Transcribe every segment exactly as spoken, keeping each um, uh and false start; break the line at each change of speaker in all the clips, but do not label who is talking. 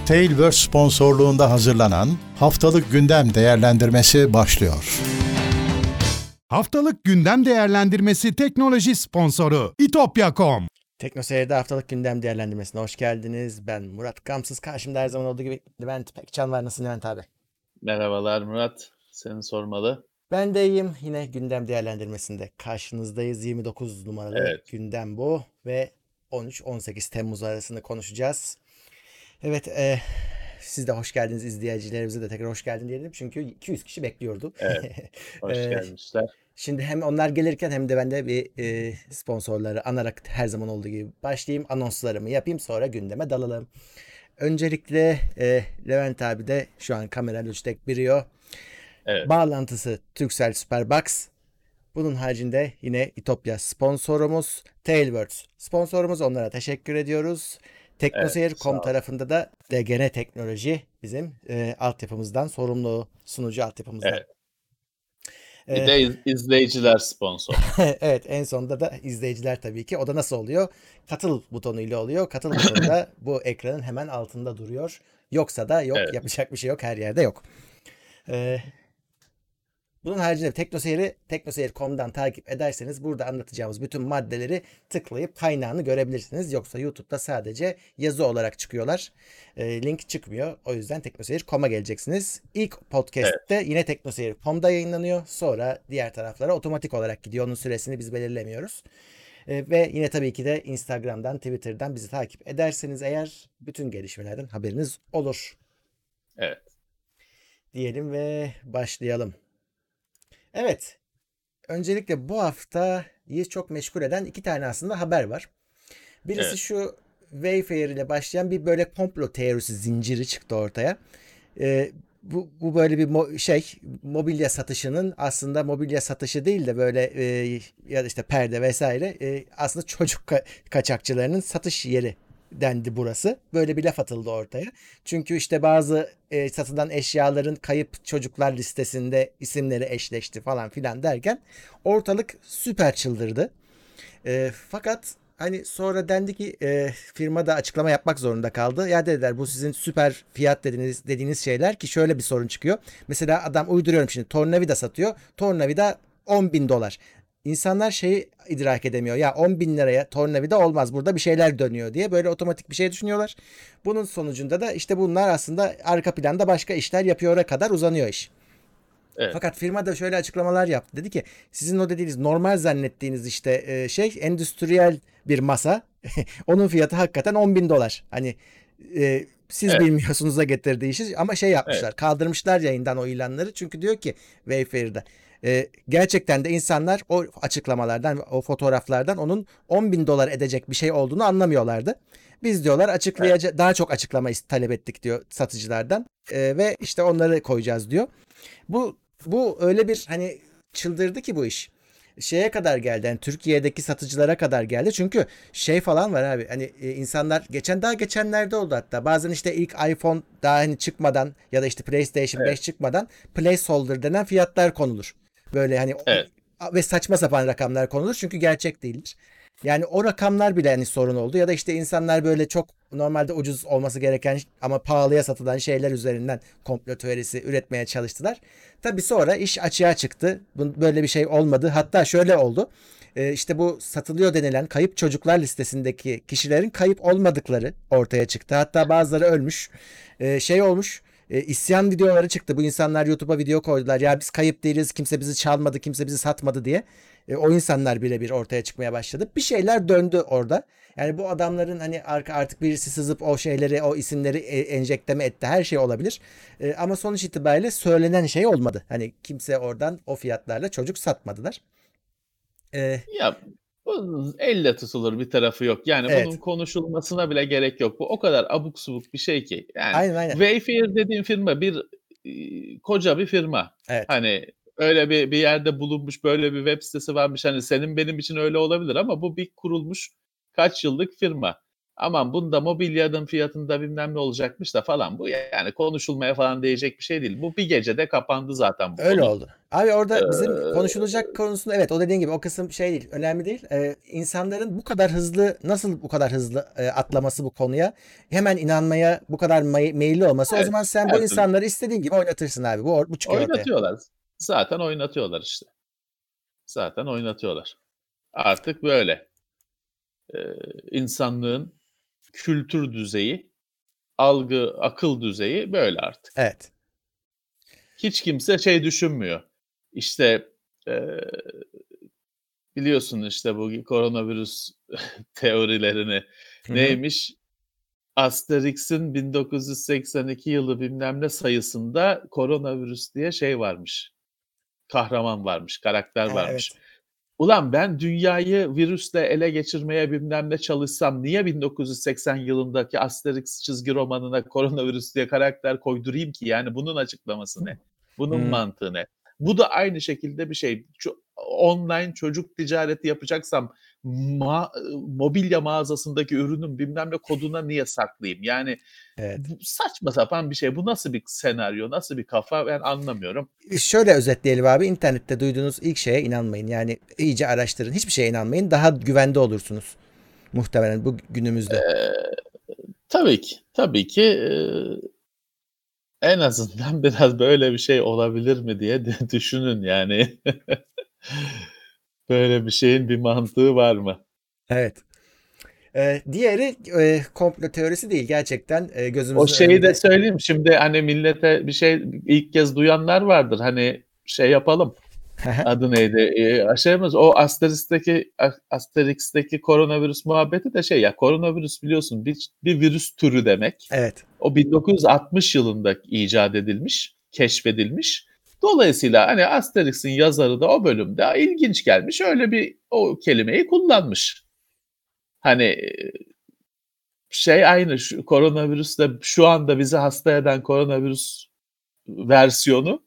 Tailverse sponsorluğunda hazırlanan Haftalık Gündem Değerlendirmesi başlıyor.
Haftalık Gündem Değerlendirmesi teknoloji sponsoru itopya nokta com.
Teknoseyir'de Haftalık Gündem Değerlendirmesi'ne hoş geldiniz. Ben Murat Gamsız. Karşımda her zaman olduğu gibi Levent Pekcan var. Nasılsın Levent abi?
Merhabalar Murat. Seni sormalı.
Ben de iyiyim. Yine Gündem Değerlendirmesi'nde karşınızdayız. yirmi dokuz numaralı
Evet.
gündem bu ve on üç on sekiz Temmuz arasında konuşacağız. Evet, e, siz de hoş geldiniz, izleyicilerimize de tekrar hoş geldin diyelim. Çünkü iki yüz kişi bekliyordu.
Evet. Hoş
E,
gelmişler.
Şimdi hem onlar gelirken hem de ben de bir e, sponsorları anarak her zaman olduğu gibi başlayayım. Anonslarımı yapayım, sonra gündeme dalalım. Öncelikle e, Levent abi de şu an kamera Logitech Brio.
Evet.
Bağlantısı Turkcell Superbox. Bunun haricinde yine İtopya sponsorumuz, Tailverse sponsorumuz. Onlara teşekkür ediyoruz. Teknoseyir nokta com
Evet,
tarafında da D G N Teknoloji bizim e, altyapımızdan sorumlu, sunucu altyapımızdan.
Evet. Bir de iz- izleyiciler sponsor.
Evet, en sonunda da izleyiciler tabii ki. O da nasıl oluyor? Katıl butonuyla oluyor. Katıl butonu da bu ekranın hemen altında duruyor. Yoksa da yok,
Evet.
yapacak bir şey yok. Her yerde yok. Ee, bunun haricinde Teknoseyir'i teknoseyir nokta com'dan takip ederseniz burada anlatacağımız bütün maddeleri tıklayıp kaynağını görebilirsiniz. Yoksa YouTube'da sadece yazı olarak çıkıyorlar. Ee, link çıkmıyor. O yüzden teknoseyir nokta com'a geleceksiniz. İlk podcast'te
Evet.
yine teknoseyir nokta com'da yayınlanıyor. Sonra diğer taraflara otomatik olarak gidiyor. Onun süresini biz belirlemiyoruz. Ee, ve yine tabii ki de Instagram'dan, Twitter'dan bizi takip ederseniz eğer bütün gelişmelerden haberiniz olur.
Evet.
Diyelim ve başlayalım. Evet. Öncelikle bu haftayı çok meşgul eden iki tane aslında haber var. Birisi
Evet.
şu Wayfair ile başlayan bir böyle komplo teorisi zinciri çıktı ortaya. Ee, bu, bu böyle bir mo- şey mobilya satışının aslında mobilya satışı değil de böyle e, ya da işte perde vesaire e, aslında çocuk ka- kaçakçılarının satış yeri dendi burası. Böyle bir laf atıldı ortaya. Çünkü işte bazı e, satılan eşyaların kayıp çocuklar listesinde isimleri eşleşti falan filan derken ortalık süper çıldırdı. E, fakat hani sonra dendi ki e, firma da açıklama yapmak zorunda kaldı. Ya dediler bu sizin süper fiyat dediğiniz, dediğiniz şeyler ki şöyle bir sorun çıkıyor. Mesela adam uyduruyorum şimdi tornavida satıyor. Tornavida on bin dolar. İnsanlar şeyi idrak edemiyor. Ya on bin liraya tornavida olmaz. Burada bir şeyler dönüyor diye böyle otomatik bir şey düşünüyorlar. Bunun sonucunda da işte bunlar aslında arka planda başka işler yapıyora kadar uzanıyor iş.
Evet.
Fakat firma da şöyle açıklamalar yaptı. Dedi ki sizin o dediğiniz normal zannettiğiniz işte e, şey endüstriyel bir masa. Onun fiyatı hakikaten on bin dolar. Hani e, siz
Evet.
bilmiyorsunuz da getirdiği işi ama şey yapmışlar.
Evet.
Kaldırmışlar yayından o ilanları. Çünkü diyor ki Wayfair'da e, gerçekten de insanlar o açıklamalardan o fotoğraflardan onun on bin dolar edecek bir şey olduğunu anlamıyorlardı. Biz diyorlar açıklayacak daha çok açıklama talep ettik diyor satıcılardan E, ve işte onları koyacağız diyor. Bu bu öyle bir hani çıldırdı ki bu iş. Şeye kadar geldi. Yani Türkiye'deki satıcılara kadar geldi. Çünkü şey falan var abi. Hani e, insanlar geçen daha geçenlerde oldu hatta. Bazen işte ilk iPhone daha hani çıkmadan ya da işte PlayStation
Evet.
beş çıkmadan placeholder denen fiyatlar konulur. Böyle hani
Evet.
ve saçma sapan rakamlar konulur çünkü gerçek değildir. Yani o rakamlar bile hani sorun oldu ya da işte insanlar böyle çok normalde ucuz olması gereken ama pahalıya satılan şeyler üzerinden komplo teorisi üretmeye çalıştılar. Tabii sonra iş açığa çıktı. Böyle bir şey olmadı. Hatta şöyle oldu. Ee, işte bu satılıyor denilen kayıp çocuklar listesindeki kişilerin kayıp olmadıkları ortaya çıktı. Hatta bazıları ölmüş. Ee, şey olmuş. E, isyan videoları çıktı. Bu insanlar YouTube'a video koydular. Ya biz kayıp değiliz. Kimse bizi çalmadı. Kimse bizi satmadı diye. E, o insanlar birebir ortaya çıkmaya başladı. Bir şeyler döndü orada. Yani bu adamların hani artık birisi sızıp o şeyleri, o isimleri e, enjekte mi etti? Her şey olabilir. E, ama sonuç itibariyle söylenen şey olmadı. Hani kimse oradan o fiyatlarla çocuk satmadılar. E,
Ya bu elle tutulur bir tarafı yok. Yani bunun
evet.
konuşulmasına bile gerek yok. Bu o kadar abuk subuk bir şey ki. Yani
Aynen aynen.
Wayfair dediğin firma bir e, koca bir firma.
Evet.
Hani öyle bir bir yerde bulunmuş böyle bir web sitesi varmış. Hani senin benim için öyle olabilir ama bu bir kurulmuş kaç yıllık firma. aman bunda mobilyanın fiyatında bilmem ne olacakmış da falan, bu yani konuşulmaya falan değecek bir şey değil. Bu bir gecede kapandı zaten bu
Öyle
konu.
oldu. Abi orada
Ee,
bizim konuşulacak konusunda evet o dediğin gibi o kısım şey değil, önemli değil. Ee, insanların bu kadar hızlı nasıl bu kadar hızlı e, atlaması bu konuya, hemen inanmaya bu kadar may- meyilli olması, o
evet,
zaman sen bu
her türlü
insanları istediğin gibi oynatırsın abi. Bu, or- bu çıkıyor ortaya.
oynatıyorlar. Zaten oynatıyorlar işte. Zaten oynatıyorlar. Artık böyle. Ee, insanlığın kültür düzeyi, algı, akıl düzeyi böyle artık.
Evet.
Hiç kimse şey düşünmüyor. İşte eee, biliyorsun işte bu koronavirüs teorilerini.
Hı hı.
Neymiş? Asterix'in bin dokuz yüz seksen iki yılı bilmem ne sayısında koronavirüs diye şey varmış. Kahraman varmış, karakter
Ha,
varmış.
evet.
Ulan ben dünyayı virüsle ele geçirmeye bilmem ne çalışsam niye bin dokuz yüz seksen yılındaki Asterix çizgi romanına koronavirüs diye karakter koydurayım ki? Yani bunun açıklaması ne? Bunun
Hı.
mantığı ne? Bu da aynı şekilde bir şey. Şu online çocuk ticareti yapacaksam ma- mobilya mağazasındaki ürünün bilmem ne koduna niye saklayayım? Yani
Evet.
bu saçma sapan bir şey. Bu nasıl bir senaryo, nasıl bir kafa, ben anlamıyorum.
Şöyle özetleyelim abi. İnternette duyduğunuz ilk şeye inanmayın. Yani iyice araştırın. Hiçbir şeye inanmayın. Daha güvende olursunuz. Muhtemelen bu günümüzde.
Ee, tabii ki, tabii ki ee, en azından biraz böyle bir şey olabilir mi diye de düşünün yani. Böyle bir şeyin bir mantığı var mı?
Evet. Ee, diğeri e, komplo teorisi değil. Gerçekten e,
O
gözümüzün
şeyi de
önünde.
söyleyeyim. Şimdi hani millete bir şey ilk kez duyanlar vardır. Hani şey yapalım. Adı neydi? Ee, aşağımız o Asterix'teki Asterix'teki koronavirüs muhabbeti de şey ya, koronavirüs biliyorsun bir, bir virüs türü demek.
Evet.
O bin dokuz yüz altmış yılında icat edilmiş, keşfedilmiş. Dolayısıyla hani Asterix'in yazarı da o bölümde ilginç gelmiş. Öyle bir o kelimeyi kullanmış. Hani şey aynı şu koronavirüsle şu anda bizi hasta eden koronavirüs versiyonu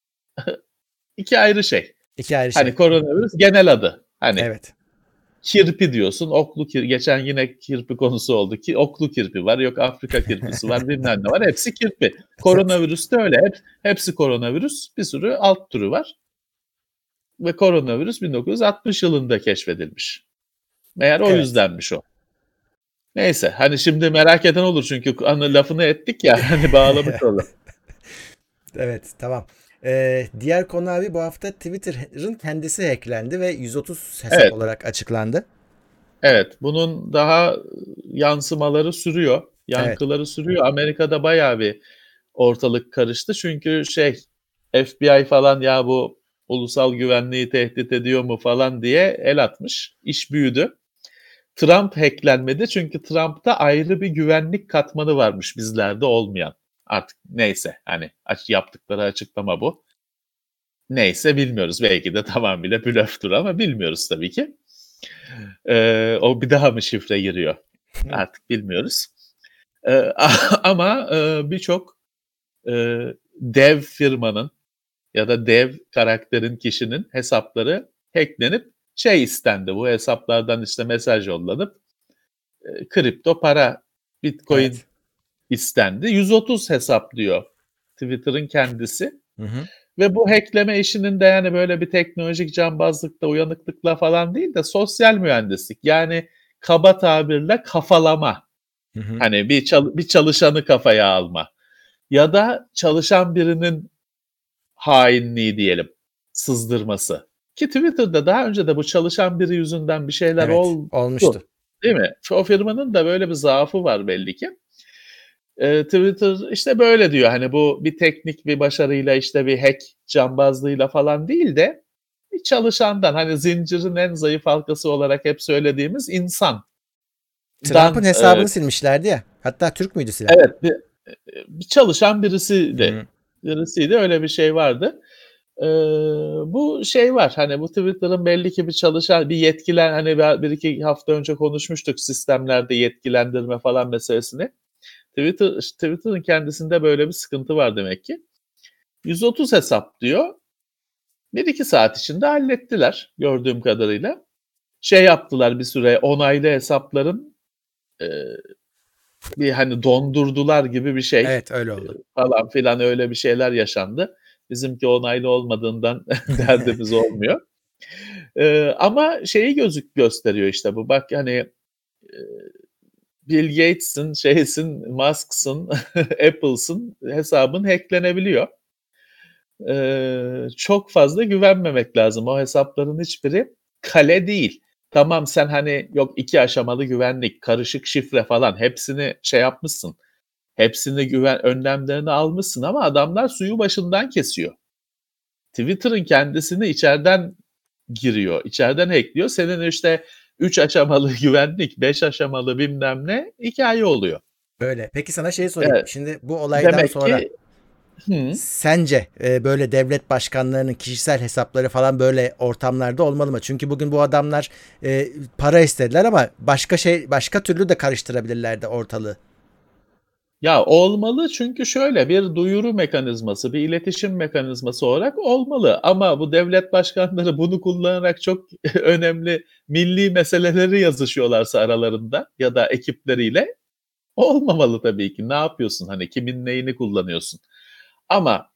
iki ayrı şey.
İki ayrı
Hani
şey.
koronavirüs genel adı. Hani
Evet.
kirpi diyorsun, oklu kirpi. Geçen yine kirpi konusu oldu ki oklu kirpi var, yok Afrika kirpisi var, bilmem ne var. Hepsi kirpi.
Evet.
Koronavirüs de öyle. Hep, hepsi koronavirüs. Bir sürü alt türü var. Ve koronavirüs bin dokuz yüz altmış yılında keşfedilmiş. Meğer o
Evet.
yüzdenmiş o. Neyse hani şimdi merak eden olur çünkü hani lafını ettik ya hani bağlamış olalım.
Evet. Tamam. Ee, diğer konu abi, bu hafta Twitter'ın kendisi hacklendi ve yüz otuz hesap
Evet,
olarak açıklandı.
evet. Bunun daha yansımaları sürüyor,
Evet.
yankıları sürüyor. Amerika'da bayağı bir ortalık karıştı. Çünkü şey F B I falan ya bu ulusal güvenliği tehdit ediyor mu falan diye el atmış. İş büyüdü. Trump hacklenmedi çünkü Trump'ta ayrı bir güvenlik katmanı varmış bizlerde olmayan. Artık neyse hani aç, yaptıkları açıklama bu. Neyse bilmiyoruz. Belki de tamamıyla blöftür ama bilmiyoruz tabii ki. Ee, o bir daha mı şifre giriyor? Artık bilmiyoruz. Ee, ama e, birçok e, dev firmanın ya da dev karakterin, kişinin hesapları hacklenip şey istendi. Bu hesaplardan işte mesaj yollanıp e, kripto para, Bitcoin
Evet.
istendi. yüz otuz hesap diyor Twitter'ın kendisi.
Hı hı.
Ve bu hackleme işinin de yani böyle bir teknolojik cambazlıkla, uyanıklıkla falan değil de sosyal mühendislik. Yani kaba tabirle kafalama.
Hı hı.
Hani bir, çal- bir çalışanı kafaya alma. Ya da çalışan birinin hainliği diyelim, sızdırması. Ki Twitter'da daha önce de bu çalışan biri yüzünden bir şeyler
Evet.
oldu.
Olmuştu.
Değil mi? O firmanın da böyle bir zaafı var belli ki. Ee, Twitter işte böyle diyor, hani bu bir teknik bir başarıyla, işte bir hack cambazlığıyla falan değil de bir çalışandan, hani zincirin en zayıf halkası olarak hep söylediğimiz insandan.
Trump'ın
e,
hesabını silmişlerdi ya. Hatta Türk müydü silen?
evet, bir, bir çalışan birisiydi.
Hı.
Birisiydi, öyle bir şey vardı. Ee, bu şey var, hani bu Twitter'ın belli ki bir çalışan, bir yetkilen, hani bir iki hafta önce konuşmuştuk sistemlerde yetkilendirme falan meselesini. Twitter, Twitter'ın kendisinde böyle bir sıkıntı var demek ki. yüz otuz hesap diyor. bir iki saat içinde hallettiler gördüğüm kadarıyla. Şey yaptılar bir süre, onaylı hesapların e, bir hani dondurdular gibi bir şey.
Evet, öyle oldu.
E, falan filan öyle bir şeyler yaşandı. Bizimki onaylı olmadığından derdimiz olmuyor. E, ama şeyi gözük gösteriyor işte bu. Bak hani e, Bill Gates'in, şeysin, Musk'sın, Apple'sın hesabın hacklenebiliyor. Ee, çok fazla güvenmemek lazım. O hesapların hiçbiri kale değil. Tamam sen hani yok iki aşamalı güvenlik, karışık şifre falan hepsini şey yapmışsın. Hepsini güven önlemlerini almışsın ama adamlar suyu başından kesiyor. Twitter'ın kendisini içeriden giriyor, içeriden hackliyor. Senin işte üç aşamalı güvenlik, beş aşamalı bilmem ne hikaye oluyor.
Böyle. Peki sana şey sorayım.
Evet.
Şimdi bu olaydan
Demek
sonra
ki hı.
sence e, böyle devlet başkanlarının kişisel hesapları falan böyle ortamlarda olmalı mı? Çünkü bugün bu adamlar e, para istediler ama başka şey başka türlü de karıştırabilirlerdi ortalığı.
Ya olmalı çünkü şöyle bir duyuru mekanizması, bir iletişim mekanizması olarak olmalı. Ama bu devlet başkanları bunu kullanarak çok önemli milli meseleleri yazışıyorlarsa aralarında ya da ekipleriyle olmamalı tabii ki. Ne yapıyorsun? Hani kimin neyini kullanıyorsun? Ama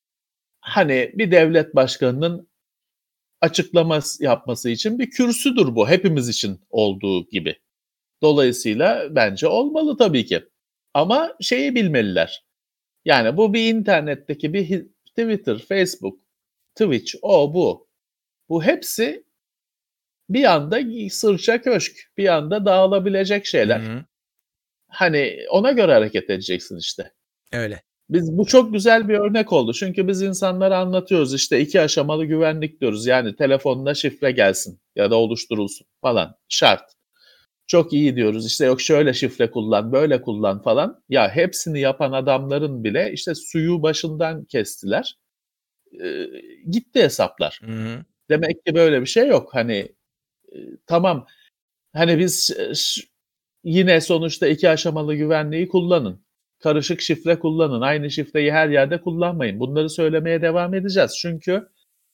hani bir devlet başkanının açıklama yapması için bir kürsüdür bu. Hepimiz için olduğu gibi. Dolayısıyla bence olmalı tabii ki. Ama şeyi bilmeliler. Yani bu bir internetteki bir Twitter, Facebook, Twitch, o bu. Bu hepsi bir anda sırça köşk, bir anda dağılabilecek şeyler.
Hı hı.
Hani ona göre hareket edeceksin işte.
Öyle.
Biz bu çok güzel bir örnek oldu. Çünkü biz insanlara anlatıyoruz işte iki aşamalı güvenlik diyoruz. Yani telefonuna şifre gelsin ya da oluşturulsun falan. Şart. Çok iyi diyoruz işte yok şöyle şifre kullan, böyle kullan falan. Ya hepsini yapan adamların bile işte suyu başından kestiler. Ee, gitti hesaplar.
Hı hı.
Demek ki böyle bir şey yok. Hani e, tamam hani biz e, ş- yine sonuçta iki aşamalı güvenliği kullanın. Karışık şifre kullanın. Aynı şifreyi her yerde kullanmayın. Bunları söylemeye devam edeceğiz. Çünkü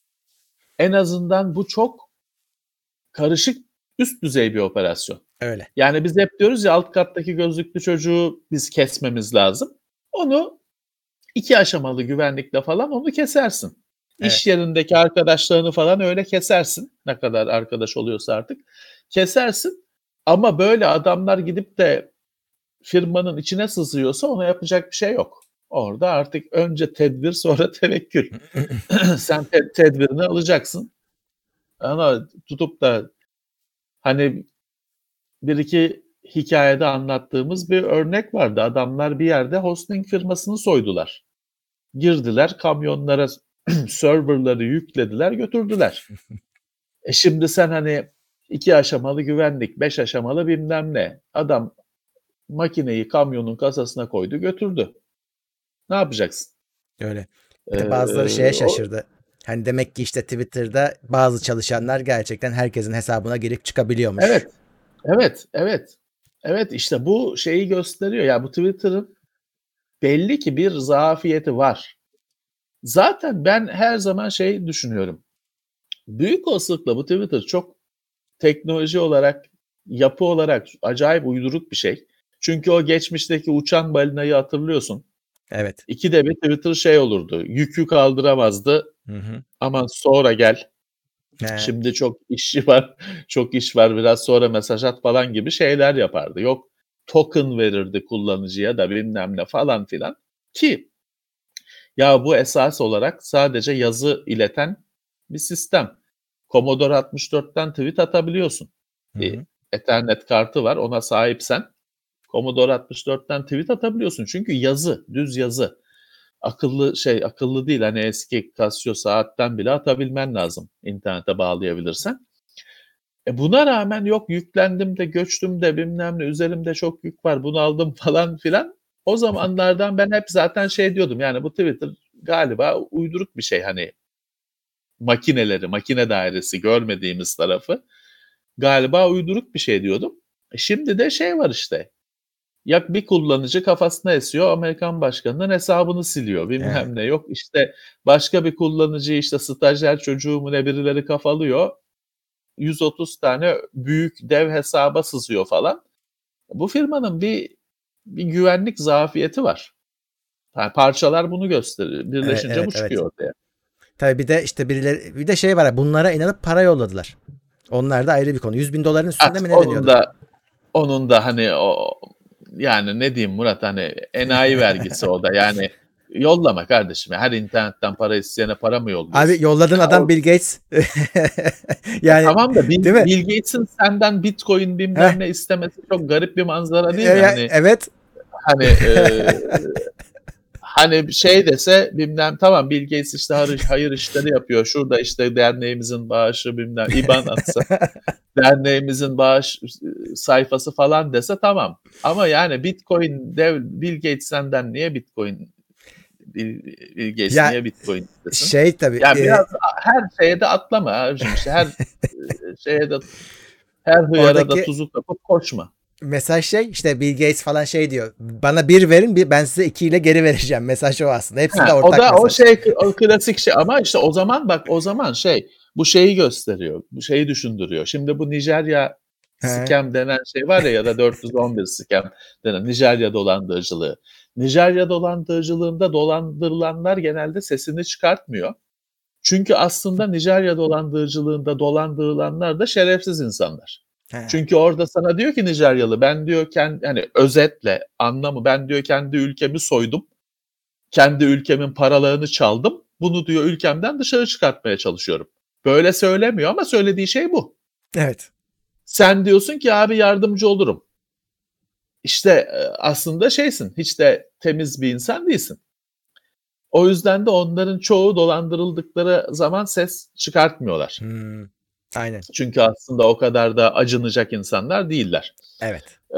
en azından bu çok karışık üst düzey bir operasyon.
Öyle.
Yani biz hep diyoruz ya alt kattaki gözlüklü çocuğu biz kesmemiz lazım. Onu iki aşamalı güvenlikle falan onu kesersin.
Evet.
İş yerindeki arkadaşlarını falan öyle kesersin. Ne kadar arkadaş oluyorsa artık. Kesersin. Ama böyle adamlar gidip de firmanın içine sızıyorsa ona yapacak bir şey yok. Orada artık önce tedbir sonra tevekkül. Sen te- tedbirini alacaksın. Ama tutup da hani bir iki hikayede anlattığımız bir örnek vardı. Adamlar bir yerde hosting firmasını soydular. Girdiler kamyonlara serverları yüklediler götürdüler. E şimdi sen hani iki aşamalı güvenlik, beş aşamalı bilmem ne. Adam makineyi kamyonun kasasına koydu götürdü. Ne yapacaksın?
Öyle. Bir de bazıları
Ee,
şeye
o,
şaşırdı. Hani demek ki işte Twitter'da bazı çalışanlar gerçekten herkesin hesabına girip çıkabiliyormuş.
evet, evet, evet. Evet işte bu şeyi gösteriyor. Ya bu Twitter'ın belli ki bir zafiyeti var. Zaten ben her zaman şey düşünüyorum. Büyük olasılıkla bu Twitter çok teknoloji olarak, yapı olarak acayip uyduruk bir şey. Çünkü o geçmişteki uçan balinayı hatırlıyorsun.
Evet.
İkide bir Twitter şey olurdu. Yükü kaldıramazdı.
Hı hı.
Aman sonra gel.
He.
Şimdi çok işi var. Çok iş var. Biraz sonra mesaj at falan gibi şeyler yapardı. Yok token verirdi kullanıcıya da bilmem ne falan filan. Ki ya bu esas olarak sadece yazı ileten bir sistem. Commodore altmış dörtten tweet atabiliyorsun.
Hı
Bir
hı.
Ethernet kartı var ona sahipsen Commodore altmış dörtten tweet atabiliyorsun. Çünkü yazı, düz yazı. Akıllı şey, akıllı değil hani eski Casio saatten bile atabilmen lazım internete bağlayabilirsen. E buna rağmen yok yüklendim de göçtüm de bilmem ne üzerimde çok yük var bunu aldım falan filan. O zamanlardan ben hep zaten şey diyordum yani bu Twitter galiba uyduruk bir şey hani makineleri, makine dairesi görmediğimiz tarafı galiba uyduruk bir şey diyordum. E şimdi de şey var işte. Ya bir kullanıcı kafasına esiyor Amerikan başkanının hesabını siliyor bilmem
Evet.
ne yok işte başka bir kullanıcı işte stajyer çocuğu mu ne birileri kafalıyor yüz otuz tane büyük dev hesaba sızıyor falan. Bu firmanın bir bir güvenlik zafiyeti var. Yani parçalar bunu gösteriyor. Birleşince
evet,
bu çıkıyor
evet.
ortaya.
Tabii bir de işte birileri bir de şey var. Bunlara inanıp para yolladılar. Onlar da ayrı bir konu. yüz bin doların üstünde
Artık
mi ne
onun
deniyordu?
da onun da hani o yani ne diyeyim Murat, hani enayi vergisi o da yani yollama kardeşim. Her internetten para isteyene para mı yolluyorsun?
Abi yolladığın
Ya
adam
o-
Bill Gates.
Ya
yani
tamam da Bill,
değil mi?
Bill Gates'in senden Bitcoin
Heh.
bilmem ne istemesi çok garip bir manzara değil
E,
mi?
ya-
Hani
evet.
hani e, hani bir şey dese bilmem, tamam Bill Gates işte hayır, hayır işleri yapıyor. Şurada işte derneğimizin bağışı bilmem İ B A N atsa derneğimizin bağış e, sayfası falan dese tamam. Ama yani Bitcoin dev Bill Gates senden niye Bitcoin Bill, Bill Gates
Ya
niye Bitcoin istesin?
şey tabii
Yani
e,
biraz her şeye de atlama abicim, işte her e, şeye de her hıyara da
oradaki
tuzu kapıp koşma.
mesaj şey işte Bill Gates falan şey diyor. Bana bir verin bir ben size iki ile geri vereceğim. Mesaj o aslında. Hepsinde
Ha, o
ortak
da o
mesaj.
şey, o klasik şey, ama işte o zaman bak, o zaman şey, bu şeyi gösteriyor. Bu şeyi düşündürüyor. Şimdi bu Nijerya
He.
scam denen şey var ya, ya da dört yüz on bir scam denen Nijerya dolandırıcılığı. Nijerya dolandırıcılığında dolandırılanlar genelde sesini çıkartmıyor. Çünkü aslında Nijerya dolandırıcılığında dolandırılanlar da şerefsiz insanlar.
He.
Çünkü orada sana diyor ki Nijeryalı, ben diyor kendi, hani özetle anlamı, ben diyor kendi ülkemi soydum. Kendi ülkemin paralarını çaldım. Bunu diyor ülkemden dışarı çıkartmaya çalışıyorum. Böyle söylemiyor ama söylediği şey bu.
Evet.
Sen diyorsun ki abi yardımcı olurum. İşte e, aslında şeysin, hiç de temiz bir insan değilsin. O yüzden de onların çoğu dolandırıldıkları zaman ses çıkartmıyorlar.
Hmm. Aynen.
Çünkü aslında o kadar da acınacak insanlar değiller.
Evet.
Ee,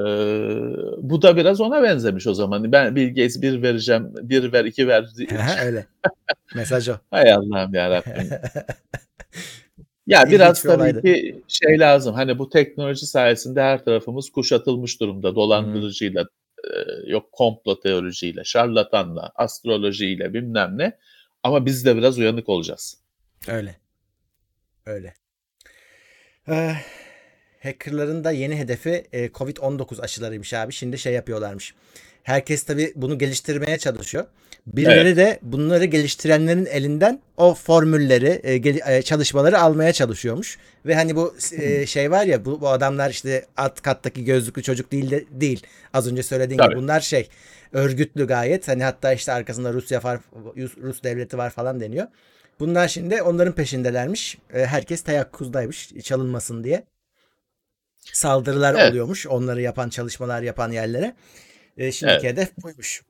bu da biraz ona benzemiş o zaman. Ben Bill Gates bir vereceğim, bir ver, iki ver.
Öyle. Mesaj o.
Hay Allah'ım yarabbim. Ya
İlginç
biraz
bir
tabii
olaydı.
ki şey lazım. Hani bu teknoloji sayesinde her tarafımız kuşatılmış durumda.
Hmm.
Dolandırıcıyla, e, yok komplo teorisiyle, şarlatanla, astrolojiyle bilmem ne. Ama biz de biraz uyanık olacağız.
Öyle. Öyle. Eh, hackerların da yeni hedefi e, covid on dokuz aşılarıymış abi. Şimdi şey yapıyorlarmış. Herkes tabii bunu geliştirmeye çalışıyor. Birileri
Evet.
de bunları geliştirenlerin elinden o formülleri, e, gel- e, çalışmaları almaya çalışıyormuş. Ve hani bu e, şey var ya bu, bu adamlar işte alt kattaki gözlüklü çocuk değil de değil. Az önce söylediğin gibi
Tabii.
bunlar şey örgütlü gayet. Hani hatta işte arkasında Rusya var, Rus devleti var falan deniyor. Bunlar şimdi onların peşindelermiş. E, herkes teyakkuzdaymış çalınmasın diye. Saldırılar
Evet.
oluyormuş onları yapan, çalışmalar yapan yerlere. E, şimdiki
Evet.
hedef buymuş.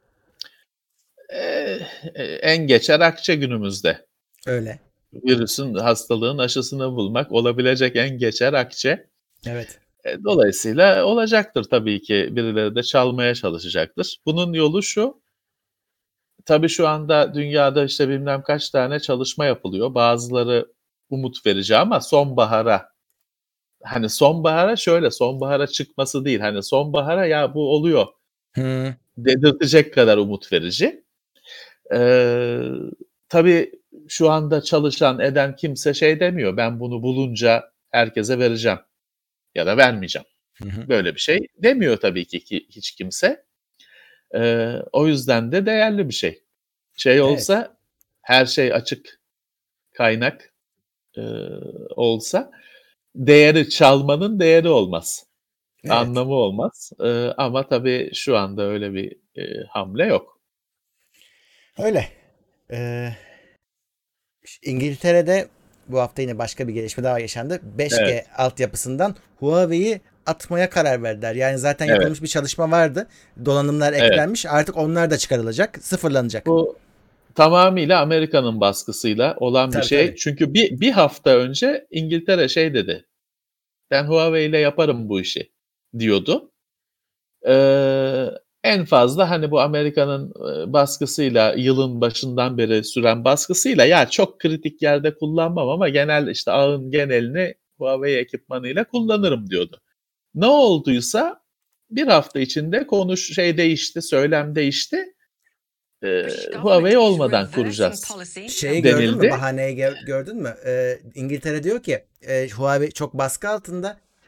Ee, en geçer akçe günümüzde.
Öyle.
Virüsün, hastalığın aşısını bulmak olabilecek en geçer akçe.
Evet.
E, Dolayısıyla olacaktır tabii ki. Birileri de çalmaya çalışacaktır. Bunun yolu şu. Tabii şu anda dünyada işte bilmem kaç tane çalışma yapılıyor. Bazıları umut verici ama sonbahara, hani sonbahara şöyle, sonbahara çıkması değil. Hani sonbahara ya bu oluyor
Hı.
dedirtecek kadar umut verici. Ee, tabii şu anda çalışan eden kimse şey demiyor. Ben bunu bulunca herkese vereceğim ya da vermeyeceğim.
Hı hı.
Böyle bir şey demiyor tabii ki, ki hiç kimse. Ee, o yüzden de değerli bir şey. Şey
Evet.
olsa, her şey açık kaynak e, olsa, değeri, çalmanın değeri olmaz.
Evet.
Anlamı olmaz. Ee, ama tabii şu anda öyle bir e, hamle yok.
Öyle. Ee, İngiltere'de bu hafta yine başka bir gelişme daha yaşandı. beş G
Evet,
altyapısından Huawei'yi atmaya karar verdiler. Yani zaten
evet,
yapılmış bir çalışma vardı. Donanımlar
evet.
eklenmiş. Artık onlar da çıkarılacak. Sıfırlanacak.
Bu tamamıyla Amerika'nın baskısıyla olan bir
Tabii
şey.
tabii.
Çünkü bir, bir hafta önce İngiltere şey dedi. Ben Huawei ile yaparım bu işi diyordu. Ee, en fazla hani bu Amerika'nın e, baskısıyla, yılın başından beri süren baskısıyla, ya çok kritik yerde kullanmam ama genel işte ağın genelini Huawei ekipmanıyla kullanırım diyordu. Ne olduysa bir hafta içinde konuş şey değişti, söylem değişti. Ee, Huawei olmadan kuracağız
Şeyi gördün mü?
denildi.
Bahaneyi gö- gördün mü? Ee, İngiltere diyor ki e, Huawei çok baskı altında.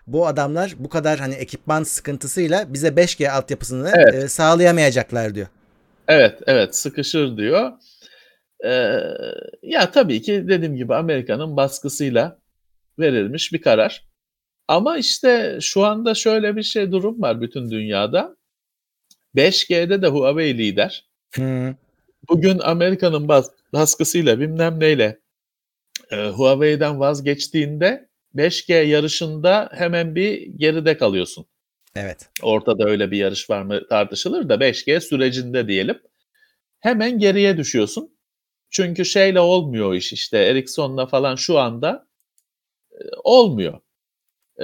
bu adamlar bu kadar hani ekipman sıkıntısıyla bize beş G altyapısını
Evet.
e, sağlayamayacaklar diyor.
Evet, evet sıkışır diyor. Ee, ya tabii ki dediğim gibi Amerika'nın baskısıyla verilmiş bir karar. Ama işte şu anda şöyle bir şey durum var bütün dünyada. beş G'de de Huawei lider.
Hmm.
Bugün Amerika'nın bas- baskısıyla bilmem neyle e, Huawei'den vazgeçtiğinde beş G yarışında hemen bir geride kalıyorsun.
Evet.
Ortada öyle bir yarış var mı tartışılır da beş G sürecinde diyelim. Hemen geriye düşüyorsun. Çünkü şeyle olmuyor o iş işte Ericsson'la falan şu anda e, olmuyor. E,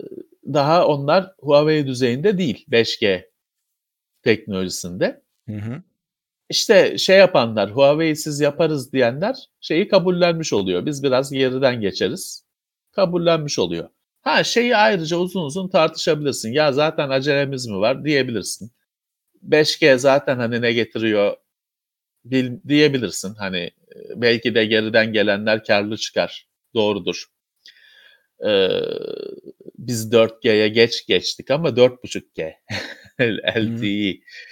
daha onlar Huawei düzeyinde değil beş G teknolojisinde.
Hı hı.
İşte şey yapanlar, Huawei'siz yaparız diyenler şeyi kabullenmiş oluyor. Biz biraz geriden geçeriz. Kabullenmiş oluyor. Ha şeyi ayrıca uzun uzun tartışabilirsin. Ya zaten acelemiz mi var diyebilirsin. beş G zaten hani ne getiriyor bil, diyebilirsin. Hani belki de geriden gelenler karlı çıkar. Doğrudur. Ee, biz dört G'ye geç geçtik ama dört buçuk G L T E.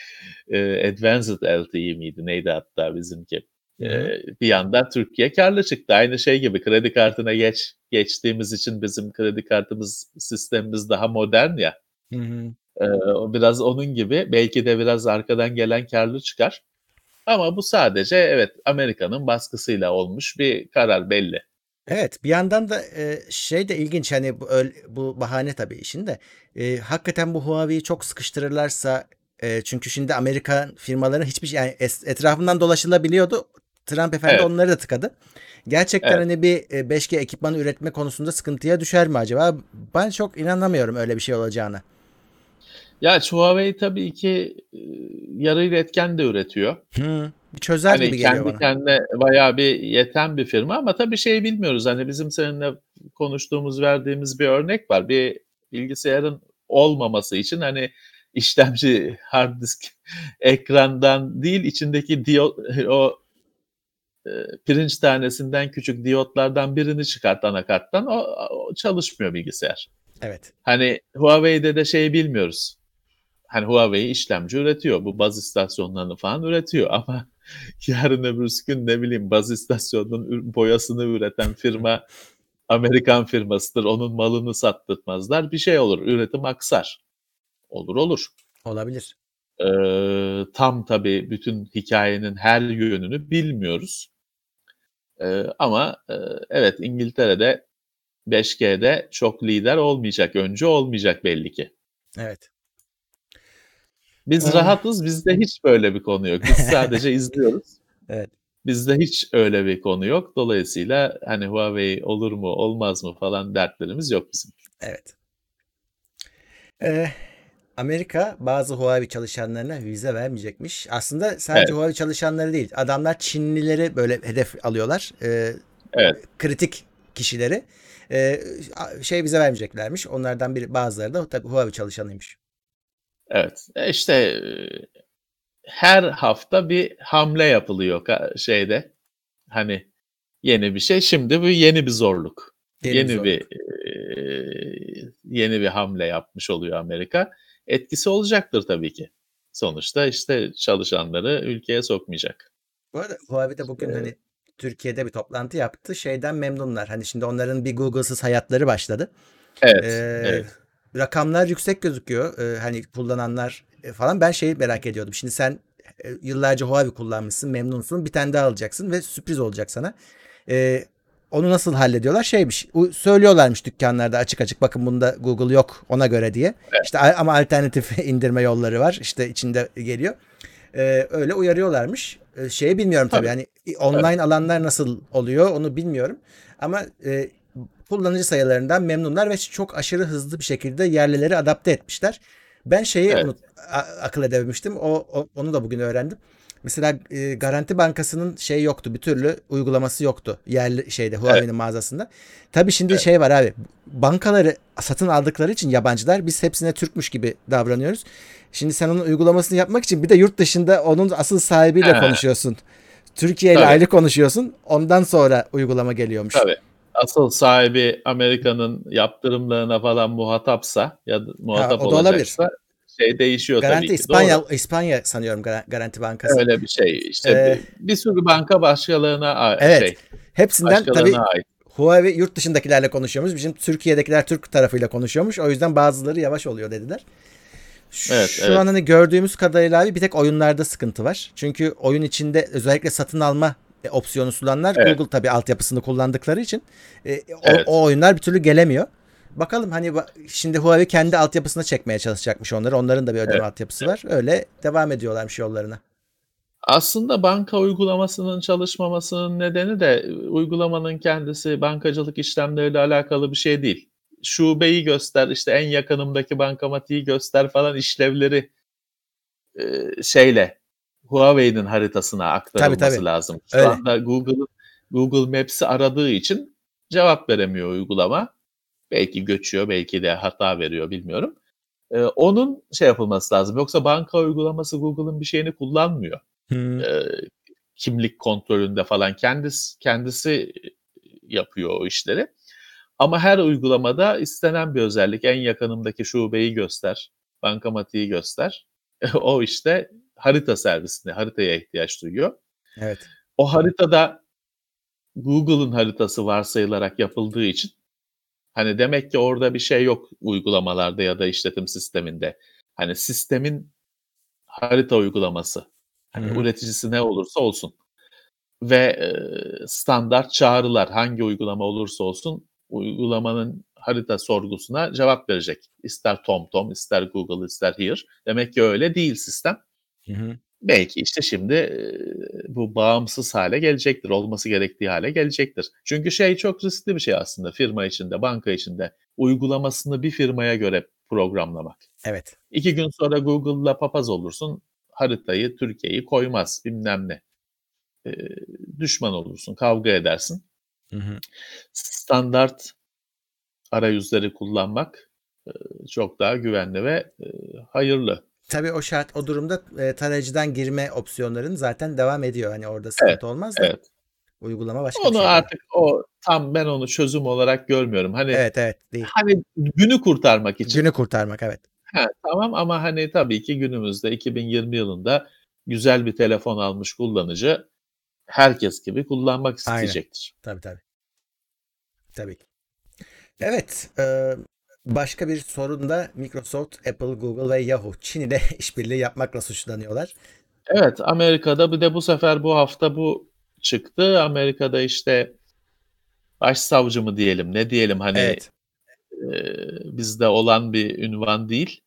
E, Advanced L T E miydi neydi hatta bizimki. E, bir yandan Türkiye karlı çıktı. Aynı şey gibi kredi kartına geç geçtiğimiz için bizim kredi kartımız sistemimiz daha modern ya.
Hı hı.
E, biraz onun gibi belki de biraz arkadan gelen karlı çıkar. Ama bu sadece evet Amerika'nın baskısıyla olmuş bir karar belli.
Evet, bir yandan da e, şey de ilginç hani bu, öl- bu bahane tabii işin de e, hakikaten bu Huawei'yi çok sıkıştırırlarsa e, çünkü şimdi Amerikan firmaların hiçbir şey yani es- etrafından dolaşılabiliyordu. Trump efendi
Evet.
onları da tıkadı. Gerçekten
Evet.
hani bir e, beş G ekipmanı üretme konusunda sıkıntıya düşer mi acaba? Ben çok inanamıyorum öyle bir şey olacağına.
Ya Huawei tabii ki e, yarı iletken de üretiyor.
Hı, bir çözer
Hani
gibi geliyor
kendi
bana.
kendine bayağı bir yeten bir firma ama tabii şey bilmiyoruz. Hani bizim seninle konuştuğumuz, verdiğimiz bir örnek var. Bir bilgisayarın olmaması için hani işlemci, hard disk ekrandan değil içindeki diyot, o e, pirinç tanesinden küçük diyotlardan birini çıkart anakarttan o, o çalışmıyor bilgisayar.
Evet.
Hani Huawei'de de şey bilmiyoruz. Hani Huawei işlemci üretiyor. Bu baz istasyonlarını falan üretiyor ama yarın öbür gün ne bileyim baz istasyonunun boyasını üreten firma Amerikan firmasıdır. Onun malını sattırmazlar. Bir şey olur. Üretim aksar. Olur olur.
Olabilir.
Ee, tam tabii bütün hikayenin her yönünü bilmiyoruz. Ee, ama e, evet İngiltere'de beş G'de çok lider olmayacak. Öncü olmayacak belli ki.
Evet.
Biz
Ah.
rahatız. Bizde hiç böyle bir konu yok. Biz sadece izliyoruz.
Evet.
Bizde hiç öyle bir konu yok. Dolayısıyla hani Huawei olur mu olmaz mı falan dertlerimiz yok bizim.
Evet. Ee, Amerika bazı Huawei çalışanlarına vize vermeyecekmiş. Aslında sadece
Evet,
Huawei çalışanları değil. Adamlar Çinlileri böyle hedef alıyorlar. Ee,
evet,
kritik kişileri. Ee, şey vize vermeyeceklermiş. Onlardan biri bazıları da tabii Huawei çalışanıymış.
evet. E işte e, her hafta bir hamle yapılıyor ka- şeyde. Hani yeni bir şey. Şimdi bu yeni bir zorluk.
Yeni bir
Yeni bir
zorluk.
e, yeni bir hamle yapmış oluyor Amerika. Etkisi olacaktır tabii ki. Sonuçta işte çalışanları ülkeye sokmayacak.
Bu arada Huawei de bugün
E,
hani Türkiye'de bir toplantı yaptı. Şeyden memnunlar. Hani şimdi onların bir Google'sız hayatları başladı.
evet,
Ee,
evet,
rakamlar yüksek gözüküyor. Ee, hani kullananlar e, falan. Ben şeyi merak ediyordum. Şimdi sen e, yıllarca Huawei kullanmışsın, memnunsun. Bir tane daha alacaksın ve sürpriz olacak sana. Ee, onu nasıl hallediyorlar? Şeymiş. u- Söylüyorlarmış dükkanlarda açık açık. Bakın bunda Google yok ona göre diye. İşte a- ama alternatif indirme yolları var. İşte içinde geliyor. Ee, öyle uyarıyorlarmış. Ee, şeyi bilmiyorum tabii.
tabii,
Hani
tabii.
online alanlar nasıl oluyor onu bilmiyorum. Ama e, kullanıcı sayılarından memnunlar ve çok aşırı hızlı bir şekilde yerlileri adapte etmişler. Ben şeyi
Evet,
unut a- akıl edememiştim. O, o- onu da bugün öğrendim. Mesela e, Garanti Bankası'nın şey yoktu. Bir türlü uygulaması yoktu. Yerli şeyde
evet,
Huawei'nin mağazasında. Tabii şimdi
evet.
şey var abi. Bankaları satın aldıkları için yabancılar biz hepsine Türkmüş gibi davranıyoruz. Şimdi sen onun uygulamasını yapmak için bir de yurt dışında onun asıl sahibiyle
Ha,
konuşuyorsun. Türkiye ile
tabii,
ayrı konuşuyorsun. Ondan sonra uygulama geliyormuş.
tabii. asıl sahibi Amerika'nın yaptırımlarına falan muhatapsa ya da muhatap
Ha, o da olabilir.
olacaksa şey değişiyor
Garanti
tabii ki.
İspanya
Doğru.
İspanya sanıyorum Gar- Garanti Bankası.
Öyle bir şey. İşte
Ee,
bir, bir sürü banka başkalarına a-
Evet.
şey
Hepsinden tabii
başkalarına ait.
Huawei yurt dışındakilerle konuşuyormuş. Bizim Türkiye'dekiler Türk tarafıyla konuşuyormuş. O yüzden bazıları yavaş oluyor dediler. Şu,
Evet,
şu
evet.
an hani gördüğümüz kadarıyla abi bir tek oyunlarda sıkıntı var. Çünkü oyun içinde özellikle satın alma e, opsiyonu sunanlar
Evet.
Google tabii altyapısını kullandıkları için e, o,
Evet.
o oyunlar bir türlü gelemiyor. Bakalım hani ba- şimdi Huawei kendi altyapısına çekmeye çalışacakmış onları. Onların da bir ödeme
Evet.
altyapısı var. Öyle devam ediyorlarmış yollarına.
Aslında banka uygulamasının çalışmamasının nedeni de uygulamanın kendisi bankacılık işlemleriyle alakalı bir şey değil. Şubeyi göster, işte en yakınımdaki bankamatiği göster falan işlevleri e, şeyle Huawei'nin haritasına aktarılması
Tabii, tabii.
lazım. Şu
Öyle.
anda Google'ın Google Maps'i aradığı için cevap veremiyor uygulama. Belki göçüyor, belki de hata veriyor bilmiyorum. Ee, onun şey yapılması lazım. Yoksa banka uygulaması Google'ın bir şeyini kullanmıyor.
Hmm.
Ee, kimlik kontrolünde falan kendisi kendisi yapıyor o işleri. Ama her uygulamada istenen bir özellik. En yakınımdaki şubeyi göster, bankamatiği göster. O işte harita servisine, haritaya ihtiyaç duyuyor.
Evet.
O haritada Google'ın haritası varsayılarak yapıldığı için hani demek ki orada bir şey yok uygulamalarda ya da işletim sisteminde. Hani sistemin harita uygulaması. Hani
Hı hı.
üreticisi ne olursa olsun. Ve e, standart çağrılar hangi uygulama olursa olsun uygulamanın harita sorgusuna cevap verecek. İster TomTom, ister Google, ister Here. Demek ki öyle değil sistem.
Hı hı.
Belki işte şimdi e, bu bağımsız hale gelecektir. Olması gerektiği hale gelecektir. Çünkü şey çok riskli bir şey aslında firma içinde, banka içinde. Uygulamasını bir firmaya göre programlamak.
Evet.
İki gün sonra Google'la papaz olursun. Haritayı, Türkiye'yi koymaz bilmem ne. E, düşman olursun, kavga edersin.
Hı hı.
Standart arayüzleri kullanmak e, çok daha güvenli ve e, hayırlı.
Tabii o şart o durumda e, tarayıcıdan girme opsiyonların zaten devam ediyor. Hani orada sıkıntı
Evet,
olmaz da
evet.
uygulama başka bir
Onu
şey tabii.
artık o tam ben onu çözüm olarak görmüyorum. Hani
Evet, evet, değil.
hani günü kurtarmak için.
Günü kurtarmak, evet.
He, tamam ama hani tabii ki günümüzde iki bin yirmi yılında güzel bir telefon almış kullanıcı herkes gibi kullanmak
Aynen.
isteyecektir.
Tabii, tabii. Tabii ki. Evet, e, başka bir sorun da Microsoft, Apple, Google ve Yahoo Çin ile işbirliği yapmakla suçlanıyorlar.
Evet, Amerika'da bir de bu sefer bu hafta bu çıktı. Amerika'da işte başsavcı mı diyelim, ne diyelim hani
Evet.
e, bizde olan bir ünvan değil.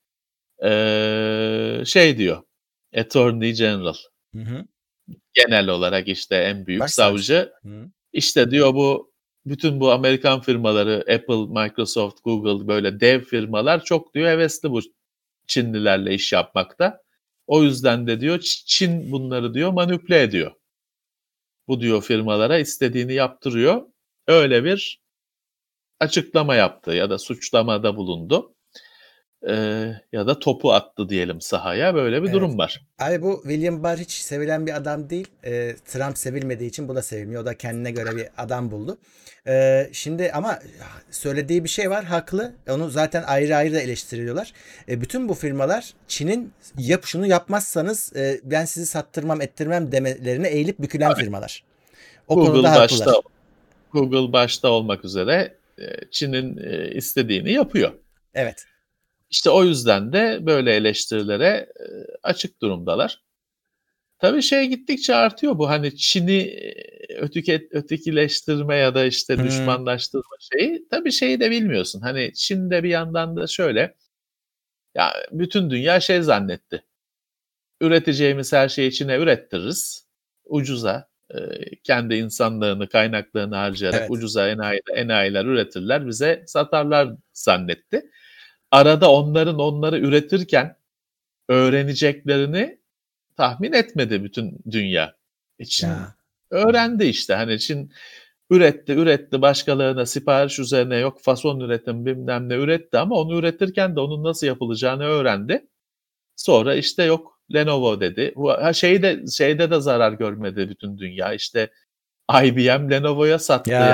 E, şey diyor, Attorney General.
Hı hı.
Genel olarak işte en büyük
Başsavcı.
savcı.
Hı.
İşte diyor bu bütün bu Amerikan firmaları Apple, Microsoft, Google böyle dev firmalar çok diyor hevesli bu Çinlilerle iş yapmakta. O yüzden de diyor Çin bunları diyor manipüle ediyor. Bu diyor firmalara istediğini yaptırıyor. Öyle bir açıklama yaptı ya da suçlamada bulundu. Ee, ya da topu attı diyelim sahaya. Böyle bir
Evet.
durum var.
Abi bu William Barr hiç sevilen bir adam değil. E, Trump sevilmediği için bu da sevilmiyor. O da kendine göre bir adam buldu. E, şimdi ama söylediği bir şey var, haklı. Onu zaten ayrı ayrı da eleştiriyorlar. E, bütün bu firmalar Çin'in yap şunu yapmazsanız e, ben sizi sattırmam ettirmem demelerine eğilip bükülen
Tabii.
firmalar. O
Google
konuda
başta
haklılar.
Google başta olmak üzere e, Çin'in e, istediğini yapıyor.
Evet.
İşte o yüzden de böyle eleştirilere e, açık durumdalar. Tabii şey gittikçe artıyor bu hani Çin'i e, öteki, ötekileştirme ya da işte
Hmm.
düşmanlaştırma şeyi. Tabii şeyi de bilmiyorsun. Hani Çin'de bir yandan da şöyle ya bütün dünya şey zannetti. Üreteceğimiz her şeyi Çin'e ürettiririz. Ucuza e, kendi insanlarını, kaynaklarını harcayarak
Evet.
ucuza enayi, enayiler üretirler bize satarlar zannetti. Arada onların onları üretirken öğreneceklerini tahmin etmedi bütün dünya. E Çin
Ya.
öğrendi işte. Hani Çin üretti, üretti. Başkalarına sipariş üzerine yok fason üretim bilmem ne üretti ama onu üretirken de onun nasıl yapılacağını öğrendi. Sonra işte yok Lenovo dedi. Ha şeyde şeyde de zarar görmedi bütün dünya. İşte I B M Lenovo'ya sattı
Ya.
yani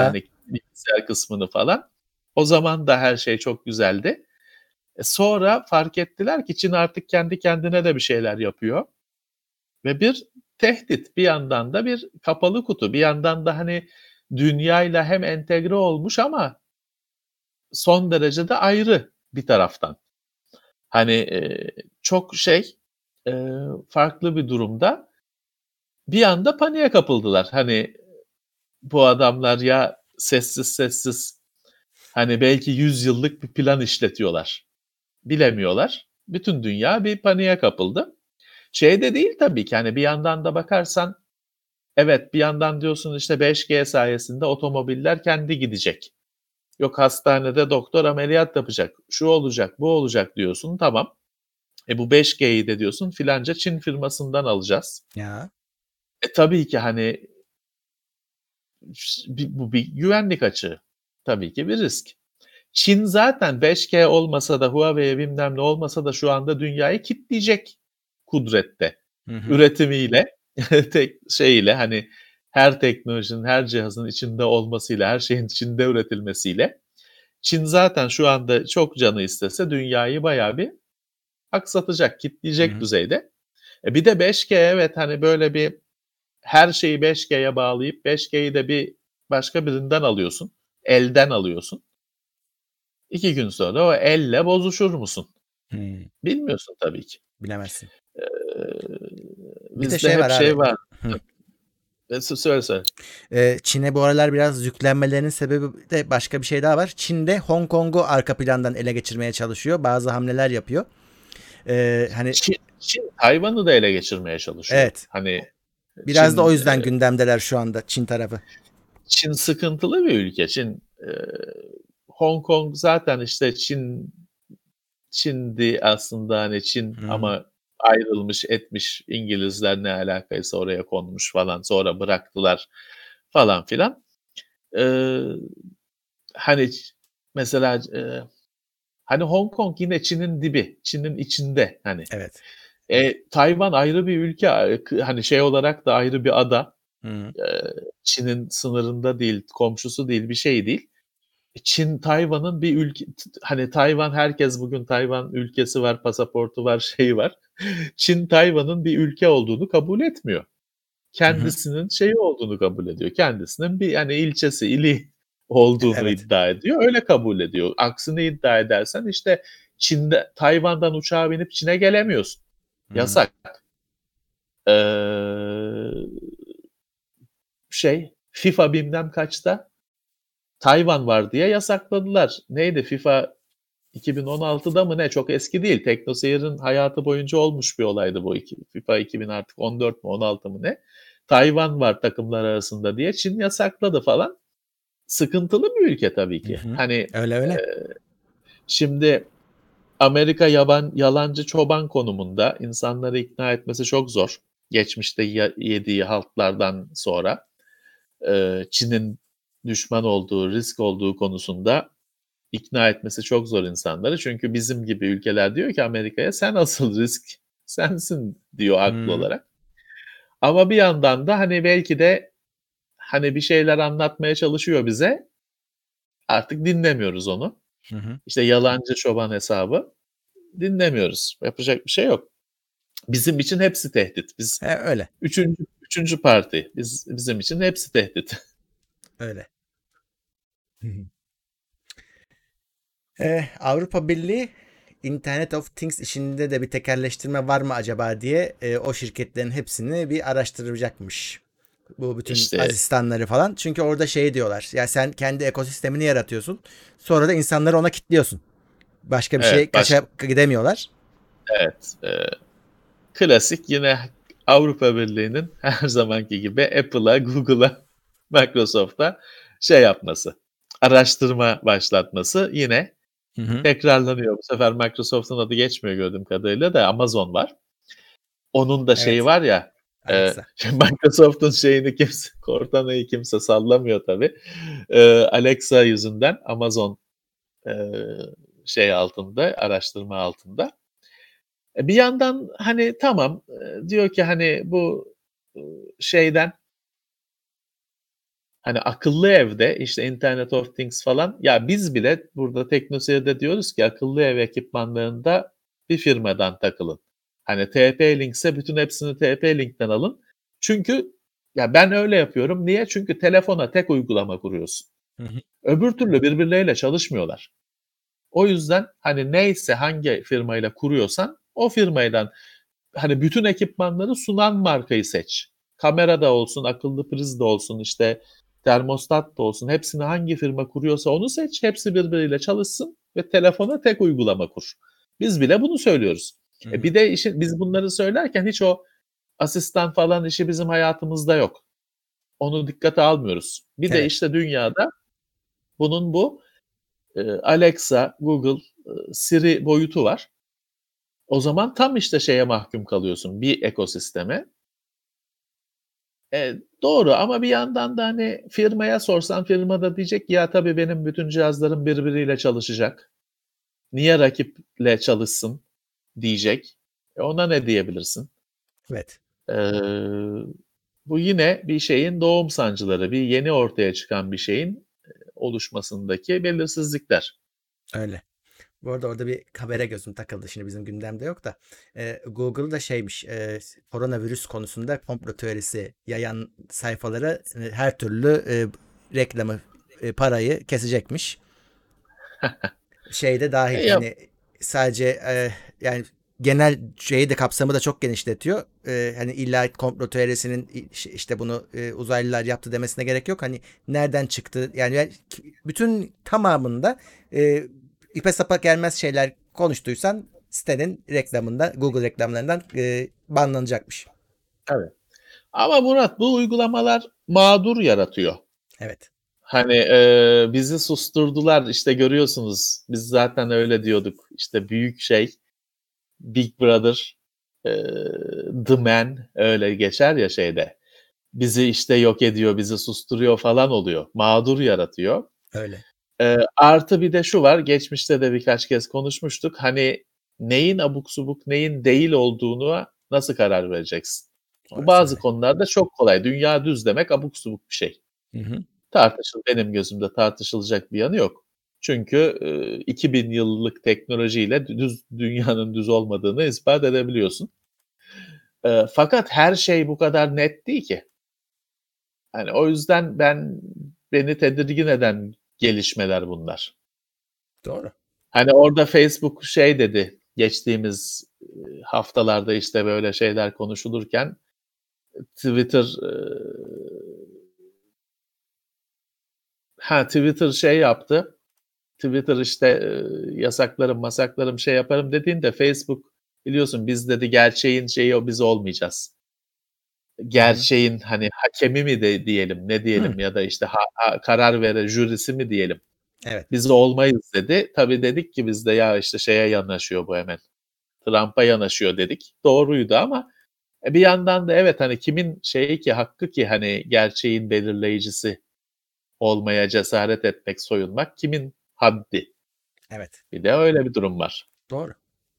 bilgisayar kısmını falan. O zaman da her şey çok güzeldi. E sonra fark ettiler ki Çin artık kendi kendine de bir şeyler yapıyor. Ve bir tehdit, bir yandan da bir kapalı kutu, bir yandan da hani dünyayla hem entegre olmuş ama son derece de ayrı bir taraftan. Hani e, çok şey e, farklı bir durumda bir anda paniğe kapıldılar. Hani bu adamlar ya sessiz sessiz hani belki yüz yıllık bir plan işletiyorlar. Bilemiyorlar. Bütün dünya bir paniğe kapıldı. Şey de değil tabii ki hani bir yandan da bakarsan evet bir yandan diyorsun işte beş G sayesinde otomobiller kendi gidecek. Yok hastanede doktor ameliyat yapacak. Şu olacak, bu olacak diyorsun. Tamam. E bu beş G'yi de diyorsun filanca Çin firmasından alacağız.
Ya.
E tabii ki hani bu bir güvenlik açığı. Tabii ki bir risk. Çin zaten beş G olmasa da Huawei'ye bilmem ne olmasa da şu anda dünyayı kitleyecek kudrette.
Hı hı.
Üretimiyle, tek şeyiyle hani her teknolojinin, her cihazın içinde olmasıyla, her şeyin içinde üretilmesiyle Çin zaten şu anda çok canı istese dünyayı bayağı bir aksatacak, kitleyecek
Hı hı.
düzeyde. E bir de beş G evet hani böyle bir her şeyi beş G'ye bağlayıp beş G'yi de bir başka birinden alıyorsun. Elden alıyorsun. İki gün sonra o elle bozuşur musun?
Hmm.
Bilmiyorsun tabii ki.
Bilemezsin.
Ee,
Bir de
bizde
şey
hep
var
şey
abi.
var.
Hı.
E, Söyle söyle.
Ee, Çin'e bu aralar biraz yüklenmelerinin sebebi de başka bir şey daha var. Çin'de Hong Kong'u arka plandan ele geçirmeye çalışıyor. Bazı hamleler yapıyor. Ee, hani
Çin, Çin Tayvan'ı da ele geçirmeye çalışıyor.
evet.
Hani
Biraz da o
Çin
yüzden
e,
gündemdeler şu anda Çin tarafı.
Çin sıkıntılı bir ülke. Çin e, Hong Kong zaten işte Çin Çin'di aslında hani Çin
Hı hı.
ama ayrılmış etmiş İngilizler ne alakaysa oraya konmuş falan sonra bıraktılar falan filan. Ee, hani mesela e, hani Hong Kong yine Çin'in dibi, Çin'in içinde hani.
Evet.
E, Tayvan ayrı bir ülke, hani şey olarak da ayrı bir ada.
Hı hı.
E, Çin'in sınırında değil, komşusu değil, bir şey değil. Çin Tayvan'ın bir ülke, hani Tayvan herkes bugün Tayvan ülkesi var, pasaportu var, şeyi var. Çin Tayvan'ın bir ülke olduğunu kabul etmiyor.
Hı hı.
Kendisinin şeyi olduğunu kabul ediyor. Kendisinin bir yani ilçesi, ili olduğunu
Evet.
iddia ediyor. Öyle kabul ediyor. Aksini iddia edersen işte Çin'de Tayvan'dan uçağa binip Çin'e gelemiyorsun.
Hı hı.
Yasak. Ee, şey FIFA bilmem kaçta Tayvan var diye yasakladılar. Neydi FIFA iki bin on altıda mı ne? Çok eski değil. TeknoSeyir'in hayatı boyunca olmuş bir olaydı bu. FIFA iki bin artık on dört mü on altı mı ne? Tayvan var takımlar arasında diye Çin yasakladı falan. Sıkıntılı bir ülke tabii
Hı
ki.
hı.
Hani
Öyle
e,
öyle.
şimdi Amerika yaban, yalancı çoban konumunda insanları ikna etmesi çok zor. Geçmişte yediği haltlardan sonra e, Çin'in düşman olduğu, risk olduğu konusunda ikna etmesi çok zor insanları. Çünkü bizim gibi ülkeler diyor ki Amerika'ya sen asıl risk sensin diyor
Hı
haklı
hı.
olarak. Ama bir yandan da hani belki de hani bir şeyler anlatmaya çalışıyor bize. Artık dinlemiyoruz onu.
Hı hı.
İşte yalancı çoban hesabı dinlemiyoruz. Yapacak bir şey yok. Bizim için hepsi tehdit. Biz
He, öyle.
üçüncü, üçüncü parti. Biz, bizim için hepsi tehdit.
Öyle. Hı hı. Ee, Avrupa Birliği Internet of Things işinde de bir tekelleştirme var mı acaba diye e, o şirketlerin hepsini bir araştıracakmış. Bu bütün
İşte
asistanları falan. Çünkü orada şey diyorlar. Ya sen kendi ekosistemini yaratıyorsun. Sonra da insanları ona kilitliyorsun. Başka bir şey
evet baş
kaça gidemiyorlar.
evet e, klasik yine Avrupa Birliği'nin her zamanki gibi Apple'a, Google'a, Microsoft'a şey yapması, araştırma başlatması yine
Hı hı.
tekrarlanıyor. Bu sefer Microsoft'un adı geçmiyor gördüğüm kadarıyla da Amazon var. Onun da şeyi
Evet.
var ya, e,
Alexa.
Microsoft'un şeyini kimse, Cortana'yı kimse sallamıyor tabii. E, Alexa yüzünden Amazon e, şey altında, araştırma altında. E, bir yandan hani tamam e, diyor ki hani bu e, şeyden Hani akıllı evde işte Internet of Things falan ya biz bile burada TeknoSeyir'de diyoruz ki akıllı ev ekipmanlarında bir firmadan takılın. Hani T P-Link ise bütün hepsini T P-Link'ten alın. Çünkü ya ben öyle yapıyorum. Niye? Çünkü telefona tek uygulama kuruyorsun.
Hı hı.
Öbür türlü birbirleriyle çalışmıyorlar. O yüzden hani neyse hangi firmayla kuruyorsan o firmaydan hani bütün ekipmanları sunan markayı seç. Kamera da olsun, akıllı priz de olsun, işte termostat da olsun. Hepsini hangi firma kuruyorsa onu seç. Hepsi birbiriyle çalışsın ve telefona tek uygulama kur. Biz bile bunu söylüyoruz.
Hı
E
hı.
bir de işi, biz bunları söylerken hiç o asistan falan işi bizim hayatımızda yok. Onu dikkate almıyoruz. Bir de
Evet.
işte dünyada bunun bu e, Alexa, Google, e, Siri boyutu var. O zaman tam işte şeye mahkum kalıyorsun, bir ekosisteme. E, doğru ama bir yandan da hani firmaya sorsan firma da diyecek ki ya tabii benim bütün cihazlarım birbiriyle çalışacak. Niye rakiple çalışsın diyecek. E, ona ne diyebilirsin?
Evet.
E, bu yine bir şeyin doğum sancıları, bir yeni ortaya çıkan bir şeyin e, oluşmasındaki belirsizlikler.
Öyle. Bu arada orada bir habere gözüm takıldı. Şimdi bizim gündemde yok da. E, Google'da şeymiş. E, koronavirüs konusunda komplo teorisi yayan sayfalara e, her türlü e, reklamı, e, parayı kesecekmiş. Şeyde dahil
E, ya,
hani sadece e, yani genel şeyi de kapsamı da çok genişletiyor. E, hani illa komplo teorisinin i- işte bunu e, uzaylılar yaptı demesine gerek yok. Hani nereden çıktı? Yani ben- bütün tamamında e, ipe sapa gelmez şeyler konuştuysan sitenin reklamında, Google reklamlarından e, banlanacakmış.
evet. Ama Murat bu uygulamalar mağdur yaratıyor.
Evet.
Hani e, bizi susturdular işte görüyorsunuz biz zaten öyle diyorduk işte büyük şey Big Brother e, The Man öyle geçer ya şeyde bizi işte yok ediyor bizi susturuyor falan oluyor mağdur yaratıyor.
Öyle.
E, artı bir de şu var geçmişte de birkaç kez konuşmuştuk hani neyin abuk subuk neyin değil olduğunu nasıl karar vereceksin? Bu
Orası
bazı
öyle.
konularda çok kolay dünya düz demek abuk subuk bir şey.
Hı hı.
Tartışıl benim gözümde tartışılacak bir yanı yok. Çünkü e, iki bin yıllık teknolojiyle düz dünyanın düz olmadığını ispat edebiliyorsun. E, fakat her şey bu kadar net değil ki. Hani o yüzden ben beni tedirgin eden gelişmeler bunlar.
Doğru.
Hani orada Facebook şey dedi geçtiğimiz e, haftalarda işte böyle şeyler konuşulurken Twitter e, ha Twitter şey yaptı. Twitter işte e, yasaklarım masaklarım şey yaparım dediğinde Facebook biliyorsun biz dedi gerçeğin şeyi o biz olmayacağız.
Hı hı.
Gerçeğin hani hakemi mi de diyelim ne
Hı.
diyelim ya da işte ha, ha- karar veren jürisi mi diyelim.
Evet.
Biz olmayız dedi. Tabii dedik ki biz de ya işte şeye yanaşıyor bu hemen. Trump'a yanaşıyor dedik. Doğruydu ama e, bir yandan da evet hani kimin şeyi ki hakkı ki hani gerçeğin belirleyicisi olmaya cesaret etmek, soyunmak kimin haddi?
Evet.
Bir de öyle bir durum var.
Doğru.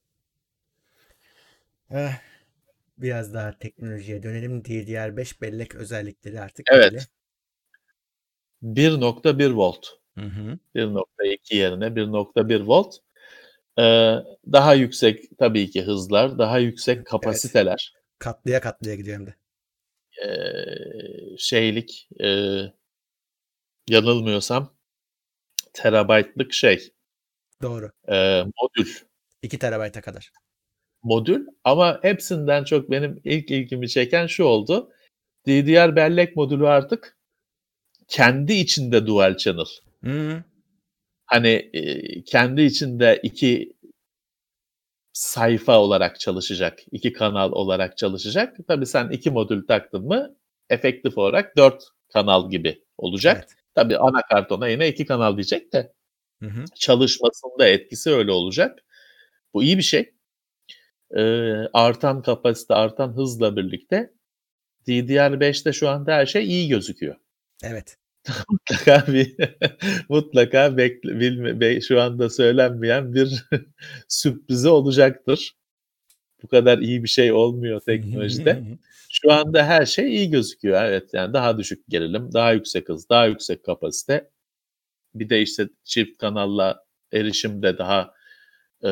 Eh, Biraz daha teknolojiye dönelim. D D R beş bellek özellikleri artık belli.
Evet, bir nokta bir volt.
Hı hı.
bir nokta iki yerine bir nokta bir volt. Ee, daha yüksek tabii ki hızlar, daha yüksek
Evet.
kapasiteler.
Katlıya katlıya gidiyor hem de.
Ee, şeylik, e, yanılmıyorsam terabaytlık şey,
Doğru.
e, modül.
iki terabayta kadar.
Modül ama hepsinden çok benim ilk ilgimi çeken şu oldu. D D R bellek modülü artık kendi içinde dual channel.
Hı.
Hani e, kendi içinde iki sayfa olarak çalışacak, iki kanal olarak çalışacak. Tabii sen iki modül taktın mı efektif olarak dört kanal gibi olacak.
Evet.
Tabii anakart ona yine iki kanal diyecek de
Hı hı.
çalışmasında etkisi öyle olacak. Bu iyi bir şey. Ee, artan kapasite, artan hızla birlikte D D R beşte şu anda her şey iyi gözüküyor.
Evet.
Mutlaka bir mutlaka bekle, bilme, be- şu anda söylenmeyen bir sürprizi olacaktır bu kadar iyi bir şey olmuyor teknolojide. Şu anda her şey iyi gözüküyor. Evet, yani daha düşük gerilim, daha yüksek hız, daha yüksek kapasite. Bir de işte çift kanalla erişim de daha e,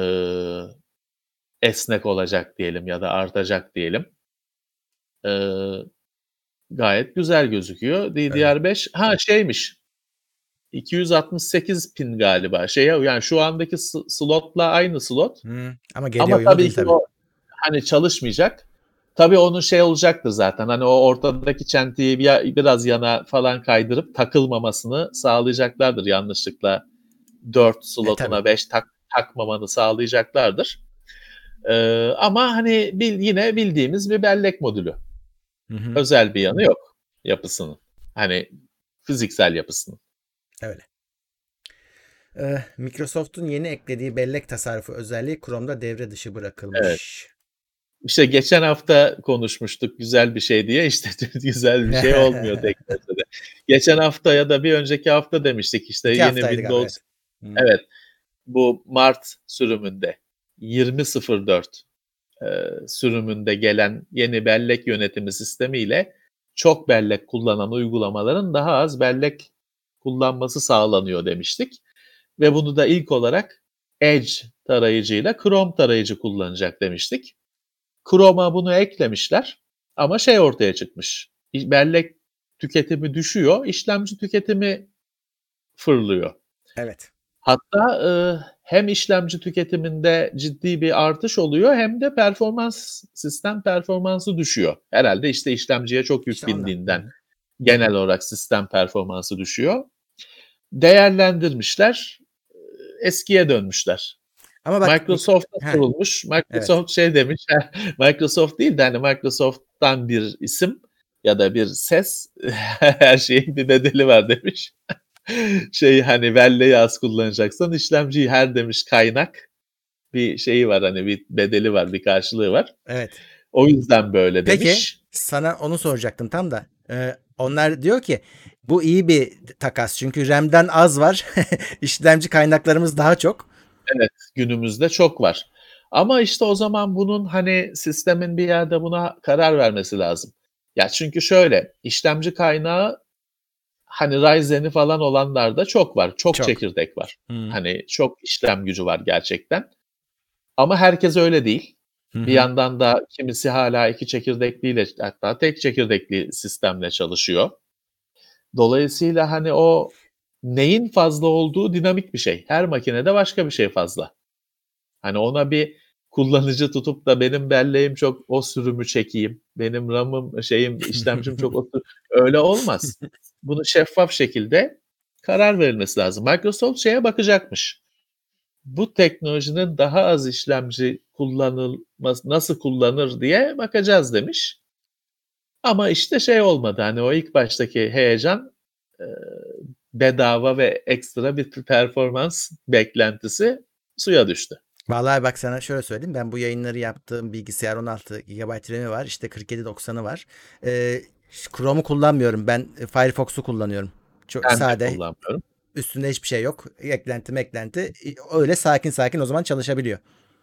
esnek olacak diyelim ya da artacak diyelim. E, gayet güzel gözüküyor. D D R beş ha şeymiş. iki yüz altmış sekiz pin galiba. Şeye yani şu andaki s- slotla aynı slot.
Hı, ama geliyor
Ama
uyumlu
tabii
değil
ki
tabii.
o hani çalışmayacak. Tabii onun şey olacaktır zaten. Hani o ortadaki çentiyi bir, biraz yana falan kaydırıp takılmamasını sağlayacaklardır yanlışlıkla. dört slotuna
tabii.
beş tak, takmamanı sağlayacaklardır. Ee, ama hani bil, yine bildiğimiz bir bellek modülü.
Hı hı,
Özel bir yanı yok yapısının. Hani fiziksel yapısının.
öyle. Ee, Microsoft'un yeni eklediği bellek tasarrufu özelliği Chrome'da devre dışı bırakılmış.
İşte geçen hafta konuşmuştuk güzel bir şey diye, işte güzel bir şey olmuyor teknolojide. Geçen hafta ya da bir önceki hafta demiştik işte
İki
yeni
haftaydı galiba,
Windows.
evet.
Evet, bu Mart sürümünde yirmi sıfır dört e, sürümünde gelen yeni bellek yönetimi sistemiyle çok bellek kullanan uygulamaların daha az bellek kullanması sağlanıyor demiştik. Ve bunu da ilk olarak Edge tarayıcıyla Chrome tarayıcı kullanacak demiştik. Chrome'a bunu eklemişler ama şey ortaya çıkmış. Bellek tüketimi düşüyor, işlemci tüketimi fırlıyor.
Evet.
Hatta e, hem işlemci tüketiminde ciddi bir artış oluyor hem de performans sistem performansı düşüyor. Herhalde işte işlemciye çok yük
İşte ondan.
bindiğinden
Hı.
genel olarak sistem performansı düşüyor. Değerlendirmişler, eskiye dönmüşler.
Ama bak
Microsoft'a
Heh,
sorulmuş. Microsoft şey demiş. Microsoft değil de hani Microsoft'tan bir isim ya da bir ses her şeyin bir bedeli var demiş. Şey hani belleği az kullanacaksan işlemciyi her demiş kaynak bir şeyi var, hani bir bedeli var, bir karşılığı var.
evet.
O yüzden böyle
Peki
demiş.
sana onu soracaktım tam da. Ee, onlar diyor ki bu iyi bir takas çünkü RAM'den az var. İşlemci kaynaklarımız daha çok.
Evet, günümüzde çok var. Ama işte o zaman bunun hani sistemin bir yerde buna karar vermesi lazım. Ya çünkü şöyle, işlemci kaynağı hani Ryzen'i falan olanlarda çok var. Çok,
Çok.
çekirdek var.
Hı.
Hani çok işlem gücü var gerçekten. Ama herkes öyle değil.
Hı hı.
Bir yandan da kimisi hala iki çekirdekliyle, hatta tek çekirdekli sistemle çalışıyor. Dolayısıyla hani o neyin fazla olduğu dinamik bir şey. Her makinede başka bir şey fazla. Hani ona bir kullanıcı tutup da benim belleğim çok o sürümü çekeyim, benim RAM'ım şeyim işlemcim çok o sürü- öyle olmaz. Bunu şeffaf şekilde karar verilmesi lazım. Microsoft şeye bakacakmış. Bu teknolojinin daha az işlemci kullanılması nasıl kullanır diye bakacağız demiş. Ama işte şey olmadı, hani o ilk baştaki heyecan, e, bedava ve ekstra bir performans beklentisi suya düştü.
Vallahi bak sana şöyle söyleyeyim. Ben bu yayınları yaptığım bilgisayar on altı gigabayt RAM'i var. İşte kırk yedi doksanı var. Ee, Chrome'u kullanmıyorum. Ben Firefox'u kullanıyorum. Çok
Ben de
sade.
kullanmıyorum.
Üstünde hiçbir şey yok. Eklenti meklenti. Öyle sakin sakin o zaman çalışabiliyor.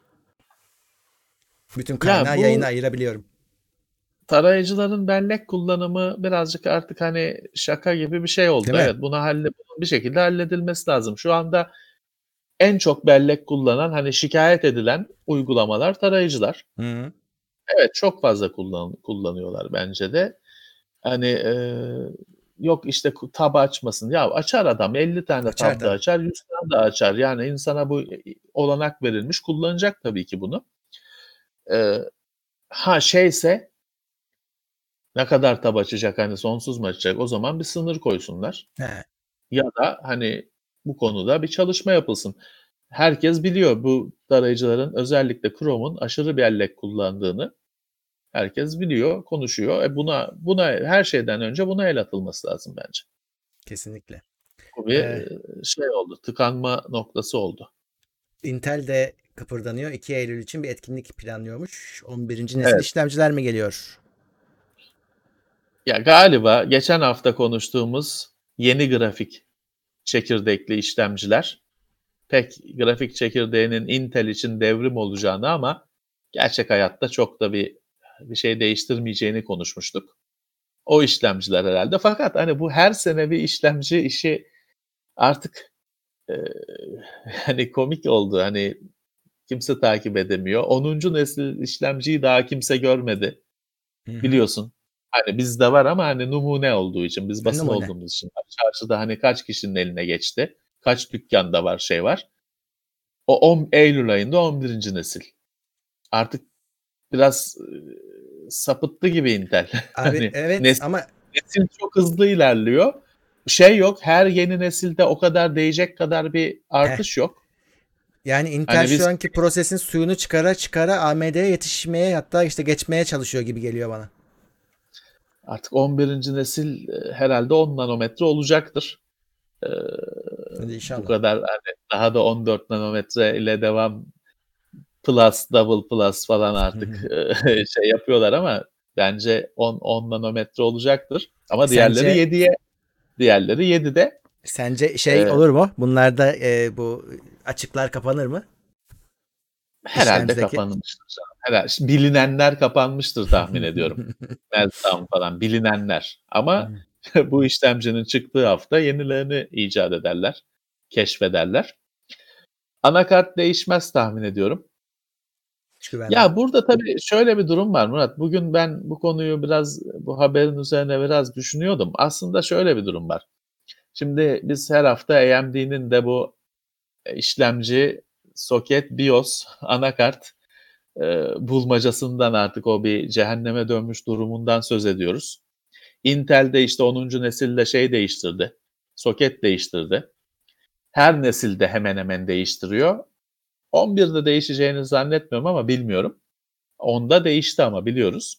Bütün kaynağı
Ya bu
yayına ayırabiliyorum.
tarayıcıların bellek kullanımı birazcık artık hani şaka gibi bir şey oldu.
Değil mi?
Evet, buna halle bunun bir şekilde halledilmesi lazım. Şu anda en çok bellek kullanan, hani şikayet edilen uygulamalar tarayıcılar.
Hı hı.
Evet, çok fazla kullan kullanıyorlar bence de. Hani eee, yok işte ku- tab açmasın. Ya açar adam elli tane
Açar
tab da
tabii.
açar, yüz tane de açar. Yani insana bu olanak verilmiş, kullanacak tabii ki bunu. Eee, ha şeyse ne kadar tab açacak, hani sonsuz mu açacak? O zaman bir sınır koysunlar.
He.
Ya da hani bu konuda bir çalışma yapılsın. Herkes biliyor bu tarayıcıların, özellikle Chrome'un aşırı bellek kullandığını. Herkes biliyor, konuşuyor. E buna buna her şeyden önce buna el atılması lazım bence.
Kesinlikle.
Bu bir
Ee,
e, şey oldu, tıkanma noktası oldu.
Intel de kıpırdanıyor. iki Eylül için bir etkinlik planlıyormuş. on birinci nesil
Evet.
işlemciler mi geliyor?
Ya galiba geçen hafta konuştuğumuz yeni grafik çekirdekli işlemciler, pek grafik çekirdeğinin Intel için devrim olacağını ama gerçek hayatta çok da bir bir şey değiştirmeyeceğini konuşmuştuk. O işlemciler herhalde. Fakat hani bu her sene bir işlemci işi artık e, hani komik oldu. Hani kimse takip edemiyor. onuncu nesil işlemciyi daha kimse görmedi.
Hı hı.
Biliyorsun. Hani bizde var ama hani numune olduğu için, biz basın
Numune.
olduğumuz için. Çarşıda hani kaç kişinin eline geçti? Kaç dükkanda var, şey var? O on, Eylül ayında on birinci nesil. Artık biraz e, sapıttı gibi Intel.
Abi
Hani
evet
nesil,
ama
nesil çok hızlı ilerliyor. Şey yok, her yeni nesilde o kadar değecek kadar bir
heh,
artış yok.
yani Intel
Hani
şu
biz
anki prosesin suyunu çıkara çıkara A M D'ye yetişmeye hatta işte geçmeye çalışıyor gibi geliyor bana.
artık on birinci nesil e, herhalde on nanometre olacaktır. Ee,
Hadi
bu
inşallah.
kadar hani daha da on dört nanometre ile devam, plus, double plus falan artık e, şey yapıyorlar ama bence on, on nanometre olacaktır. Ama diğerleri
Sence
yediye, diğerleri yedide.
sence şey
E,
olur mu? Bunlarda e, bu açıklar kapanır mı?
herhalde
İşlemcideki.
kapanmıştır canım. Herhalde, bilinenler kapanmıştır tahmin ediyorum. Meltdown falan bilinenler. Ama bu işlemcinin çıktığı hafta yenilerini icat ederler, keşfederler. Anakart değişmez tahmin ediyorum.
Hiç güvenmem.
Ya burada tabii şöyle bir durum var Murat. Bugün ben bu konuyu biraz, bu haberin üzerine biraz düşünüyordum. Aslında şöyle bir durum var. Şimdi biz her hafta A M D'nin de bu e, işlemci, soket, BIOS, anakart e, bulmacasından, artık o bir cehenneme dönmüş durumundan söz ediyoruz. Intel de işte onuncu nesilde şey değiştirdi. Soket değiştirdi. Her nesilde hemen hemen değiştiriyor. on birde değişeceğini zannetmiyorum ama bilmiyorum. Onda değişti ama biliyoruz.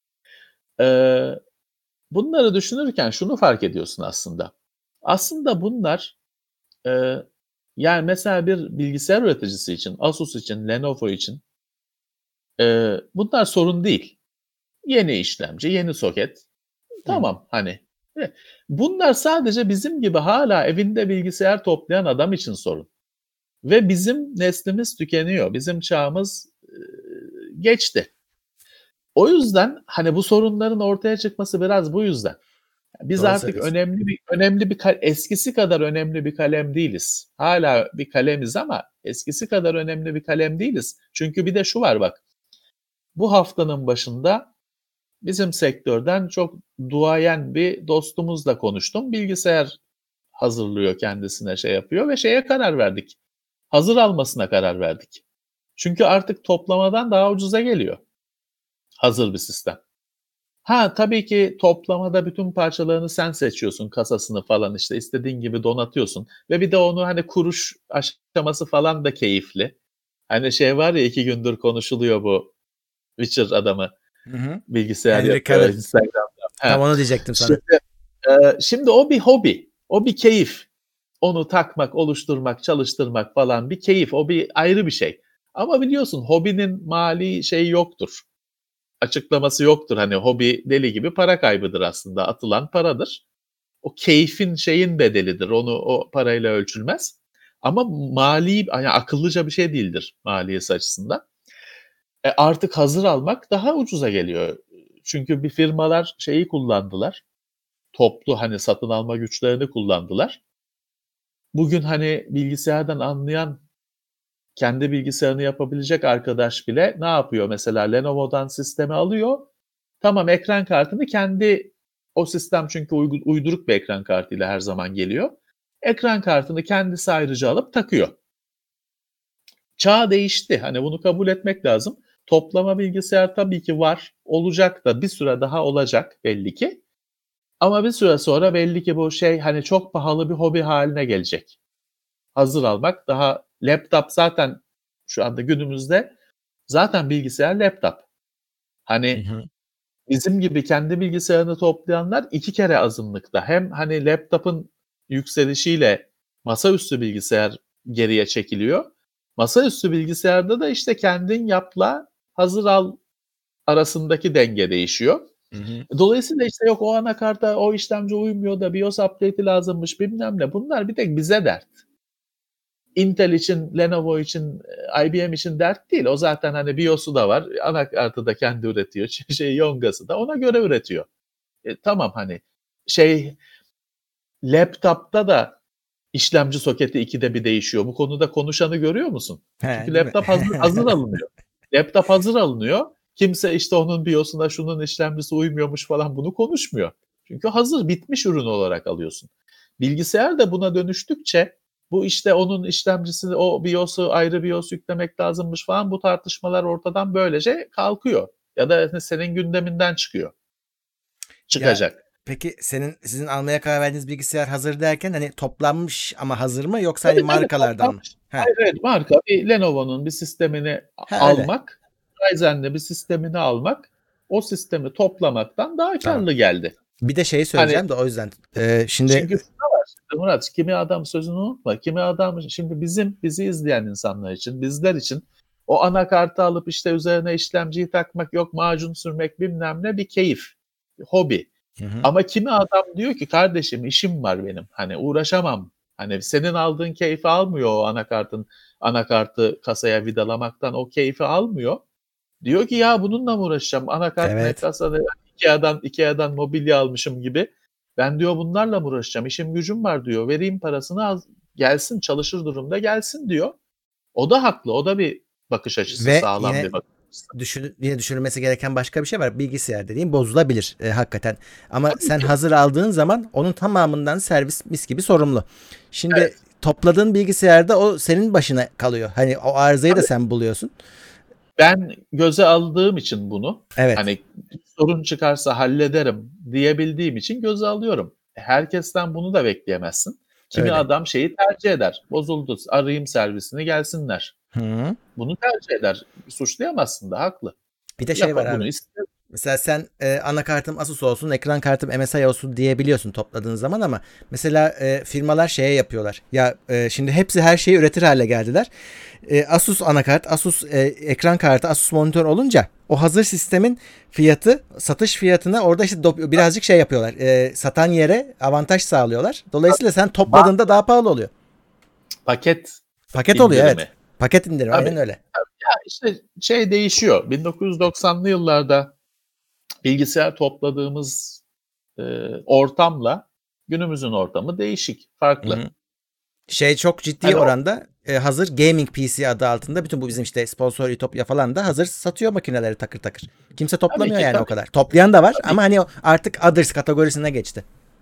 Ee, bunları düşünürken şunu fark ediyorsun aslında. Aslında bunlar e, yani mesela bir bilgisayar üreticisi için, Asus için, Lenovo için e, bunlar sorun değil. Yeni işlemci, yeni soket.
Hı.
Tamam hani. E, bunlar sadece bizim gibi hala evinde bilgisayar toplayan adam için sorun. Ve bizim neslimiz tükeniyor. Bizim çağımız e, geçti. O yüzden hani bu sorunların ortaya çıkması biraz bu yüzden. Biz
Doğru
artık
söylüyorsun.
önemli bir önemli bir ka- eskisi kadar önemli bir kalem değiliz. Hala bir kalemiz ama eskisi kadar önemli bir kalem değiliz. Çünkü bir de şu var bak. Bu haftanın başında bizim sektörden çok duayen bir dostumuzla konuştum. Bilgisayar hazırlıyor, kendisine şey yapıyor ve şeye karar verdik. Hazır almasına karar verdik. Çünkü artık toplamadan daha ucuza geliyor hazır bir sistem. Ha tabii ki toplamada bütün parçalarını sen seçiyorsun, kasasını falan işte istediğin gibi donatıyorsun ve bir de onu hani kuruş aşaması falan da keyifli. Hani şey var ya, iki gündür konuşuluyor bu Witcher adamı,
Hı hı.
bilgisayar
Henry
yapıyor
Cavill.
Instagram'da.
Tam
Ha.
onu diyecektim sana.
Şimdi, e, şimdi o bir hobi, o bir keyif. Onu takmak, oluşturmak, çalıştırmak falan bir keyif, o bir ayrı bir şey. Ama biliyorsun hobinin mali şeyi yoktur. Açıklaması yoktur. Hani hobi deli gibi para kaybıdır aslında. Atılan paradır. O keyfin şeyin bedelidir. Onu o parayla ölçülmez. Ama mali, yani akıllıca bir şey değildir maliyesi açısından. E artık hazır almak daha ucuza geliyor. Çünkü bir firmalar şeyi kullandılar. Toplu hani satın alma güçlerini kullandılar. Bugün hani bilgisayardan anlayan, kendi bilgisayarını yapabilecek arkadaş bile ne yapıyor? Mesela Lenovo'dan sistemi alıyor. Tamam, ekran kartını kendi, o sistem çünkü uyduruk bir ekran kartıyla her zaman geliyor. Ekran kartını kendisi ayrıca alıp takıyor. Çağ değişti. Hani bunu kabul etmek lazım. Toplama bilgisayar tabii ki var. Olacak da bir süre daha olacak belli ki. Ama bir süre sonra belli ki bu şey hani çok pahalı bir hobi haline gelecek. Hazır almak daha, laptop zaten şu anda günümüzde zaten bilgisayar laptop.
Hı
Hani
hı.
bizim gibi kendi bilgisayarını toplayanlar iki kere azınlıkta. Hem hani laptop'un yükselişiyle masaüstü bilgisayar geriye çekiliyor. Masaüstü bilgisayarda da işte kendin yapla hazır al arasındaki denge değişiyor.
Hı hı.
Dolayısıyla işte yok o anakarta o işlemci uymuyor da BIOS update'i lazımmış bilmem ne. Bunlar bir tek bize dert. Intel için, Lenovo için, I B M için dert değil. O zaten hani BIOS'u da var, anakartı da kendi üretiyor, şey Yonga'sı da ona göre üretiyor. E, tamam hani şey laptopta da işlemci soketi ikide bir değişiyor. Bu konuda konuşanı görüyor musun?
He,
Çünkü
değil mi?
laptop hazır, hazır alınıyor. Laptop hazır alınıyor. Kimse işte onun BIOS'una şunun işlemcisi uymuyormuş falan bunu konuşmuyor. Çünkü hazır bitmiş ürün olarak alıyorsun. Bilgisayar da buna dönüştükçe bu işte onun işlemcisini, o BIOS'u ayrı BIOS yüklemek lazımmış falan bu tartışmalar ortadan böylece kalkıyor. Ya da senin gündeminden çıkıyor. Çıkacak.
Ya, peki senin sizin almaya karar verdiğiniz bilgisayar hazır derken hani toplanmış ama hazır mı yoksa hani
Tabii, tabii,
markalardan mı?
toplanmış.
Ha,
Hayır, hayır, marka bir Lenovo'nun bir sistemini
ha öyle.
almak, Ryzen'de bir sistemini almak, o sistemi toplamaktan daha
Tamam.
karlı geldi.
Bir de şeyi
Hani
söyleyeceğim de o yüzden. Ee, şimdi
çünkü şuna var şimdi Murat, kimi adam sözünü unutma, kimi adam şimdi bizim bizi izleyen insanlar için, bizler için o anakartı alıp işte üzerine işlemciyi takmak, yok macun sürmek bilmem ne bir keyif, bir hobi.
Hı hı.
Ama kimi adam diyor ki kardeşim işim var benim. Hani uğraşamam. Hani senin aldığın keyfi almıyor o anakartın anakartı kasaya vidalamaktan o keyfi almıyor. Diyor ki ya bununla mı uğraşacağım? Anakart ne
Evet.
kasa ne? Ikea'dan, Ikea'dan mobilya almışım gibi. Ben diyor bunlarla mı uğraşacağım? İşim gücüm var diyor. Vereyim parasını az gelsin çalışır durumda gelsin diyor. O da haklı. O da bir bakış açısı,
Ve
sağlam
yine
bir bakış açısı.
düşün, yine düşünülmesi gereken başka bir şey var. Bilgisayar dediğin bozulabilir e, hakikaten. Ama sen hazır aldığın zaman onun tamamından servis mis gibi sorumlu. Şimdi
Evet.
topladığın bilgisayarda o senin başına kalıyor. Hani o arızayı da sen buluyorsun.
Ben göze aldığım için bunu,
Evet.
hani sorun çıkarsa hallederim diyebildiğim için göze alıyorum. Herkesten bunu da bekleyemezsin. Kimi
Öyle.
adam şeyi tercih eder. Bozuldu, arayayım servisini gelsinler.
Hı.
Bunu tercih eder. Suçlayamazsın da haklı.
Bir de şey
Yapar
var
bunu
abi.
ister.
Mesela sen e, anakartım Asus olsun, ekran kartım M S I olsun diyebiliyorsun topladığın zaman ama mesela e, firmalar şeye yapıyorlar. Ya e, şimdi hepsi her şeyi üretir hale geldiler. E, Asus anakart, Asus e, ekran kartı, Asus monitör olunca o hazır sistemin fiyatı, satış fiyatına orada işte do- birazcık şey yapıyorlar. E, satan yere avantaj sağlıyorlar. Dolayısıyla sen topladığında daha pahalı oluyor.
Paket
Paket oluyor
indirimi.
evet. Paket indirimi
Tabii.
aynen öyle.
Ya işte şey değişiyor. bin dokuz yüz doksanlı yıllarda bilgisayar topladığımız e, ortamla günümüzün ortamı değişik, farklı.
Hı hı. Şey çok ciddi
Hani o-
oranda e, hazır gaming P C adı altında bütün bu bizim işte sponsor Ütopya falan da hazır satıyor makineleri takır takır. Kimse toplamıyor
ki,
yani
tabii.
o kadar. Toplayan da var
Tabii.
ama hani o artık others kategorisine geçti.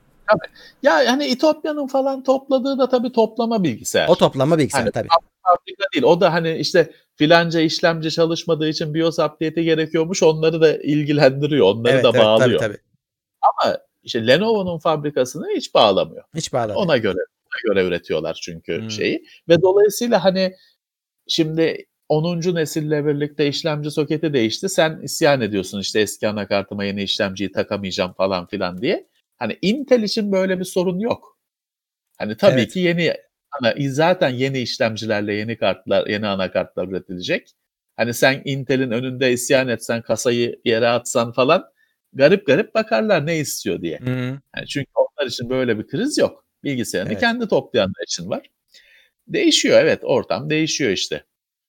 Ya hani İtopya'nın falan topladığı da tabii toplama bilgisayar.
O toplama bilgisayar
Hani
tabii.
fabrika değil. O da hani işte filanca işlemci çalışmadığı için BIOS update'i gerekiyormuş. Onları da ilgilendiriyor. Onları
Evet
da
evet tabii
bağlıyor.
tabii.
Ama işte Lenovo'nun fabrikasını hiç bağlamıyor.
Hiç
Yani
bağlamıyor.
ona göre ona göre üretiyorlar çünkü
Hmm.
şeyi. Ve dolayısıyla hani şimdi onuncu nesille birlikte işlemci soketi değişti. Sen isyan ediyorsun işte eski anakartıma yeni işlemciyi takamayacağım falan filan diye. Hani Intel için böyle bir sorun yok. Hani tabii
Evet.
ki yeni ana zaten yeni işlemcilerle yeni kartlar, yeni anakartlar üretilecek. Hani sen Intel'in önünde isyan etsen, kasayı yere atsan falan garip garip bakarlar ne istiyor diye.
Hmm.
Yani çünkü onlar için böyle bir kriz yok. Bilgisayarını
Evet.
kendi toplayanlar için var. Değişiyor evet, ortam değişiyor işte.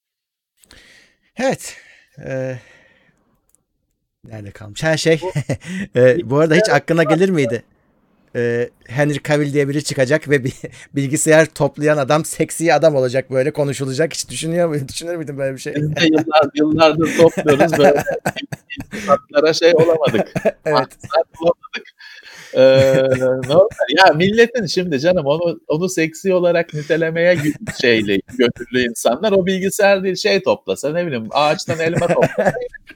Evet. Ee, nerede kalmış? Her şey. e, bu arada hiç aklına gelir miydi? Ee, Henry Cavill diye biri çıkacak ve bir bilgisayar toplayan adam seksi adam olacak böyle konuşulacak. Hiç düşünüyor muydun? Düşünür müydün böyle bir şey?
Biz de yıllar, yıllardır topluyoruz böyle iltifatlara şey olamadık.
Evet.
Mahzat olamadık. Ee, normal. Ya milletin şimdi canım onu onu seksi olarak nitelemeye gü- şeyli gönüllü insanlar o bilgisayar değil şey toplasa ne bileyim ağaçtan elma toplasa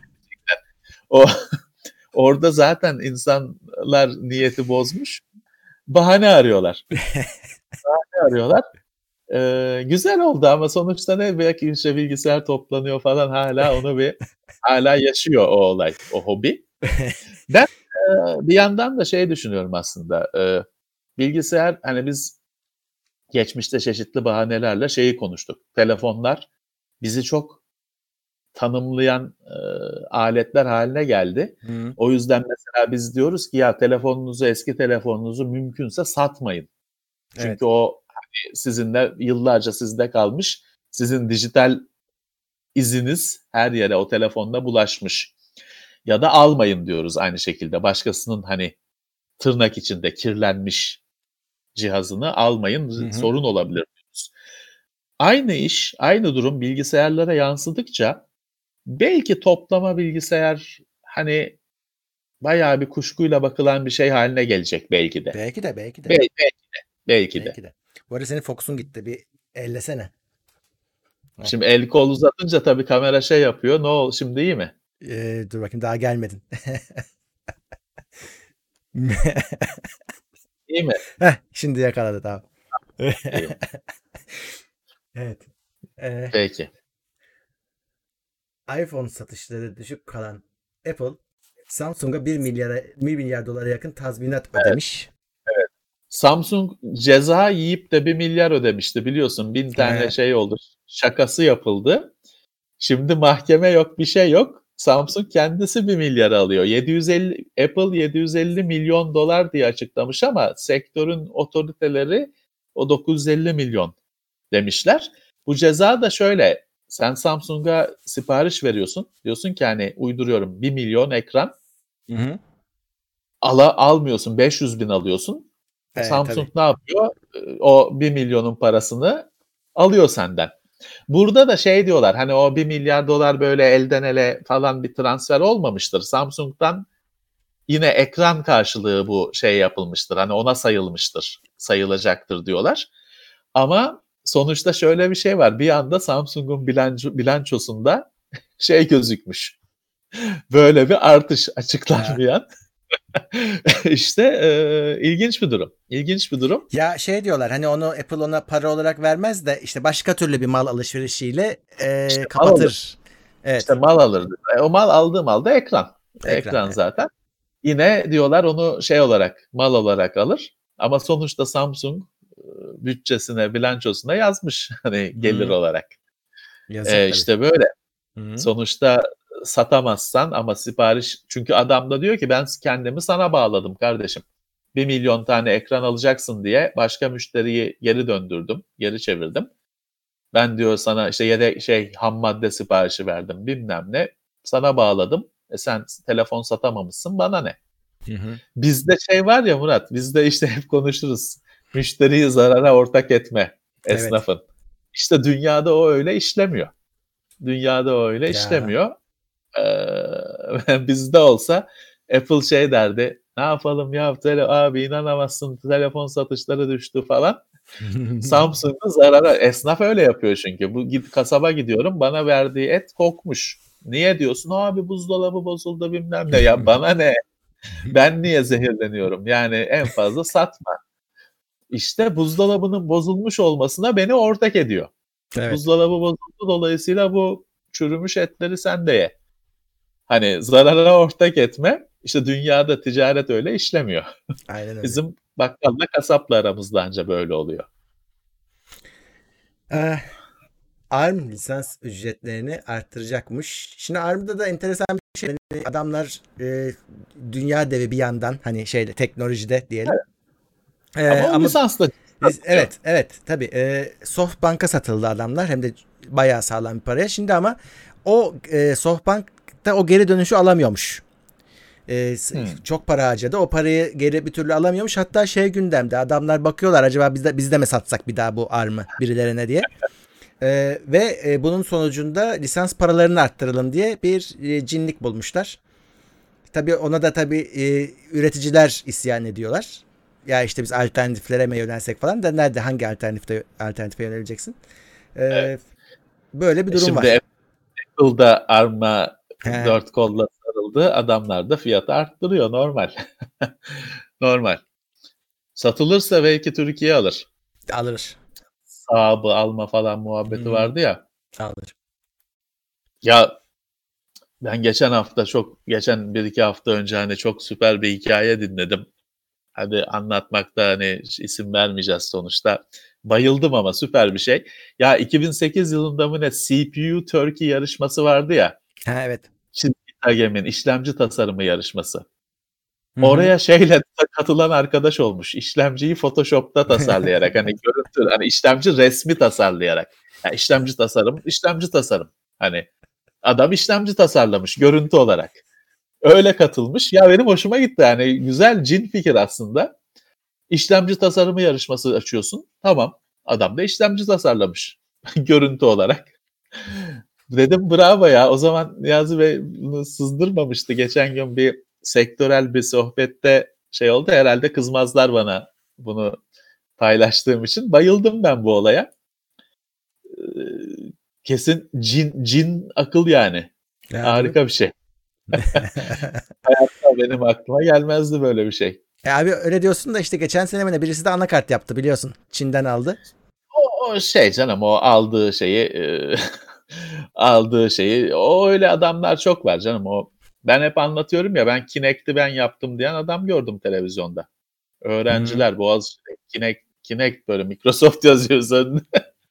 o orada zaten insanlar niyeti bozmuş. Bahane arıyorlar. Bahane arıyorlar. Ee, güzel oldu ama sonuçta ne belki işte bilgisayar toplanıyor falan hala onu bir hala yaşıyor o olay, o hobi. Ben e, bir yandan da şey düşünüyorum aslında. E, bilgisayar hani biz geçmişte çeşitli bahanelerle şeyi konuştuk. Telefonlar bizi çok tanımlayan e, aletler haline geldi.
Hı.
O yüzden mesela biz diyoruz ki ya telefonunuzu eski telefonunuzu mümkünse satmayın. Çünkü
Evet.
o sizinle yıllarca sizde kalmış. Sizin dijital iziniz her yere o telefonla bulaşmış. Ya da almayın diyoruz aynı şekilde. Başkasının hani tırnak içinde kirlenmiş cihazını almayın,
Hı hı.
sorun olabilir diyoruz. Aynı iş, aynı durum bilgisayarlara yansıdıkça belki toplama bilgisayar hani bayağı bir kuşkuyla bakılan bir şey haline gelecek belki de.
Belki de belki de.
Belki, belki de. Belki de.
Belki de. Bu arada senin fokusun gitti. Bir ellesene. Heh.
Şimdi el kol uzatınca tabii kamera şey yapıyor. Ne oldu şimdi, iyi mi?
Ee, dur bakayım, daha gelmedin.
İyi mi?
Heh, şimdi yakaladı, tamam.
İyi.
Evet. Ee,
Peki.
iPhone satışları düşük kalan Apple, Samsung'a bir milyara bir milyar dolara yakın tazminat ödemiş.
Samsung ceza yiyip de bir milyar ödemişti biliyorsun. Bin tane
Evet.
şey oldu. Şakası yapıldı. Şimdi mahkeme yok, bir şey yok. Samsung kendisi bir milyar alıyor. yedi yüz elli Apple yedi yüz elli milyon dolar diye açıklamış ama sektörün otoriteleri o dokuz yüz elli milyon demişler. Bu ceza da şöyle. Sen Samsung'a sipariş veriyorsun. Diyorsun ki hani uyduruyorum bir milyon ekran.
Hı hı.
Ala, almıyorsun, beş yüz bin alıyorsun.
Evet,
Samsung
tabii.
ne yapıyor? O bir milyonun parasını alıyor senden. Burada da şey diyorlar, hani o bir milyar dolar böyle elden ele falan bir transfer olmamıştır. Samsung'dan yine ekran karşılığı bu şey yapılmıştır. Hani ona sayılmıştır, sayılacaktır diyorlar. Ama sonuçta şöyle bir şey var. Bir anda Samsung'un bilanço, bilançosunda şey gözükmüş. Böyle bir artış açıklanmayan. İşte e, ilginç bir durum. İlginç bir durum.
Ya şey diyorlar, hani onu Apple ona para olarak vermez de işte başka türlü bir mal alışverişiyle e,
İşte mal
kapatır.
alır.
Evet.
İşte mal alırdı. E, o mal aldığı mal da ekran.
Ekran,
Ekran
evet.
zaten. Yine diyorlar onu şey olarak, mal olarak alır. Ama sonuçta Samsung e, bütçesine, bilançosuna yazmış hani gelir
Hı.
olarak.
Yazık
E,
tabii.
işte böyle.
Hı.
Sonuçta satamazsan ama sipariş, çünkü adam da diyor ki ben kendimi sana bağladım kardeşim. Bir milyon tane ekran alacaksın diye başka müşteriyi geri döndürdüm, geri çevirdim. Ben diyor sana işte yedek şey ham madde siparişi verdim bilmem ne, sana bağladım. E sen telefon satamamışsın, bana ne?
Hı hı.
Bizde şey var ya Murat, bizde işte hep konuşuruz. Müşteriyi zarara ortak etme
Evet.
esnafın. İşte dünyada o öyle işlemiyor. Dünyada o öyle
Ya.
işlemiyor. Ee, bizde olsa Apple şey derdi. Ne yapalım ya tele, abi inanamazsın telefon satışları düştü falan. Samsung'un zarara, esnaf öyle yapıyor çünkü. Bu git kasaba gidiyorum, bana verdiği et kokmuş. Niye diyorsun? Abi buzdolabı bozuldu bilmem ne. Ya bana ne? Ben niye zehirleniyorum? Yani en fazla satma. İşte buzdolabının bozulmuş olmasına beni ortak ediyor.
Evet.
Buzdolabı bozuldu, dolayısıyla bu çürümüş etleri sen de ye. Hani zarara ortak etme. İşte dünyada ticaret öyle işlemiyor.
Aynen öyle.
Bizim bakkalla kasapla aramızda anca böyle oluyor.
Eh, ARM lisans ücretlerini arttıracakmış. Şimdi ARM'da da enteresan bir şey. Yani adamlar e, dünya devi bir yandan, hani şeyle teknolojide diyelim. E,
Ama o
ama
lisansla
biz, evet evet tabii e, SoftBank'a satıldı adamlar, hem de bayağı sağlam bir paraya. Şimdi ama o e, SoftBank'ta o geri dönüşü alamıyormuş. E,
Hmm.
Çok para harcadı. O parayı geri bir türlü alamıyormuş. Hatta şey gündemde, adamlar bakıyorlar acaba biz de, biz de mi satsak bir daha bu ARM'ı birilerine diye. Ee, ve e, bunun sonucunda lisans paralarını arttıralım diye bir e, cinlik bulmuşlar. Tabii ona da tabii e, üreticiler isyan ediyorlar. Ya işte biz alternatiflere mi yönelsek falan da, nerede, hangi alternatifte alternatife yöneleceksin? Ee,
Evet.
Böyle bir durum
Şimdi
var.
Apple'da ARM'a
He.
dört kolla sarıldı. Adamlar da fiyatı arttırıyor. Normal. Normal. Satılırsa belki Türkiye alır.
Alır.
Sahabı alma falan muhabbeti
Hmm.
vardı ya.
Alır.
Ya ben geçen hafta çok, geçen bir iki hafta önce hani çok süper bir hikaye dinledim. Hadi anlatmakta hani isim vermeyeceğiz sonuçta. Bayıldım ama süper bir şey. Ya iki bin sekiz yılında mı ne C P U Turkey yarışması vardı ya.
Ha, evet.
Çizgi Tagem'in işlemci tasarımı yarışması.
Hı hı.
Oraya şeyle katılan arkadaş olmuş. İşlemciyi Photoshop'ta tasarlayarak hani görüntü hani işlemci resmi tasarlayarak. Yani işlemci tasarım, işlemci tasarım. Hani adam işlemci tasarlamış görüntü olarak. Öyle katılmış. Ya benim hoşuma gitti yani güzel cin fikir aslında. İşlemci tasarımı yarışması açıyorsun. Tamam. Adam da işlemci tasarlamış görüntü olarak. Dedim bravo ya. O zaman Niyazi Bey bunu sızdırmamıştı. Geçen gün bir sektörel bir sohbette şey oldu. Herhalde kızmazlar bana bunu paylaştığım için. Bayıldım ben bu olaya. Ee, Kesin cin, cin akıl yani.
Ya,
Harika bir şey. Hayatta benim aklıma gelmezdi böyle bir şey.
E abi öyle diyorsun da işte geçen sene mi ne birisi de anakart yaptı biliyorsun. Çin'den aldı.
O, o şey canım o aldığı şeyi e, aldığı şeyi o öyle adamlar çok var canım o. Ben hep anlatıyorum ya ben Kinect'i ben yaptım diyen adam gördüm televizyonda. Öğrenciler Boğaziçi'de Kinect, Kinect böyle Microsoft yazıyor üzerinde.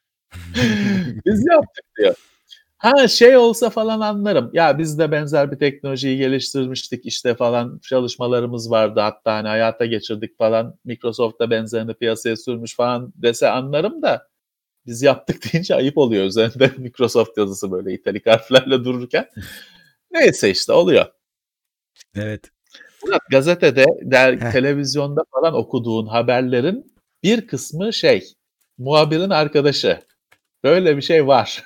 Biz yaptık diyor. Ha şey olsa falan anlarım. Ya biz de benzer bir teknolojiyi geliştirmiştik işte falan çalışmalarımız vardı. Hatta hani hayata geçirdik falan. Microsoft da benzerini piyasaya sürmüş falan dese anlarım da biz yaptık deyince ayıp oluyor üzerinde Microsoft yazısı böyle italik harflerle dururken. Neyse işte oluyor.
Evet.
Murat gazetede, der,
Heh.
televizyonda falan okuduğun haberlerin bir kısmı şey muhabirin arkadaşı. Böyle bir şey var.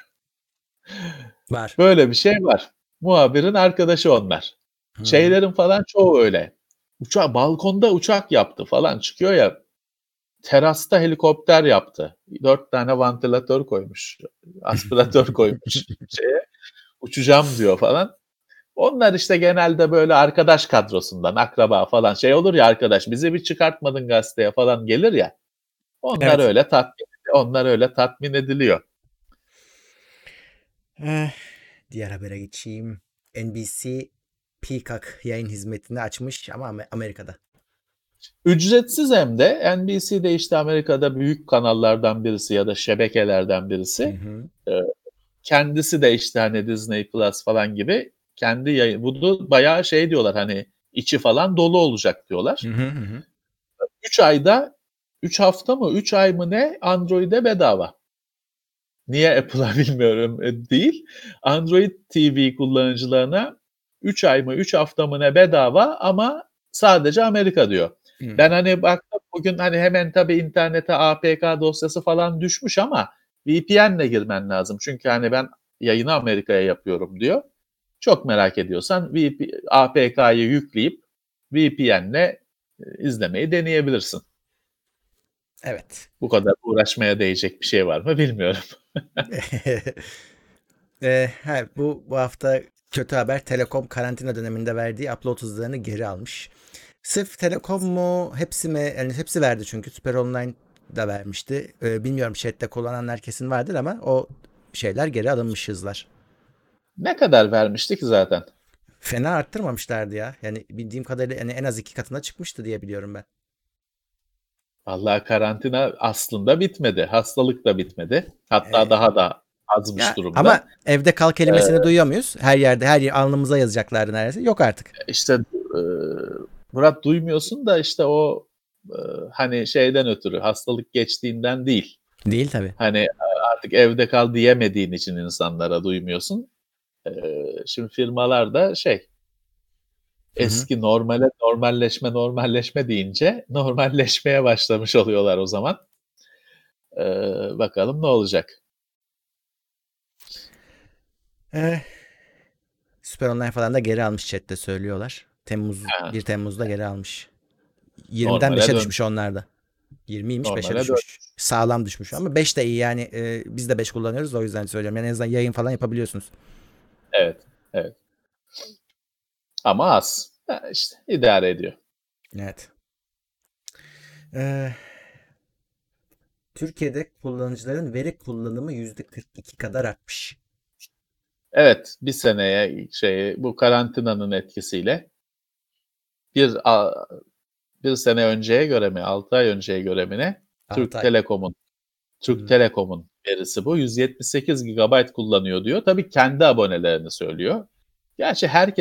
Var.
Böyle bir şey var. Muhabirin arkadaşı onlar.
Hı.
Şeylerin falan çoğu öyle. Uçağı balkonda uçak yaptı falan çıkıyor ya. Terasta helikopter yaptı. Dört tane vantilatör koymuş. Aspiratör koymuş şeye. Uçacağım diyor falan. Onlar işte genelde böyle arkadaş kadrosundan, akraba falan şey olur ya arkadaş bizi bir çıkartmadın gazeteye falan gelir ya. Onlar
Evet.
öyle tatmin, onlar öyle tatmin ediliyor.
Eh, diğer habere geçeyim. N B C Peacock yayın hizmetini açmış ama Amer- Amerika'da.
Ücretsiz hem de N B C'de işte Amerika'da büyük kanallardan birisi ya da şebekelerden
Hı
birisi.
hı.
Ee, kendisi de işte hani Disney Plus falan gibi kendi yayın. Bunu bayağı şey diyorlar hani içi falan dolu olacak diyorlar.
Hı hı hı.
üç ayda üç hafta mı üç ay mı ne Android'e bedava. Niye Apple'a bilmiyorum e, değil. Android T V kullanıcılarına üç ay mı üç hafta mı ne bedava ama sadece Amerika diyor.
Hı.
Ben hani baktım bugün hani hemen tabii internete A P K dosyası falan düşmüş ama V P N'le girmen lazım. Çünkü hani ben yayını Amerika'ya yapıyorum diyor. Çok merak ediyorsan V P, A P K'yı yükleyip V P N'le e, izlemeyi deneyebilirsin.
Evet.
Bu kadar uğraşmaya değecek bir şey var mı bilmiyorum.
Eh, ha, bu bu hafta kötü haber Telekom karantina döneminde verdiği upload hızlarını geri almış. Sırf Telekom mu hepsi mi yani hepsi verdi çünkü Süper Online da vermişti. Ee, bilmiyorum chatte kullananlar kesin vardır ama o şeyler geri alınmış hızlar.
Ne kadar vermiştik zaten?
Fena arttırmamışlardı ya. Yani bildiğim kadarıyla yani en az iki katına çıkmıştı diye biliyorum ben.
Vallahi karantina aslında bitmedi. Hastalık da bitmedi. Hatta
Ee,
daha da azmış
ya
durumda.
ama evde kal kelimesini
Ee,
duyuyor muyuz? Her yerde her yer alnımıza yazacaklardı neredeyse. Yok artık.
işte e, Murat duymuyorsun da işte o e, hani şeyden ötürü hastalık geçtiğinden değil.
Değil tabii.
Hani artık evde kal diyemediğin için insanlara duymuyorsun. Ee, şimdi firmalar da şey
Hı hı.
eski normale normalleşme normalleşme deyince normalleşmeye başlamış oluyorlar o zaman. Ee, bakalım ne olacak.
Eh, Süper Online falan da geri almış chatte söylüyorlar. Temmuz
Ha,
bir Temmuz'da geri almış. yirmiden
normale
beşe
dön.
düşmüş onlarda. yirmiymiş beşe
Normale dön.
düşmüş. Sağlam düşmüş ama beş de iyi yani e, biz de beş kullanıyoruz da o yüzden söylüyorum. Yani en azından yayın falan yapabiliyorsunuz.
Evet, evet. Ama az. Ha, işte idare ediyor.
Evet. Ee, Türkiye'de kullanıcıların veri kullanımı yüzde kırk iki kadar artmış.
Evet, bir seneye şey bu karantinanın etkisiyle bir a- bir sene önceye göre mi, altı ay önceye göre mi ne?
altı
Türk
ay.
Telekom'un Türk
Hmm.
Telekom'un verisi bu. yüz yetmiş sekiz gigabayt kullanıyor diyor. Tabii kendi abonelerini söylüyor. Gerçi herkes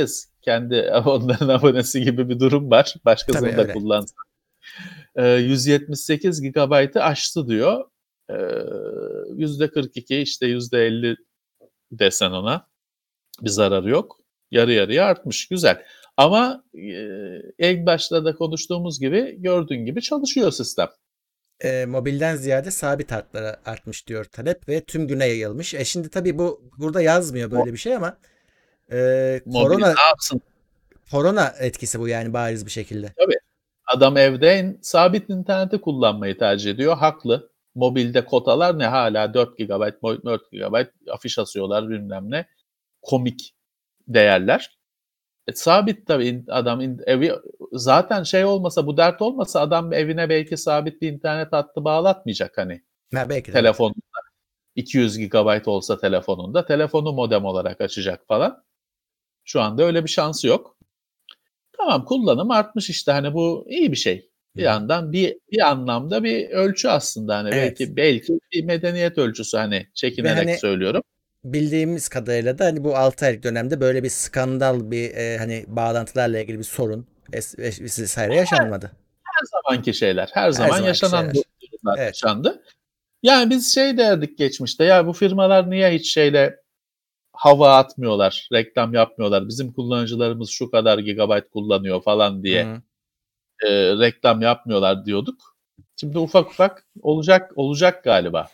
kendi onların abonesi gibi bir durum var. Başkasının
Tabii
da
öyle.
kullansın. Ee, yüz yetmiş sekiz gigabaytı aştı diyor. Ee, yüzde kırk iki işte yüzde elli desen ona bir zararı yok. Yarı yarıya artmış. Güzel. Ama e, ilk başta da konuştuğumuz gibi gördüğün gibi çalışıyor sistem.
E, mobilden ziyade sabit hatlara artmış diyor talep ve tüm güne yayılmış. E şimdi tabii bu burada yazmıyor böyle bir şey ama e,
Mobil
korona
ne yapsın?
korona etkisi bu yani bariz bir şekilde.
Tabii. Adam evde sabit interneti kullanmayı tercih ediyor. Haklı. Mobilde kotalar ne? Hala dört gigabayt, dört gigabayt afiş asıyorlar bilmem ne. Komik değerler. E, sabit tabii adam evi zaten şey olmasa bu dert olmasa adam evine belki sabit bir internet hattı bağlatmayacak hani.
Ha, belki de.
Telefonunda iki yüz gigabayt olsa telefonunda telefonu modem olarak açacak falan. Şu anda öyle bir şansı yok. Tamam kullanım artmış işte hani bu iyi bir şey. Bir yandan bir bir anlamda bir ölçü aslında hani
Evet.
belki belki bir medeniyet ölçüsü hani çekinerek
hani-
söylüyorum.
Bildiğimiz kadarıyla da hani bu altı aylık dönemde böyle bir skandal bir e, hani bağlantılarla ilgili bir sorun es- vesaire yaşanmadı.
Her zamanki şeyler, her zaman
zamanki
yaşanan
şeyler.
durumlar
Evet.
yaşandı. Yani biz şey derdik geçmişte ya bu firmalar niye hiç şeyle hava atmıyorlar, reklam yapmıyorlar. Bizim kullanıcılarımız şu kadar gigabayt kullanıyor falan diye
Hı.
e, reklam yapmıyorlar diyorduk. Şimdi ufak ufak olacak olacak galiba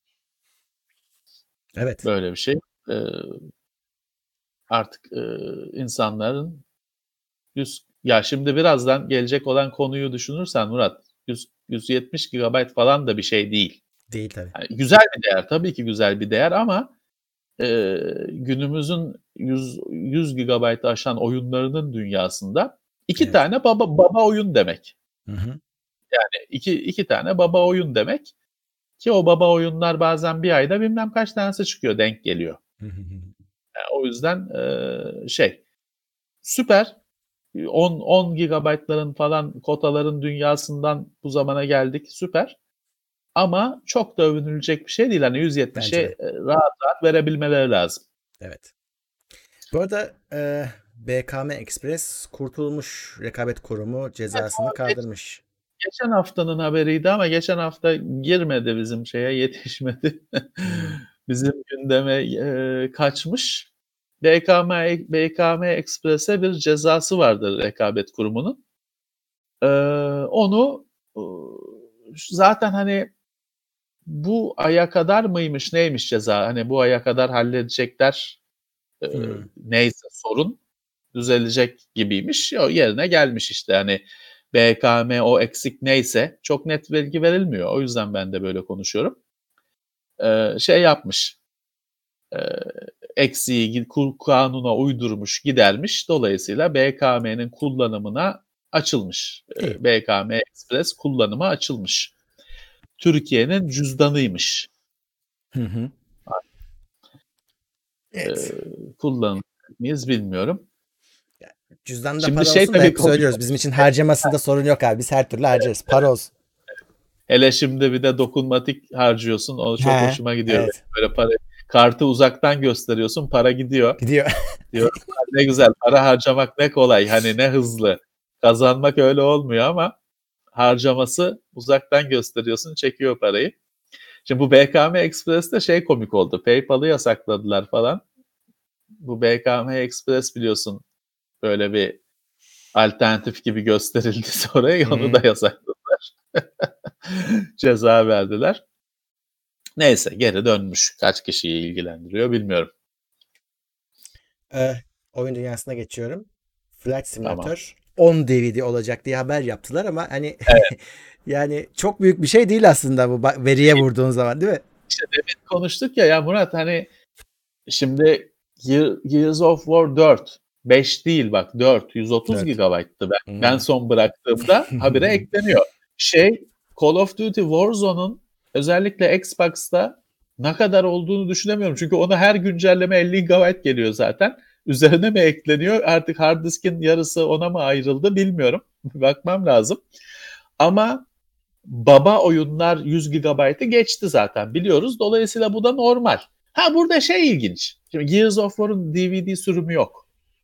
Evet.
böyle bir şey. E, artık e, insanların yüz ya şimdi birazdan gelecek olan konuyu düşünürsen Murat yüz, yüz yetmiş gigabayt falan da bir şey değil.
Değil tabii.
Yani güzel bir değer tabii ki güzel bir değer ama e, günümüzün yüz, yüz gigabaytı aşan oyunlarının dünyasında iki
Evet.
tane baba baba oyun demek.
Hı hı.
Yani iki, iki tane baba oyun demek ki o baba oyunlar bazen bir ayda bilmem kaç tanesi çıkıyor denk geliyor.
Hı hı.
Yani o yüzden e, şey süper on on gigabaytların falan kotaların dünyasından bu zamana geldik süper. Ama çok da övünülecek bir şey değil. Hani yüz yetmişe
Bence
e, rahat rahat verebilmeleri lazım.
Evet. Bu arada e, B K M Express kurtulmuş. Rekabet Kurumu cezasını
Evet,
kaldırmış.
Geçen haftanın haberiydi ama geçen hafta girmedi bizim şeye, yetişmedi. Bizim gündeme e, kaçmış. B K M B K M Express'e bir cezası vardır Rekabet Kurumu'nun. E, onu e, zaten hani bu aya kadar mıymış neymiş ceza? Hani bu aya kadar halledecekler e,
Hmm.
neyse sorun düzelecek gibiymiş. O yerine gelmiş işte hani B K M o eksik neyse çok net bilgi verilmiyor. O yüzden ben de böyle konuşuyorum. Ee, şey yapmış. E, eksiği kanuna uydurmuş, gidermiş. Dolayısıyla B K M'nin kullanımına açılmış.
İyi.
Ee, B K M Express kullanıma açılmış. Türkiye'nin cüzdanıymış.
Hı hı. Evet.
Ee, kullanır mıyız bilmiyorum.
Cüzdanda
Şimdi
para
şey
olsun da
tabii
hep
komik
söylüyoruz. Bizim için harcamasında sorun yok abi. Biz her türlü harcarız. Para olsun.
Hele şimdi bir de dokunmatik harcıyorsun. O çok
He,
hoşuma gidiyor.
evet.
Böyle para kartı uzaktan gösteriyorsun, para gidiyor.
Gidiyor.
Diyor ne güzel para harcamak ne kolay. Hani ne hızlı. Kazanmak öyle olmuyor ama harcaması uzaktan gösteriyorsun, çekiyor parayı. Şimdi bu B K M Express'te şey komik oldu. PayPal'ı yasakladılar falan. Bu B K M Express biliyorsun böyle bir alternatif gibi gösterildi sonra onu da yasakladılar. Ceza verdiler. Neyse geri dönmüş. Kaç kişiyi ilgilendiriyor bilmiyorum.
Ee, oyun dünyasına geçiyorum. Flight Simulator tamam. on D V D olacak diye haber yaptılar ama hani
evet.
yani çok büyük bir şey değil aslında bu veriye vurduğun zaman değil mi?
İşte demin konuştuk ya ya Murat hani şimdi Gears of War dört beş değil bak dört yüz otuz gigabayttı ben. Hmm. Ben son bıraktığımda habire ekleniyor. Şey Call of Duty Warzone'un özellikle Xbox'ta ne kadar olduğunu düşünemiyorum. Çünkü ona her güncelleme elli gigabayt geliyor zaten. Üzerine mi ekleniyor? Artık hard diskin yarısı ona mı ayrıldı bilmiyorum. Bakmam lazım. Ama baba oyunlar yüz gigabaytı geçti zaten biliyoruz. Dolayısıyla bu da normal. Ha burada şey ilginç. Şimdi Gears of War'un D V D sürümü yok.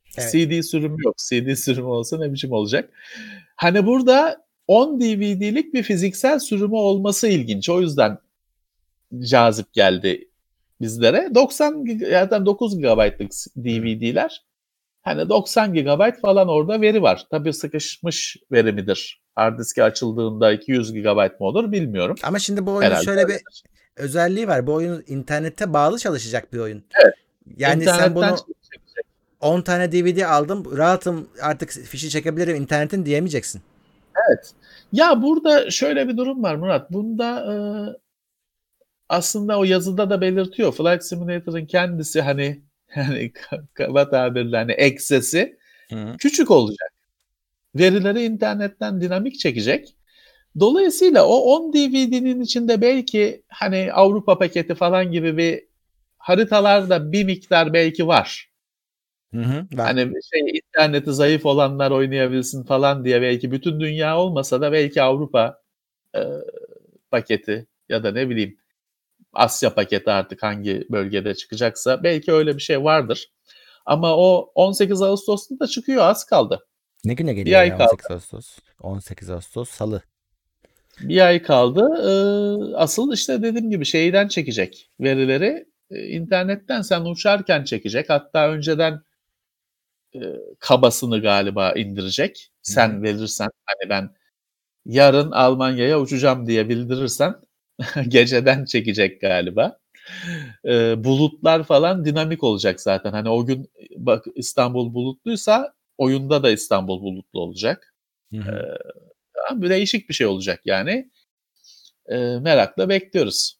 Evet.
C D sürümü yok. C D sürümü olsa ne biçim olacak? Hani burada on D V D'lik bir fiziksel sürümü olması ilginç. O yüzden cazip geldi bizlere. doksan yani dokuz gigabaytlık D V D'ler. Hani doksan gigabayt falan orada veri var. Tabii sıkışmış veri midir? Hard diski açıldığında iki yüz gigabayt mı olur bilmiyorum.
Ama şimdi bu oyunun
Herhalde
şöyle bir
öyledir.
özelliği var. Bu oyun internete bağlı çalışacak bir oyun.
Evet.
Yani sen
İnternetten
bunu
çekecek.
on tane D V D aldım, rahatım artık fişi çekebilirim internetin diyemeyeceksin.
Evet. Ya burada şöyle bir durum var Murat. Bunda e, aslında o yazıda da belirtiyor. Flight Simulator'ın kendisi hani yani kaba tabirle hani eksesi
Hı.
küçük olacak. Verileri internetten dinamik çekecek. Dolayısıyla o on D V D'nin içinde belki hani Avrupa paketi falan gibi bir haritalarda bir miktar belki var.
Hı hı, var.
Hani şey interneti zayıf olanlar oynayabilsin falan diye belki bütün dünya olmasa da belki Avrupa e, paketi ya da ne bileyim Asya paketi artık hangi bölgede çıkacaksa belki öyle bir şey vardır. Ama o on sekiz Ağustos'ta da çıkıyor, az kaldı.
Ne güne
Bir
geliyor
ay
ya
kaldı.
on sekiz Ağustos? on sekiz Ağustos Salı.
Bir ay kaldı. Ee, asıl işte dediğim gibi şeyden çekecek verileri. Ee, internetten sen uçarken çekecek. Hatta önceden e, kabasını galiba indirecek. Sen
Hı-hı.
verirsen hani ben yarın Almanya'ya uçacağım diye bildirirsen geceden çekecek galiba. Ee, bulutlar falan dinamik olacak zaten. Hani o gün bak İstanbul bulutluysa oyunda da İstanbul bulutlu olacak. Ee, bir değişik bir şey olacak yani. Ee, merakla bekliyoruz.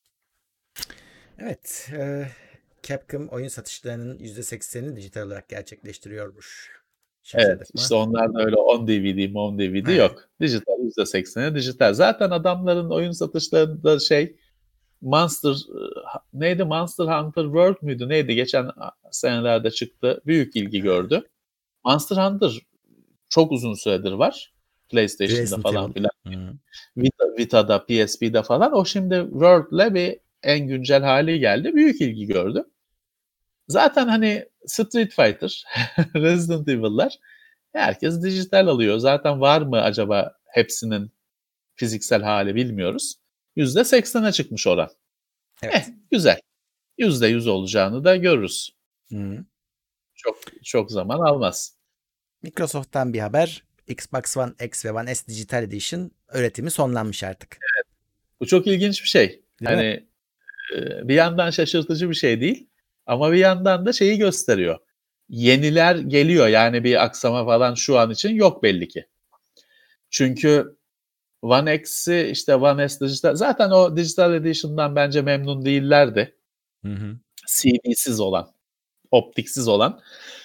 Evet. E, Capcom oyun satışlarının yüzde seksenini dijital olarak gerçekleştiriyormuş.
Evet,
Şaşırdık mı?
işte onlarda öyle on D V D, on D V D
He.
yok. Dijital yüzde sekseni dijital. Zaten adamların oyun satışlarında şey Monster neydi? Monster Hunter World müydü? Neydi? Geçen senelerde çıktı. Büyük ilgi gördü. Monster Hunter çok uzun süredir var. PlayStation'da
Resident
falan
Evil.
filan.
Hı.
Vita, Vita'da, P S P'de falan. O şimdi World'le bir en güncel hali geldi. Büyük ilgi gördü. Zaten hani Street Fighter, Resident Evil'lar herkes dijital alıyor. Zaten var mı acaba hepsinin fiziksel hali bilmiyoruz. yüzde seksene çıkmış oran.
Evet.
Eh güzel. yüzde yüz olacağını da görürüz.
Hı.
Çok çok zaman almaz.
Microsoft'tan bir haber. Xbox One X ve One S Digital Edition üretimi sonlanmış artık.
Bu çok ilginç bir şey.
Değil mi?
Hani e, bir yandan şaşırtıcı bir şey değil ama bir yandan da şeyi gösteriyor. Yeniler geliyor yani bir aksama falan şu an için yok belli ki. Çünkü One X'i işte One S Digital zaten o Digital Edition'dan bence memnun değillerdi.
Hı hı.
C D'siz olan, optiksiz olan.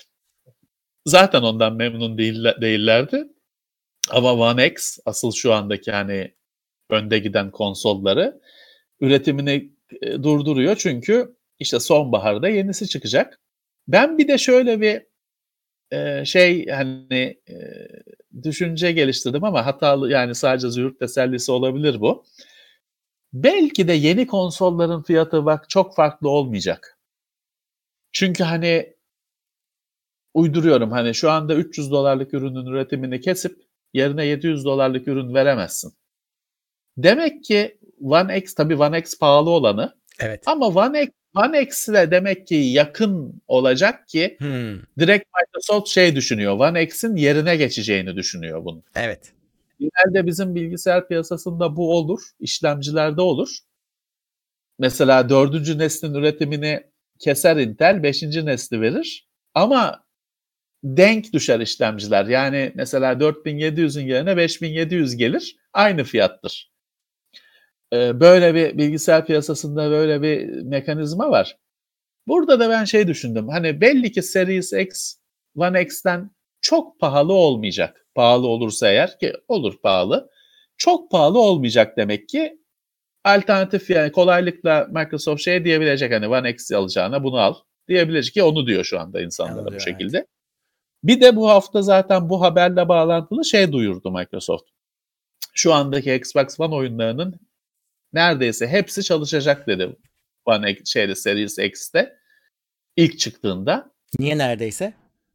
Zaten ondan memnun değil, değillerdi. Ama One X asıl şu andaki hani önde giden konsolları üretimini e, durduruyor. Çünkü işte sonbaharda yenisi çıkacak. Ben bir de şöyle bir e, şey hani e, düşünce geliştirdim ama hatalı yani sadece züğürt tesellisi olabilir bu. Belki de yeni konsolların fiyatı bak çok farklı olmayacak. Çünkü hani uyduruyorum hani şu anda üç yüz dolarlık ürünün üretimini kesip yerine yedi yüz dolarlık ürün veremezsin. Demek ki One X tabii One X pahalı olanı
Evet.
ama One X, One X ile demek ki yakın olacak ki
Hmm.
direkt Microsoft şey düşünüyor. One X'in yerine geçeceğini düşünüyor bunu.
Evet.
Genelde bizim bilgisayar piyasasında bu olur. İşlemcilerde olur. Mesela dördüncü neslin üretimini keser Intel, beşinci nesli verir. Ama denk düşer işlemciler. Yani mesela dört bin yedi yüzün yerine beş bin yedi yüz gelir. Aynı fiyattır. Ee, böyle bir bilgisayar piyasasında böyle bir mekanizma var. Burada da ben şey düşündüm. Hani belli ki Series X, One X'ten çok pahalı olmayacak. Pahalı olursa eğer ki olur pahalı. Çok pahalı olmayacak demek ki. Alternatif yani kolaylıkla Microsoft şey diyebilecek hani One X alacağına bunu al diyebilecek ki onu diyor şu anda insanlara
Anladım,
bu
evet.
şekilde. Bir de bu hafta zaten bu haberle bağlantılı şey duyurdu Microsoft. Şu andaki Xbox One oyunlarının neredeyse hepsi çalışacak dedi. One X, şeyde Series X'te ilk çıktığında.
Niye neredeyse?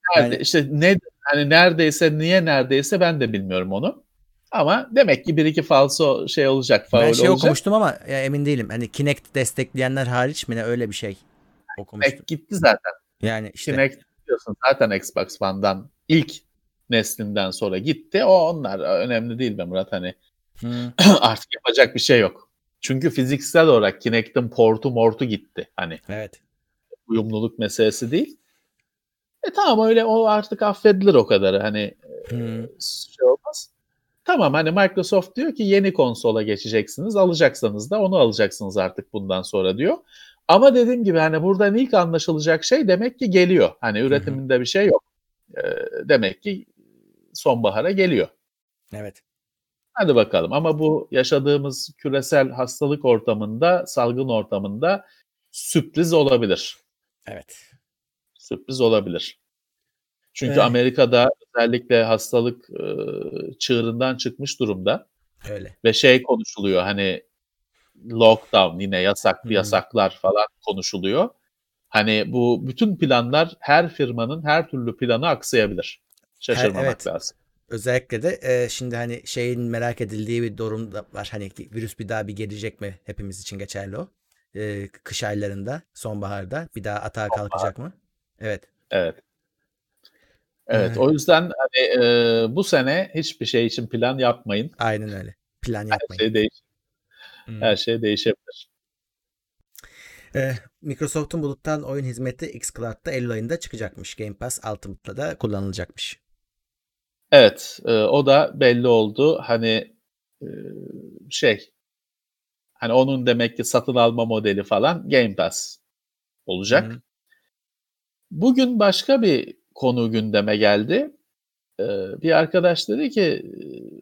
Nerede,
Yani-
işte ne hani neredeyse niye neredeyse ben de bilmiyorum onu. Ama demek ki bir iki falso şey olacak, faul
Ben şey
olacak.
okumuştum ama ya emin değilim. Hani Kinect destekleyenler hariç mi ne, öyle bir şey okumuştum.
Kinect gitti zaten.
Yani işte
Kinect biliyorsun zaten Xbox One'dan ilk neslinden sonra gitti. O onlar önemli değil be Murat, hani
hı,
artık yapacak bir şey yok. Çünkü fiziksel olarak Kinect'in portu mortu gitti. Hani
evet.
uyumluluk meselesi değil. E tamam, öyle o artık affedilir o kadarı. Hani
Hı,
şey olmaz. Tamam, hani Microsoft diyor ki yeni konsola geçeceksiniz. Alacaksanız da onu alacaksınız artık bundan sonra diyor. Ama dediğim gibi hani buradan ilk anlaşılacak şey demek ki geliyor. Hani üretiminde bir şey yok. Ee, demek ki sonbahara geliyor.
evet.
Hadi bakalım, ama bu yaşadığımız küresel hastalık ortamında, salgın ortamında sürpriz olabilir.
Evet.
Sürpriz olabilir. Çünkü
Evet.
Amerika'da özellikle hastalık e, çığırından çıkmış durumda
Öyle.
ve şey konuşuluyor, hani lockdown, yine yasak
Hmm.
yasaklar falan konuşuluyor. Hani bu bütün planlar, her firmanın her türlü planı aksayabilir. Şaşırmamak
evet.
lazım.
Özellikle de e, şimdi hani şeyin merak edildiği bir durum da var. Hani virüs bir daha bir gelecek mi? Hepimiz için geçerli o. E, kış aylarında, sonbaharda bir daha atağa kalkacak mı? Evet.
Evet. Evet,
Evet.
o yüzden hani e, bu sene hiçbir şey için plan yapmayın.
Aynen öyle. Plan
Her
yapmayın.
şey değiş,
Hmm.
her şey değişebilir.
E, Microsoft'un buluttan oyun hizmeti xCloud'da Eylül ayında çıkacakmış. Game Pass Ultimate'da da kullanılacakmış.
Evet, e, o da belli oldu. Hani e, şey, hani onun demek ki satın alma modeli falan Game Pass olacak.
Hı.
Bugün başka bir konu gündeme geldi. E, bir arkadaş dedi ki e,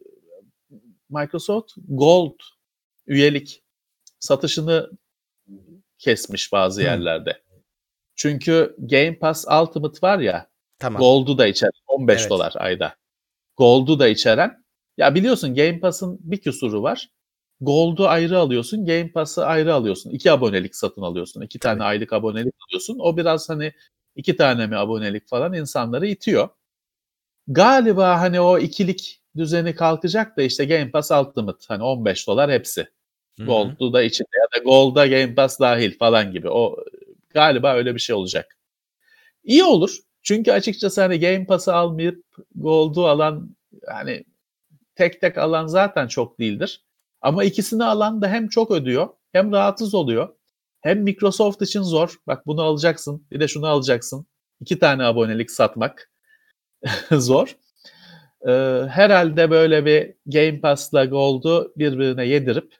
Microsoft Gold üyelik satışını kesmiş bazı
Hı.
yerlerde. Çünkü Game Pass Ultimate var ya,
Tamam.
Gold'u da içeren on beş
Evet.
dolar ayda. Gold'u da içeren. Ya biliyorsun Game Pass'ın bir küsuru var. Gold'u ayrı alıyorsun, Game Pass'ı ayrı alıyorsun. İki abonelik satın alıyorsun. İki
Tabii.
tane aylık abonelik alıyorsun. O biraz hani iki tane mi abonelik falan insanları itiyor. Galiba hani o ikilik düzeni kalkacak da işte Game Pass Ultimate hani on beş dolar hepsi.
Hı hı.
Gold'u da içinde ya da Gold'a Game Pass dahil falan gibi. O galiba öyle bir şey olacak. İyi olur. Çünkü açıkçası hani Game Pass'ı almayıp Gold'u alan, hani tek tek alan zaten çok değildir. Ama ikisini alan da hem çok ödüyor, hem rahatsız oluyor. Hem Microsoft için zor. Bak bunu alacaksın, bir de şunu alacaksın. İki tane abonelik satmak zor. Ee, herhalde böyle bir Game Pass'la Gold'u birbirine yedirip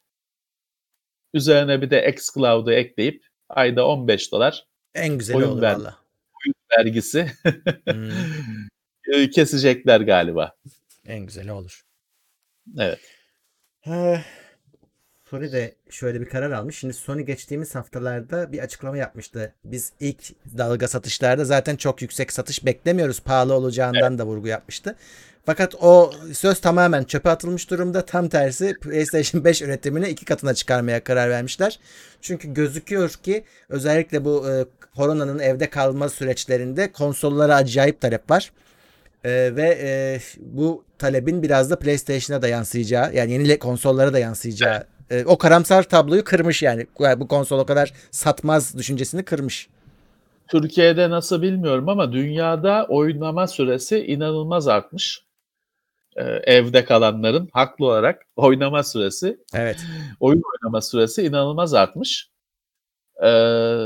üzerine bir de xCloud'u ekleyip ayda on beş dolar
En güzeli
oyun
olur
ver,
valla.
vergisi
Hmm.
e, kesecekler galiba.
En güzeli olur.
Evet.
Eh, Sony de şöyle bir karar almış. Şimdi Sony geçtiğimiz haftalarda bir açıklama yapmıştı. Biz ilk dalga satışlarda zaten çok yüksek satış beklemiyoruz. Pahalı olacağından da vurgu yapmıştı. Fakat o söz tamamen çöpe atılmış durumda. Tam tersi PlayStation beş üretimini iki katına çıkarmaya karar vermişler. Çünkü gözüküyor ki özellikle bu e, koronanın evde kalma süreçlerinde konsollara acayip talep var. Ee, ve e, bu talebin biraz da PlayStation'a da yansıyacağı, yani yeni konsollara da yansıyacağı, e, o karamsar tabloyu kırmış yani. Bu konsol o kadar satmaz düşüncesini kırmış.
Türkiye'de nasıl bilmiyorum ama dünyada oynama süresi inanılmaz artmış. Ee, evde kalanların haklı olarak oynama süresi,
Evet.
oyun oynama süresi inanılmaz artmış. Ee,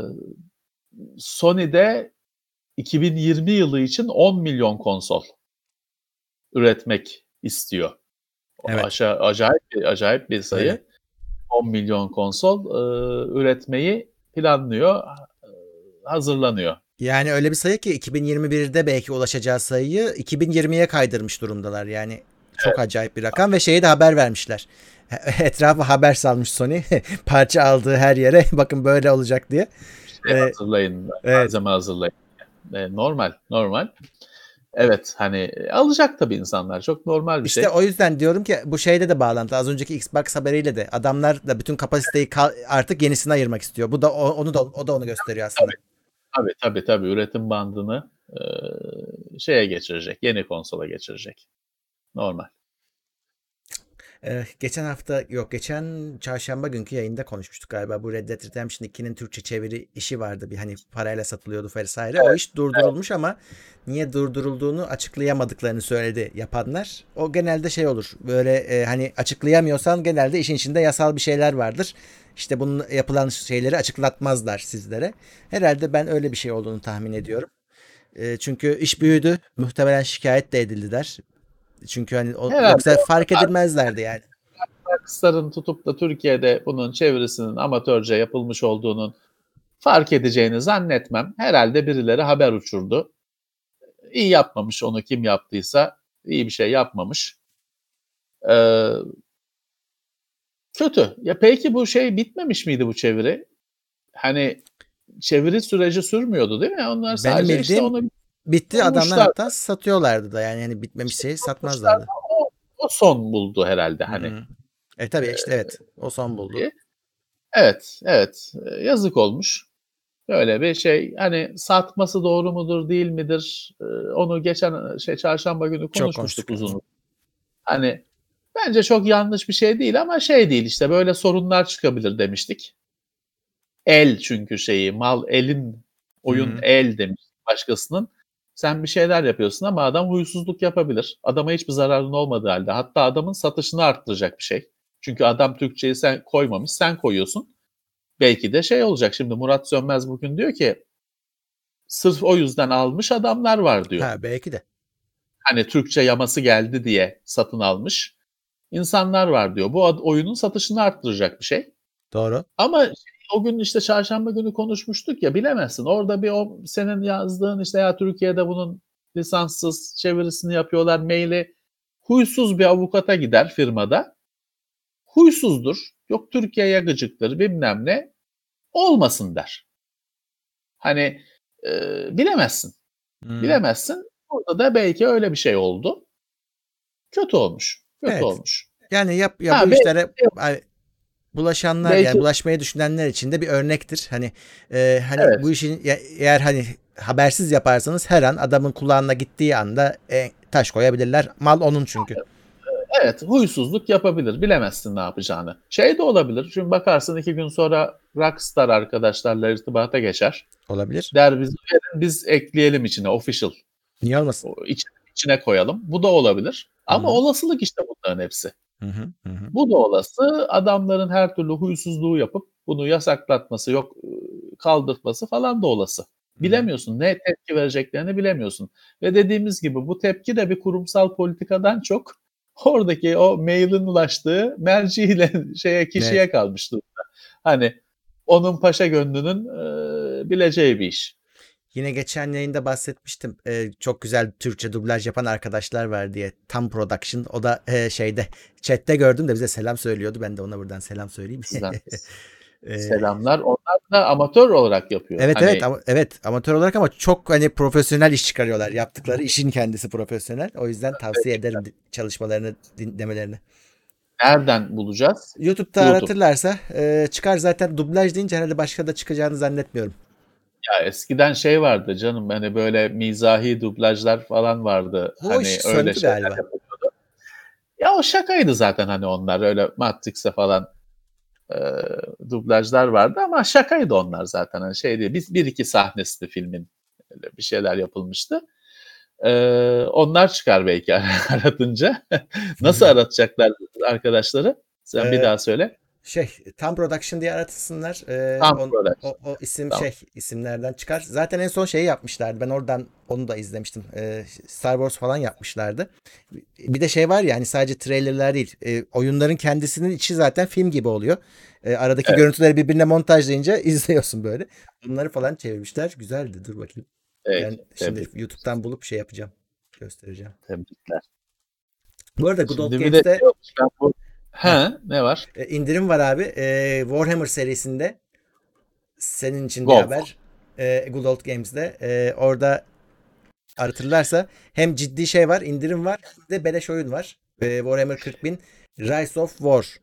Sony'de iki bin yirmi yılı için on milyon konsol üretmek istiyor.
Evet.
Aşağı, acayip bir, acayip bir sayı.
Öyle.
on milyon konsol e, üretmeyi planlıyor, e, hazırlanıyor.
Yani öyle bir sayı ki iki bin yirmi birde belki ulaşacağı sayıyı iki bin yirmiye kaydırmış durumdalar. Yani çok acayip bir rakam ve şeyi de haber vermişler. Etrafı haber salmış Sony. Parça aldığı her yere bakın böyle olacak diye.
Şey
Ee,
hazırlayın,
evet.
malzeme hazırlayın. E, normal, normal. Evet, hani alacak tabii insanlar. Çok normal bir
İşte
şey.
o yüzden diyorum ki bu şeyde de bağlantı. Az önceki Xbox haberiyle de adamlar da bütün kapasiteyi kal- artık yenisine ayırmak istiyor. Bu da o, onu da o da onu gösteriyor aslında.
Tabii. Tabii tabii tabii üretim bandını e, şeye geçirecek. Yeni konsola geçirecek. Normal.
Ee, geçen hafta yok geçen çarşamba günkü yayında konuşmuştuk galiba. Bu Red Dead Redemption ikinin Türkçe çeviri işi vardı. Bir hani parayla satılıyordu vesaire. O iş durdurulmuş ama niye durdurulduğunu açıklayamadıklarını söyledi yapanlar. O genelde şey olur. Böyle e, hani açıklayamıyorsan genelde işin içinde yasal bir şeyler vardır. İşte bunun yapılan şeyleri açıklatmazlar sizlere. Herhalde ben öyle bir şey olduğunu tahmin ediyorum. E, çünkü iş büyüdü. Muhtemelen şikayet de edildiler. Çünkü hani o,
Herhalde
yoksa fark edilmezlerdi yani.
Rockstar'ın tutup da Türkiye'de bunun çevirisinin amatörce yapılmış olduğunun fark edeceğini zannetmem. Herhalde birileri haber uçurdu. İyi yapmamış onu kim yaptıysa. İyi bir şey yapmamış. Ee, kötü. Ya peki bu şey bitmemiş miydi bu çeviri? Hani çeviri süreci sürmüyordu değil mi? Onlar
Benim
sadece işte
bildiğim
onu
bitti. Adamlar
bulmuşlar.
hatta satıyorlardı da yani hani bitmemiş şeyi satmazlardı.
O, o son buldu herhalde hani.
Hı hı. E tabii işte evet. O son buldu.
diye. Evet, evet. Ee, Yazık olmuş. Böyle bir şey hani satması doğru mudur değil midir? Ee, onu geçen şey çarşamba günü
Çok
konuşmuştuk
konuştuk.
uzun. Hani bence çok yanlış bir şey değil ama şey değil işte böyle sorunlar çıkabilir demiştik. El çünkü şeyi mal elin oyun
Hı hı.
el demiş başkasının. Sen bir şeyler yapıyorsun ama adam huysuzluk yapabilir. Adama hiçbir zararın olmadığı halde. Hatta adamın satışını arttıracak bir şey. Çünkü adam Türkçeyi sen koymamış, sen koyuyorsun. Belki de şey olacak. Şimdi Murat Sönmez bugün diyor ki sırf o yüzden almış adamlar var diyor.
Ha belki de.
Hani Türkçe yaması geldi diye satın almış insanlar var diyor. Bu oyunun satışını arttıracak bir şey.
Doğru.
Ama o gün işte çarşamba günü konuşmuştuk ya bilemezsin. Orada bir o senin yazdığın işte ya Türkiye'de bunun lisanssız çevirisini yapıyorlar maili huysuz bir avukata gider firmada. Huysuzdur. Yok Türkiye'ye gıcıktır bilmem ne. Olmasın der. Hani e, bilemezsin.
Hmm.
Bilemezsin. Orada da belki öyle bir şey oldu. Kötü olmuş. Kötü
Evet.
olmuş.
Yani yap ya
Ha,
bu
belki-
işlere ay, bulaşanlar
Belki-
yani bulaşmayı düşünenler için de bir örnektir. Hani e, hani
Evet.
bu işin ya- eğer hani habersiz yaparsanız her an adamın kulağına gittiği anda e, taş koyabilirler. Mal onun çünkü.
Evet, huysuzluk yapabilir. Bilemezsin ne yapacağını. Şey de olabilir. Şimdi bakarsın iki gün sonra Rockstar arkadaşlarla irtibata geçer.
Olabilir.
Der biz verin, biz ekleyelim içine official.
Niye olmasın?
O iç- içine koyalım. Bu da olabilir. Ama
Hı hı.
olasılık işte bunların hepsi.
Hı hı, hı hı.
Bu da olası. Adamların her türlü huysuzluğu yapıp bunu yasaklatması, yok kaldırtması falan da olası. Bilemiyorsun. Ne tepki vereceklerini bilemiyorsun. Ve dediğimiz gibi bu tepki de bir kurumsal politikadan çok oradaki o mailin ulaştığı merciyle şeye kişiye
Evet.
kalmış durumda. Hani onun paşa gönlünün e, bileceği bir iş.
Yine geçen yayında bahsetmiştim. Ee, çok güzel Türkçe dublaj yapan arkadaşlar var diye. Tam Production. O da e, şeyde chatte gördüm de bize selam söylüyordu. Ben de ona buradan selam söyleyeyim.
Sizden
Ee,
selamlar. Onlar da amatör olarak yapıyor.
Evet
Hani,
evet ama evet amatör olarak ama çok hani profesyonel iş çıkarıyorlar. Yaptıkları işin kendisi profesyonel. O yüzden tavsiye ederim di- çalışmalarını dinlemelerini.
nereden bulacağız?
YouTube'da
YouTube.
aratırlarsa e, çıkar zaten dublaj deyince herhalde başka da çıkacağını zannetmiyorum.
Ya eskiden şey vardı canım hani böyle mizahi dublajlar falan vardı.
O
hani
iş
öyle
söndü
şeyler
galiba.
yapılıyordu. Ya o şakaydı zaten hani onlar öyle Matrix'e falan e, dublajlar vardı ama şakaydı onlar zaten hani şey değil. Biz bir iki sahnesi filmin öyle bir şeyler yapılmıştı. E, onlar çıkar belki aratınca. Nasıl aratacaklar arkadaşları? Sen bir
Ee,
daha söyle.
Şey Tam Production diye aratsınlar. Ee,
Tam
on-
Production.
o, o isim
Tamam.
şey isimlerden çıkar. Zaten en son şeyi yapmışlardı. Ben oradan onu da izlemiştim. Ee, Star Wars falan yapmışlardı. Bir de şey var ya hani sadece trailerler değil. Ee, oyunların kendisinin içi zaten film gibi oluyor. Ee, aradaki
Evet.
görüntüleri birbirine montajlayınca izliyorsun böyle. Bunları falan çevirmişler. Güzeldi. Dur bakayım.
Evet,
Ben şimdi
tebrik-
YouTube'dan bulup şey yapacağım. Göstereceğim.
Tebrikler.
Bu arada Good Old
Şimdi bir de
Games'te
şey olmuş, ben bu- Ha, ne var?
e, indirim var abi. E, Warhammer serisinde senin için bir
Go.
haber. E, Good Old Games'de. E, orada aratırlarsa hem ciddi şey var, indirim var, hem de beleş oyun var. E, Warhammer kırk bin Rise of War.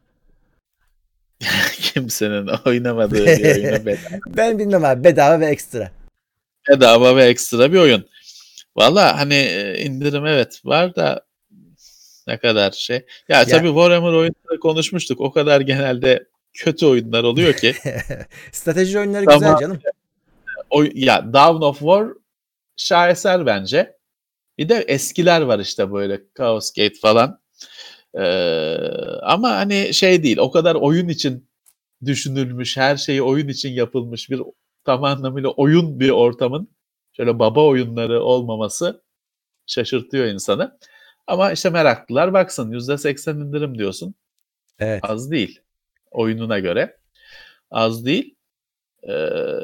Kimsenin oynamadığı bir oyunu bedava.
Ben bilmem abi. Bedava ve ekstra.
Bedava ve ekstra bir oyun. Valla hani e, indirim evet var da ne kadar şey. Ya,
Ya
tabii Warhammer oyunları konuşmuştuk. O kadar genelde kötü oyunlar oluyor ki.
strateji oyunları güzel
Ama
canım.
o, ya Dawn of War şaheser bence. Bir de eskiler var işte böyle Chaos Gate falan. Ee, ama hani şey değil, o kadar oyun için düşünülmüş, her şeyi oyun için yapılmış bir tam anlamıyla oyun bir ortamın şöyle baba oyunları olmaması şaşırtıyor insanı. Ama işte meraklılar baksın, yüzde seksen indirim diyorsun.
Evet.
Az değil. Oyununa göre. Az değil. Ee,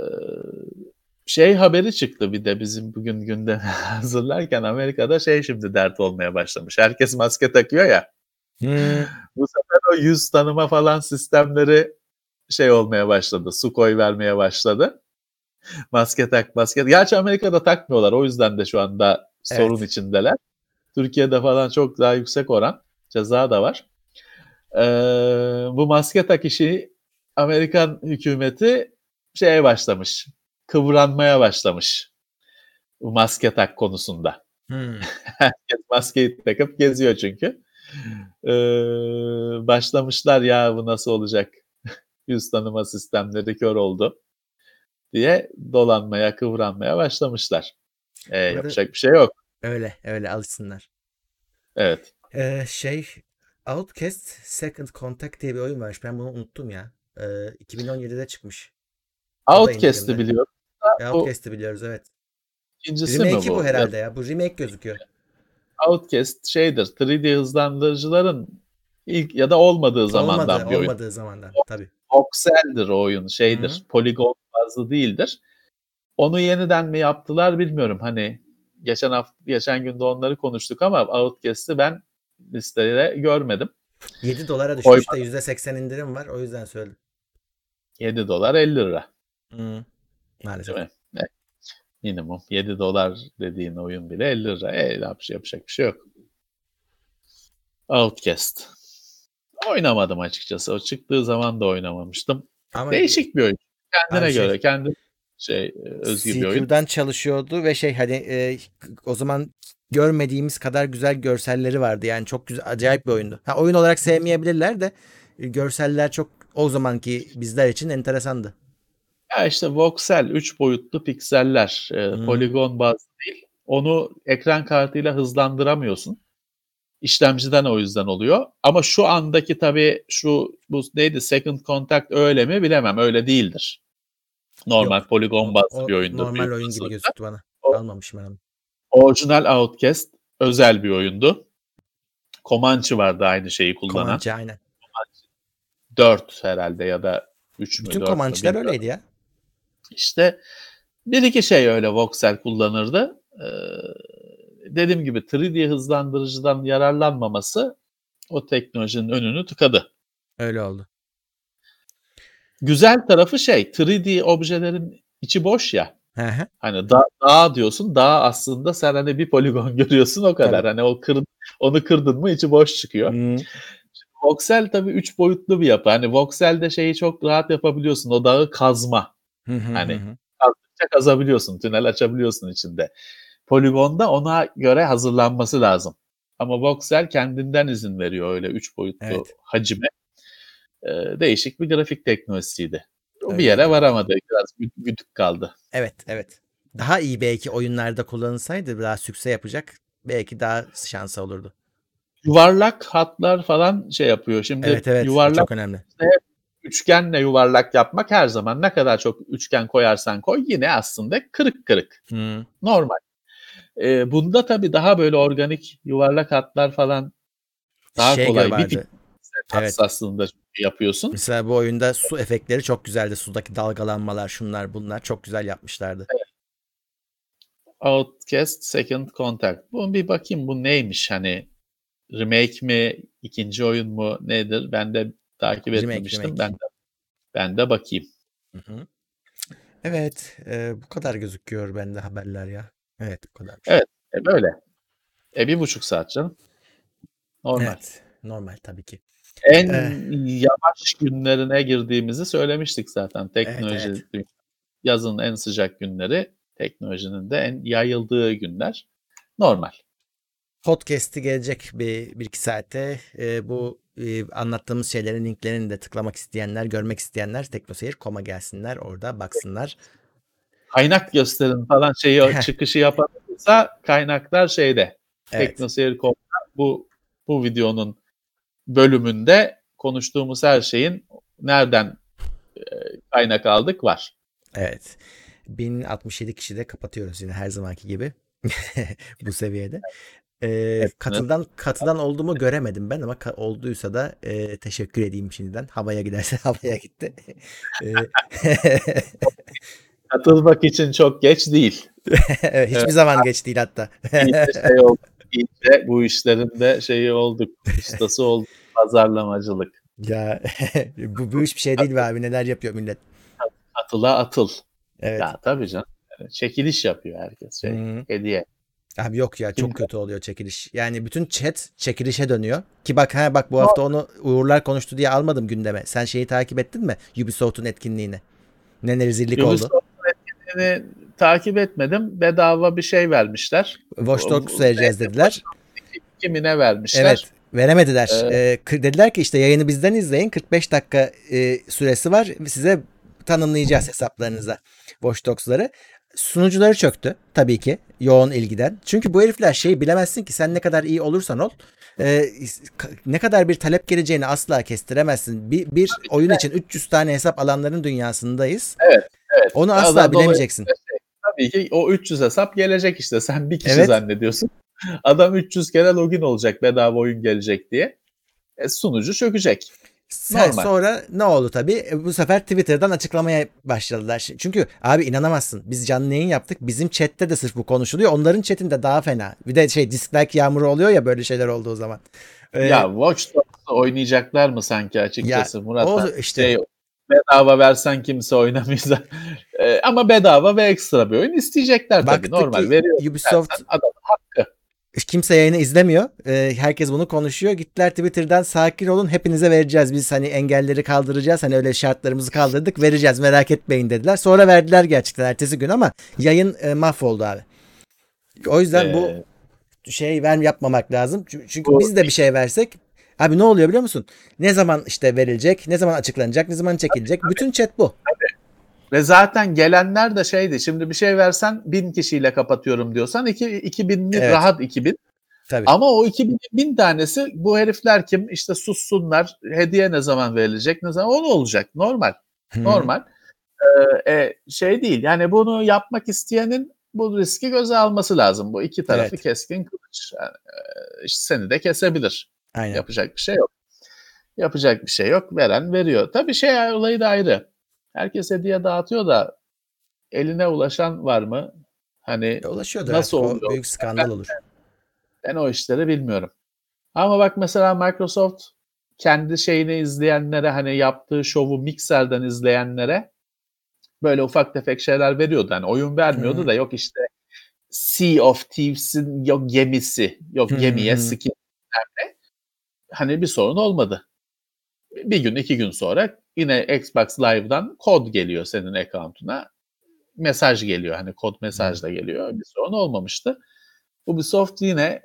şey haberi çıktı bir de bizim bugün gündeme hazırlarken, Amerika'da şey şimdi dert olmaya başlamış. Herkes maske takıyor ya.
Hmm.
Bu sefer o yüz tanıma falan sistemleri şey olmaya başladı. Su koy vermeye başladı. Maske tak, maske. Gerçi Amerika'da takmıyorlar. O yüzden de şu anda sorun
Evet.
içindeler. Türkiye'de falan çok daha yüksek oran. Ceza da var. Ee, bu maske tak işi Amerikan hükümeti şeye başlamış. Kıvranmaya başlamış. Bu maske tak konusunda.
Hmm.
Herkes maskeyi takıp geziyor çünkü. Ee, başlamışlar ya bu nasıl olacak? Yüz tanıma sistemleri kör oldu diye dolanmaya, kıvranmaya başlamışlar. Ee,
Burada
yapacak bir şey yok.
öyle öyle alışsınlar.
Evet.
Ee, şey Outcast Second Contact diye bir oyun varmış. Ben bunu unuttum ya. Ee, iki bin on yedide çıkmış. O da
Outcast'ı
indirimde.
biliyorum.
E,
Bu
Outcast'ı biliyoruz evet.
ikincisi mi
Remake'i bu
bu? Ya
herhalde ya. Bu remake gözüküyor.
Outcast şeydir, üç D hızlandırıcıların ilk ya da olmadığı
Olmadı,
zamandan bir oyun.
olmadığı zamandan tabii.
Voxel'dir o oyun,
Hı-hı.
şeydir, poligon bazlı değildir. Onu yeniden mi yaptılar bilmiyorum. Hani geçen hafta, geçen günde onları konuştuk ama Outcast'ı ben listede görmedim.
yedi dolara düşmüş de
Koymadım.
yüzde seksen indirim var. O yüzden söyledim.
yedi dolar elli lira.
Hı. Maalesef.
Değil mi? Evet. Minimum yedi dolar dediğin oyun bile elli lira. E, yapacak bir şey yok. Outcast. Oynamadım açıkçası. O çıktığı zaman da oynamamıştım.
Ama
Değişik bir oyun. Kendine
abi şey
göre, kendi şey özgü bir oyun.
C Q'dan çalışıyordu ve şey hani e, o zaman görmediğimiz kadar güzel görselleri vardı. Yani çok güzel, acayip bir oyundu. Ha, oyun olarak sevmeyebilirler de e, görseller çok o zamanki bizler için enteresandı.
Ya işte voxel, üç boyutlu pikseller, e,
Hmm.
poligon bazlı değil. Onu ekran kartıyla hızlandıramıyorsun. İşlemciden o yüzden oluyor. Ama şu andaki tabii şu bu neydi, Second Contact öyle mi bilemem. Öyle değildir. Normal
Yok.
poligon
O,
bazlı
o
bir oyundur
normal
büyük
oyun gibi
olasılıkla.
gözüktü bana.
O
Almamışım ben onu.
orijinal Outcast özel bir oyundu. Comanche vardı aynı şeyi kullanan.
Comanche aynen.
dört herhalde ya da üç mü
Bütün
dört mü
Comanche'ler
bilmiyorum.
öyleydi ya.
İşte bir iki şey öyle voxel kullanırdı. Ee, dediğim gibi üç D hızlandırıcıdan yararlanmaması o teknolojinin önünü tıkadı.
Öyle oldu.
Güzel tarafı şey, üç D objelerin içi boş ya.
Hı hı.
Hani da, dağ diyorsun, dağ aslında sen hani bir poligon görüyorsun o kadar.
Tabii.
Hani o kır, onu kırdın mı içi boş çıkıyor.
Hmm.
Voxel tabii üç boyutlu bir yapı. Hani voxelde şeyi çok rahat yapabiliyorsun. O dağı kazma.
Hı hı hı
Hani
hı.
kazdıkça kazabiliyorsun. Tünel açabiliyorsun içinde. Poligonda ona göre hazırlanması lazım. Ama voxel kendinden izin veriyor öyle üç boyutlu
Evet.
hacime. Ee, değişik bir grafik teknolojisiydi. O bir
Öyleydi,
yere
öyle.
varamadı. Biraz gü- güdük kaldı.
Evet, evet. Daha iyi belki oyunlarda kullanılsaydı daha sükse yapacak. Belki daha şansı olurdu.
Yuvarlak hatlar falan şey yapıyor. Şimdi
Evet, evet. O
yuvarlak
çok önemli.
üçgenle yuvarlak yapmak her zaman ne kadar çok üçgen koyarsan koy yine aslında kırık kırık.
Hmm.
Normal. Ee, bunda tabii daha böyle organik yuvarlak hatlar falan daha
Şey gö
kolay. Bir
vardı.
piksel
Evet.
hassasında yapıyorsun.
Mesela bu oyunda su efektleri çok güzeldi. Sudaki dalgalanmalar, şunlar bunlar çok güzel yapmışlardı.
Outcast Second Contact. Bu bir bakayım bu neymiş hani remake mi, ikinci oyun mu nedir? Ben de takip
Remake,
etmemiştim.
remake.
Ben de ben de bakayım.
Hı hı. Evet, e, bu kadar gözüküyor bende haberler ya. Evet, bu kadarmış.
Evet, e böyle. E bir buçuk saat canım. Normal.
Evet, normal tabii ki.
En
Eh,
yavaş günlerine girdiğimizi söylemiştik zaten.
evet,
Teknoloji
evet.
yazın en sıcak günleri Teknolojinin de en yayıldığı günler. Normal.
Podcast'i gelecek bir, bir iki saate. Ee, bu e, anlattığımız şeylerin linklerini de tıklamak isteyenler, görmek isteyenler teknoseyir nokta com'a gelsinler. Orada baksınlar.
Kaynak gösterin falan şeyi çıkışı yaparsa kaynaklar şeyde.
Evet.
teknoseyir nokta com'da bu bu videonun bölümünde konuştuğumuz her şeyin nereden e, kaynak aldık var.
Evet. bin altmış yedi kişi de kapatıyoruz yine her zamanki gibi. Bu seviyede. Ee, katılan katılan olduğumu göremedim ben ama ka- olduysa da e, teşekkür edeyim şimdiden. Havaya giderse havaya gitti. Ee,
Katılmak için çok geç değil.
evet, hiçbir zaman geç değil hatta.
İyice şey oldu. İyice bu işlerin de şeyi olduk. Ustası olduk. Pazarlamacılık.
Ya bu, bu hiçbir şey değil be abi. Neler yapıyor millet.
Atıla atıl.
Evet.
Ya tabii canım. Çekiliş yapıyor herkes. Şey,
Hmm.
hediye.
Abi yok ya, çok
Kim-
kötü oluyor çekiliş. Yani bütün chat çekilişe dönüyor. Ki bak ha bak bu hafta onu Uğurlar konuştu diye almadım gündeme. Sen şeyi takip ettin mi? Ubisoft'un etkinliğini. Ne rezillik oldu.
Ubisoft'un etkinliğini takip etmedim. Bedava bir şey vermişler.
Watch Dogs
Bu-
vereceğiz dediler.
Kimine vermişler?
Evet, veremediler.
Ee,
Ee, kı- dediler ki işte yayını bizden izleyin. kırk beş dakika e, süresi var. Size tanımlayacağız hesaplarınıza Watch Dogs'ları. Sunucuları çöktü tabii ki yoğun ilgiden. Çünkü bu herifler şeyi bilemezsin ki sen ne kadar iyi olursan ol. e, ne kadar bir talep geleceğini asla kestiremezsin. Bir, bir oyun için üç yüz tane hesap alanların dünyasındayız.
Evet, evet.
Onu
Daha
asla
da
bilemeyeceksin.
Tabii ki o üç yüz hesap gelecek işte. Sen bir kişi
Evet.
zannediyorsun. Adam üç yüz kere login olacak bedava oyun gelecek diye. E, sunucu çökecek.
Sen
Normal.
sonra ne oldu tabii? E, Bu sefer Twitter'dan açıklamaya başladılar. Çünkü abi inanamazsın. Biz canlı yayın yaptık. Bizim chatte de sırf bu konuşuluyor. Onların chatinde daha fena. Bir de şey dislike yağmuru oluyor ya böyle şeyler olduğu zaman. Ee,
Ya Watch Dogs'ı oynayacaklar mı sanki açıkçası
Ya,
Murat?
o
Ben
işte-
şey, bedava versen kimse oynamayacak. E, ama bedava ve ekstra bir oyun isteyecekler tabii.
baktık
Normal
ki
veriyor.
Ubisoft
Adam hakkı.
kimse yayını izlemiyor. Ee, herkes bunu konuşuyor. Gittiler Twitter'dan sakin olun hepinize vereceğiz. Biz hani engelleri kaldıracağız. Hani öyle şartlarımızı kaldırdık vereceğiz merak etmeyin dediler. Sonra verdiler gerçekten ertesi gün ama yayın e, mahvoldu abi. O yüzden bu
Ee,
şey ver yapmamak lazım. Çünkü çünkü
Bu-
biz de bir şey versek abi ne oluyor biliyor musun? Ne zaman işte verilecek, ne zaman açıklanacak, ne zaman çekilecek. Bütün chat bu.
Ve zaten gelenler de şeydi. Şimdi bir şey versen bin kişiyle kapatıyorum diyorsan iki, iki binli
Evet.
rahat iki bin.
Tabii.
Ama o iki bin, bin tanesi bu herifler kim? İşte sussunlar. Hediye ne zaman verilecek? Ne zaman? O ne olacak? Normal.
Hı.
Normal. Ee, e, şey değil. Yani bunu yapmak isteyenin bu riski göze alması lazım. Bu iki tarafı
Evet.
keskin kılıç. Yani, e, işte seni de kesebilir.
Aynen.
Yapacak bir şey yok. Yapacak bir şey yok. Veren veriyor. Tabii şey olayı da ayrı. Herkes hediye dağıtıyor da eline ulaşan var mı? Hani
E, Ulaşıyordur
nasıl
artık.
oluyor?
O büyük skandal olur.
Ben o işleri bilmiyorum. Ama bak mesela Microsoft kendi şeyini izleyenlere hani yaptığı şovu Mixer'den izleyenlere böyle ufak tefek şeyler veriyordu. Hani oyun vermiyordu
Hı.
da yok işte Sea of Thieves'in yok gemisi, yok
Hı
gemiye
hı.
skin ne? Hani bir sorun olmadı. Bir gün iki gün sonra yine Xbox Live'dan kod geliyor senin account'una. Mesaj geliyor. Hani kod mesaj da geliyor. Bir sorun olmamıştı. Ubisoft yine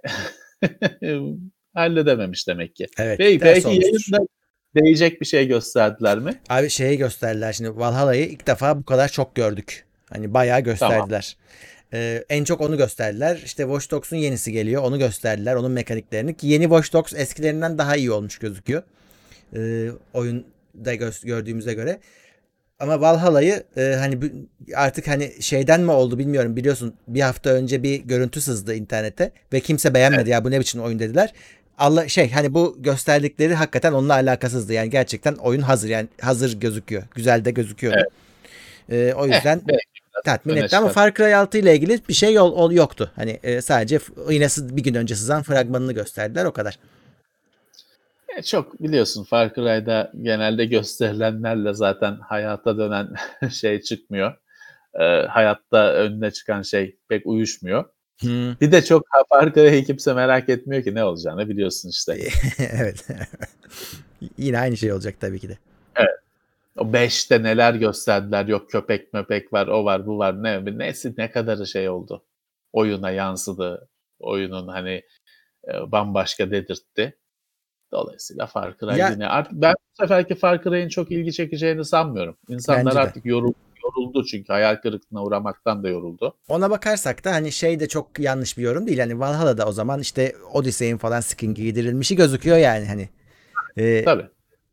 halledememiş demek ki.
Evet.
Peki,
ders
belki
olmuştur.
yayında değecek bir şey gösterdiler mi?
Abi şeyi gösterdiler şimdi Valhalla'yı ilk defa bu kadar çok gördük. Hani bayağı gösterdiler. Ee, en çok onu gösterdiler. İşte Watch Dogs'un yenisi geliyor. Onu gösterdiler. Onun mekaniklerini. Ki yeni Watch Dogs eskilerinden daha iyi olmuş gözüküyor. Ee, oyunda gö- gördüğümüze göre. Ama Valhalla'yı e, hani bu- artık hani şeyden mi oldu bilmiyorum. Biliyorsun bir hafta önce bir görüntü sızdı internete ve kimse beğenmedi ya bu ne biçim oyun dediler. Allah şey hani bu gösterdikleri hakikaten onunla alakasızdı. Yani gerçekten oyun hazır yani hazır gözüküyor. Güzel de gözüküyor.
Evet.
Ee, o yüzden
Eh, belki biraz
tatmin
öne
etti ama
çıkar.
Far Cry altı ile ilgili bir şey yol, ol- yoktu. Hani e, sadece f- yine sı- bir gün önce sızan fragmanını gösterdiler o kadar.
E, çok biliyorsun Far Cry'da genelde gösterilenlerle zaten hayata dönen şey çıkmıyor. E, hayatta önüne çıkan şey pek uyuşmuyor.
Hmm.
Bir de çok Far Cry'ı kimse merak etmiyor ki ne olacağını biliyorsun işte.
Evet. Yine aynı şey olacak tabii ki de.
O beşte neler gösterdiler. Yok köpek möpek var, o var, bu var. Ne nesi ne kadar şey oldu. Oyuna yansıdı. Oyunun hani e, bambaşka dedirtti. Dolayısıyla Far Cry
Ya-
yine artık ben bu seferki Far Cry'in çok ilgi çekeceğini sanmıyorum. İnsanlar
Bence de.
artık yorul, yoruldu çünkü hayal kırıklığına uğramaktan da yoruldu.
Ona bakarsak da hani şey de çok yanlış bir yorum değil. Hani Valhalla'da o zaman işte Odyssey'in falan skin giydirilmişi gözüküyor yani hani. Ee,
Tabii.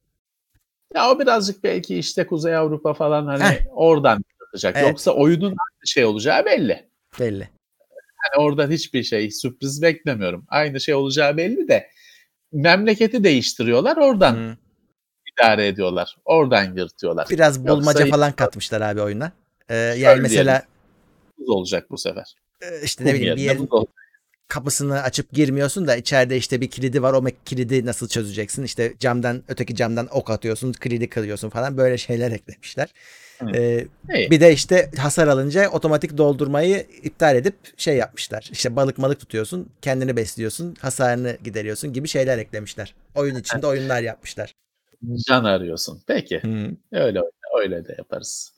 Ya o birazcık belki işte Kuzey Avrupa falan hani
Heh.
oradan yaratacak.
Evet.
Yoksa oyunun aynı şey olacağı belli.
belli.
Yani oradan hiçbir şey sürpriz beklemiyorum. Aynı şey olacağı belli de memleketi değiştiriyor oradan
Hı.
idare ediyorlar. Oradan yırtıyorlar.
Biraz bulmaca
Yoksa
falan katmışlar abi oyuna. Ee, yani
Şöyle
mesela
buz olacak bu sefer.
e, işte
Kum
ne bileyim bir
yerine
yerin
buz olacak.
kapısını açıp girmiyorsun da içeride işte bir kilidi var. O me- kilidi nasıl çözeceksin? İşte camdan öteki camdan ok atıyorsun, kilidi kırıyorsun falan böyle şeyler eklemişler.
Hı.
Ee,
İyi.
bir de işte hasar alınca otomatik doldurmayı iptal edip şey yapmışlar. İşte balık malık tutuyorsun, kendini besliyorsun, hasarını gideriyorsun gibi şeyler eklemişler. Oyun içinde oyunlar yapmışlar.
Can arıyorsun. Peki.
Hı.
Öyle öyle de yaparız.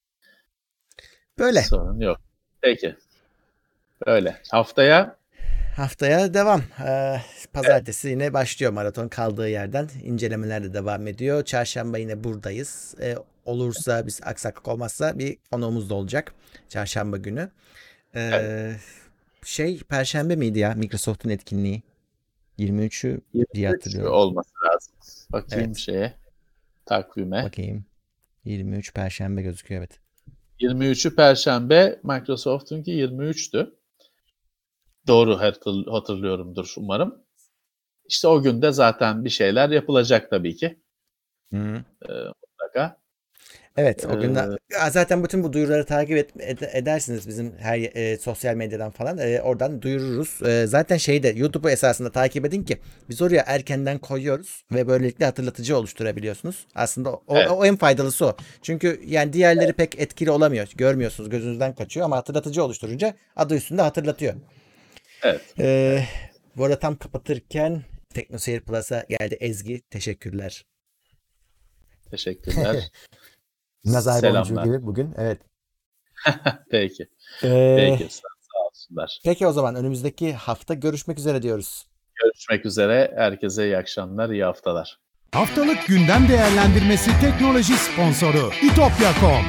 Böyle.
Sorun yok. Peki. Öyle. Haftaya
Haftaya devam. Ee, pazartesi yine başlıyor maraton kaldığı yerden. İncelemeler de devam ediyor. Çarşamba yine buradayız. Ee, olursa biz aksaklık olmazsa bir konuğumuz da olacak. Çarşamba günü. Ee,
Evet.
Şey Perşembe miydi ya Microsoft'un etkinliği? yirmi üçü diye
yirmi üç
hatırlıyorum.
olması lazım. Bakayım
Evet.
şeye. Takvime.
Bakayım. yirmi üç Perşembe gözüküyor evet.
yirmi üçü Perşembe. Microsoft'unki yirmi üçtü. Doğru hatır- hatırlıyorumdur umarım. İşte o günde zaten bir şeyler yapılacak tabii ki.
Hı.
Mutlaka.
Evet o günde
Ee,
Ya zaten bütün bu duyuruları takip et, ed- edersiniz bizim her e, sosyal medyadan falan E, oradan duyururuz. E, zaten şeyi de YouTube'u esasında takip edin ki biz oraya erkenden koyuyoruz ve böylelikle hatırlatıcı oluşturabiliyorsunuz. Aslında o,
Evet.
o en faydalısı o. Çünkü yani diğerleri pek etkili olamıyor. Görmüyorsunuz gözünüzden kaçıyor ama hatırlatıcı oluşturunca adı üstünde hatırlatıyor.
Evet.
E, bu arada tam kapatırken TeknoSeyir Plus'a geldi Ezgi. Teşekkürler.
Teşekkürler.
Nazar boncuğu
Selamlar.
gibi bugün. Evet.
Peki.
Ee,
Peki. Sağ, sağ olsunlar.
Peki o zaman önümüzdeki hafta görüşmek üzere diyoruz.
Görüşmek üzere. Herkese iyi akşamlar, iyi haftalar.
Haftalık gündem değerlendirmesi teknoloji sponsoru itopya nokta com.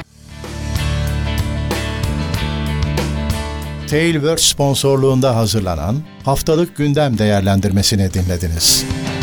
Tailwords sponsorluğunda hazırlanan Haftalık Gündem Değerlendirmesini dinlediniz.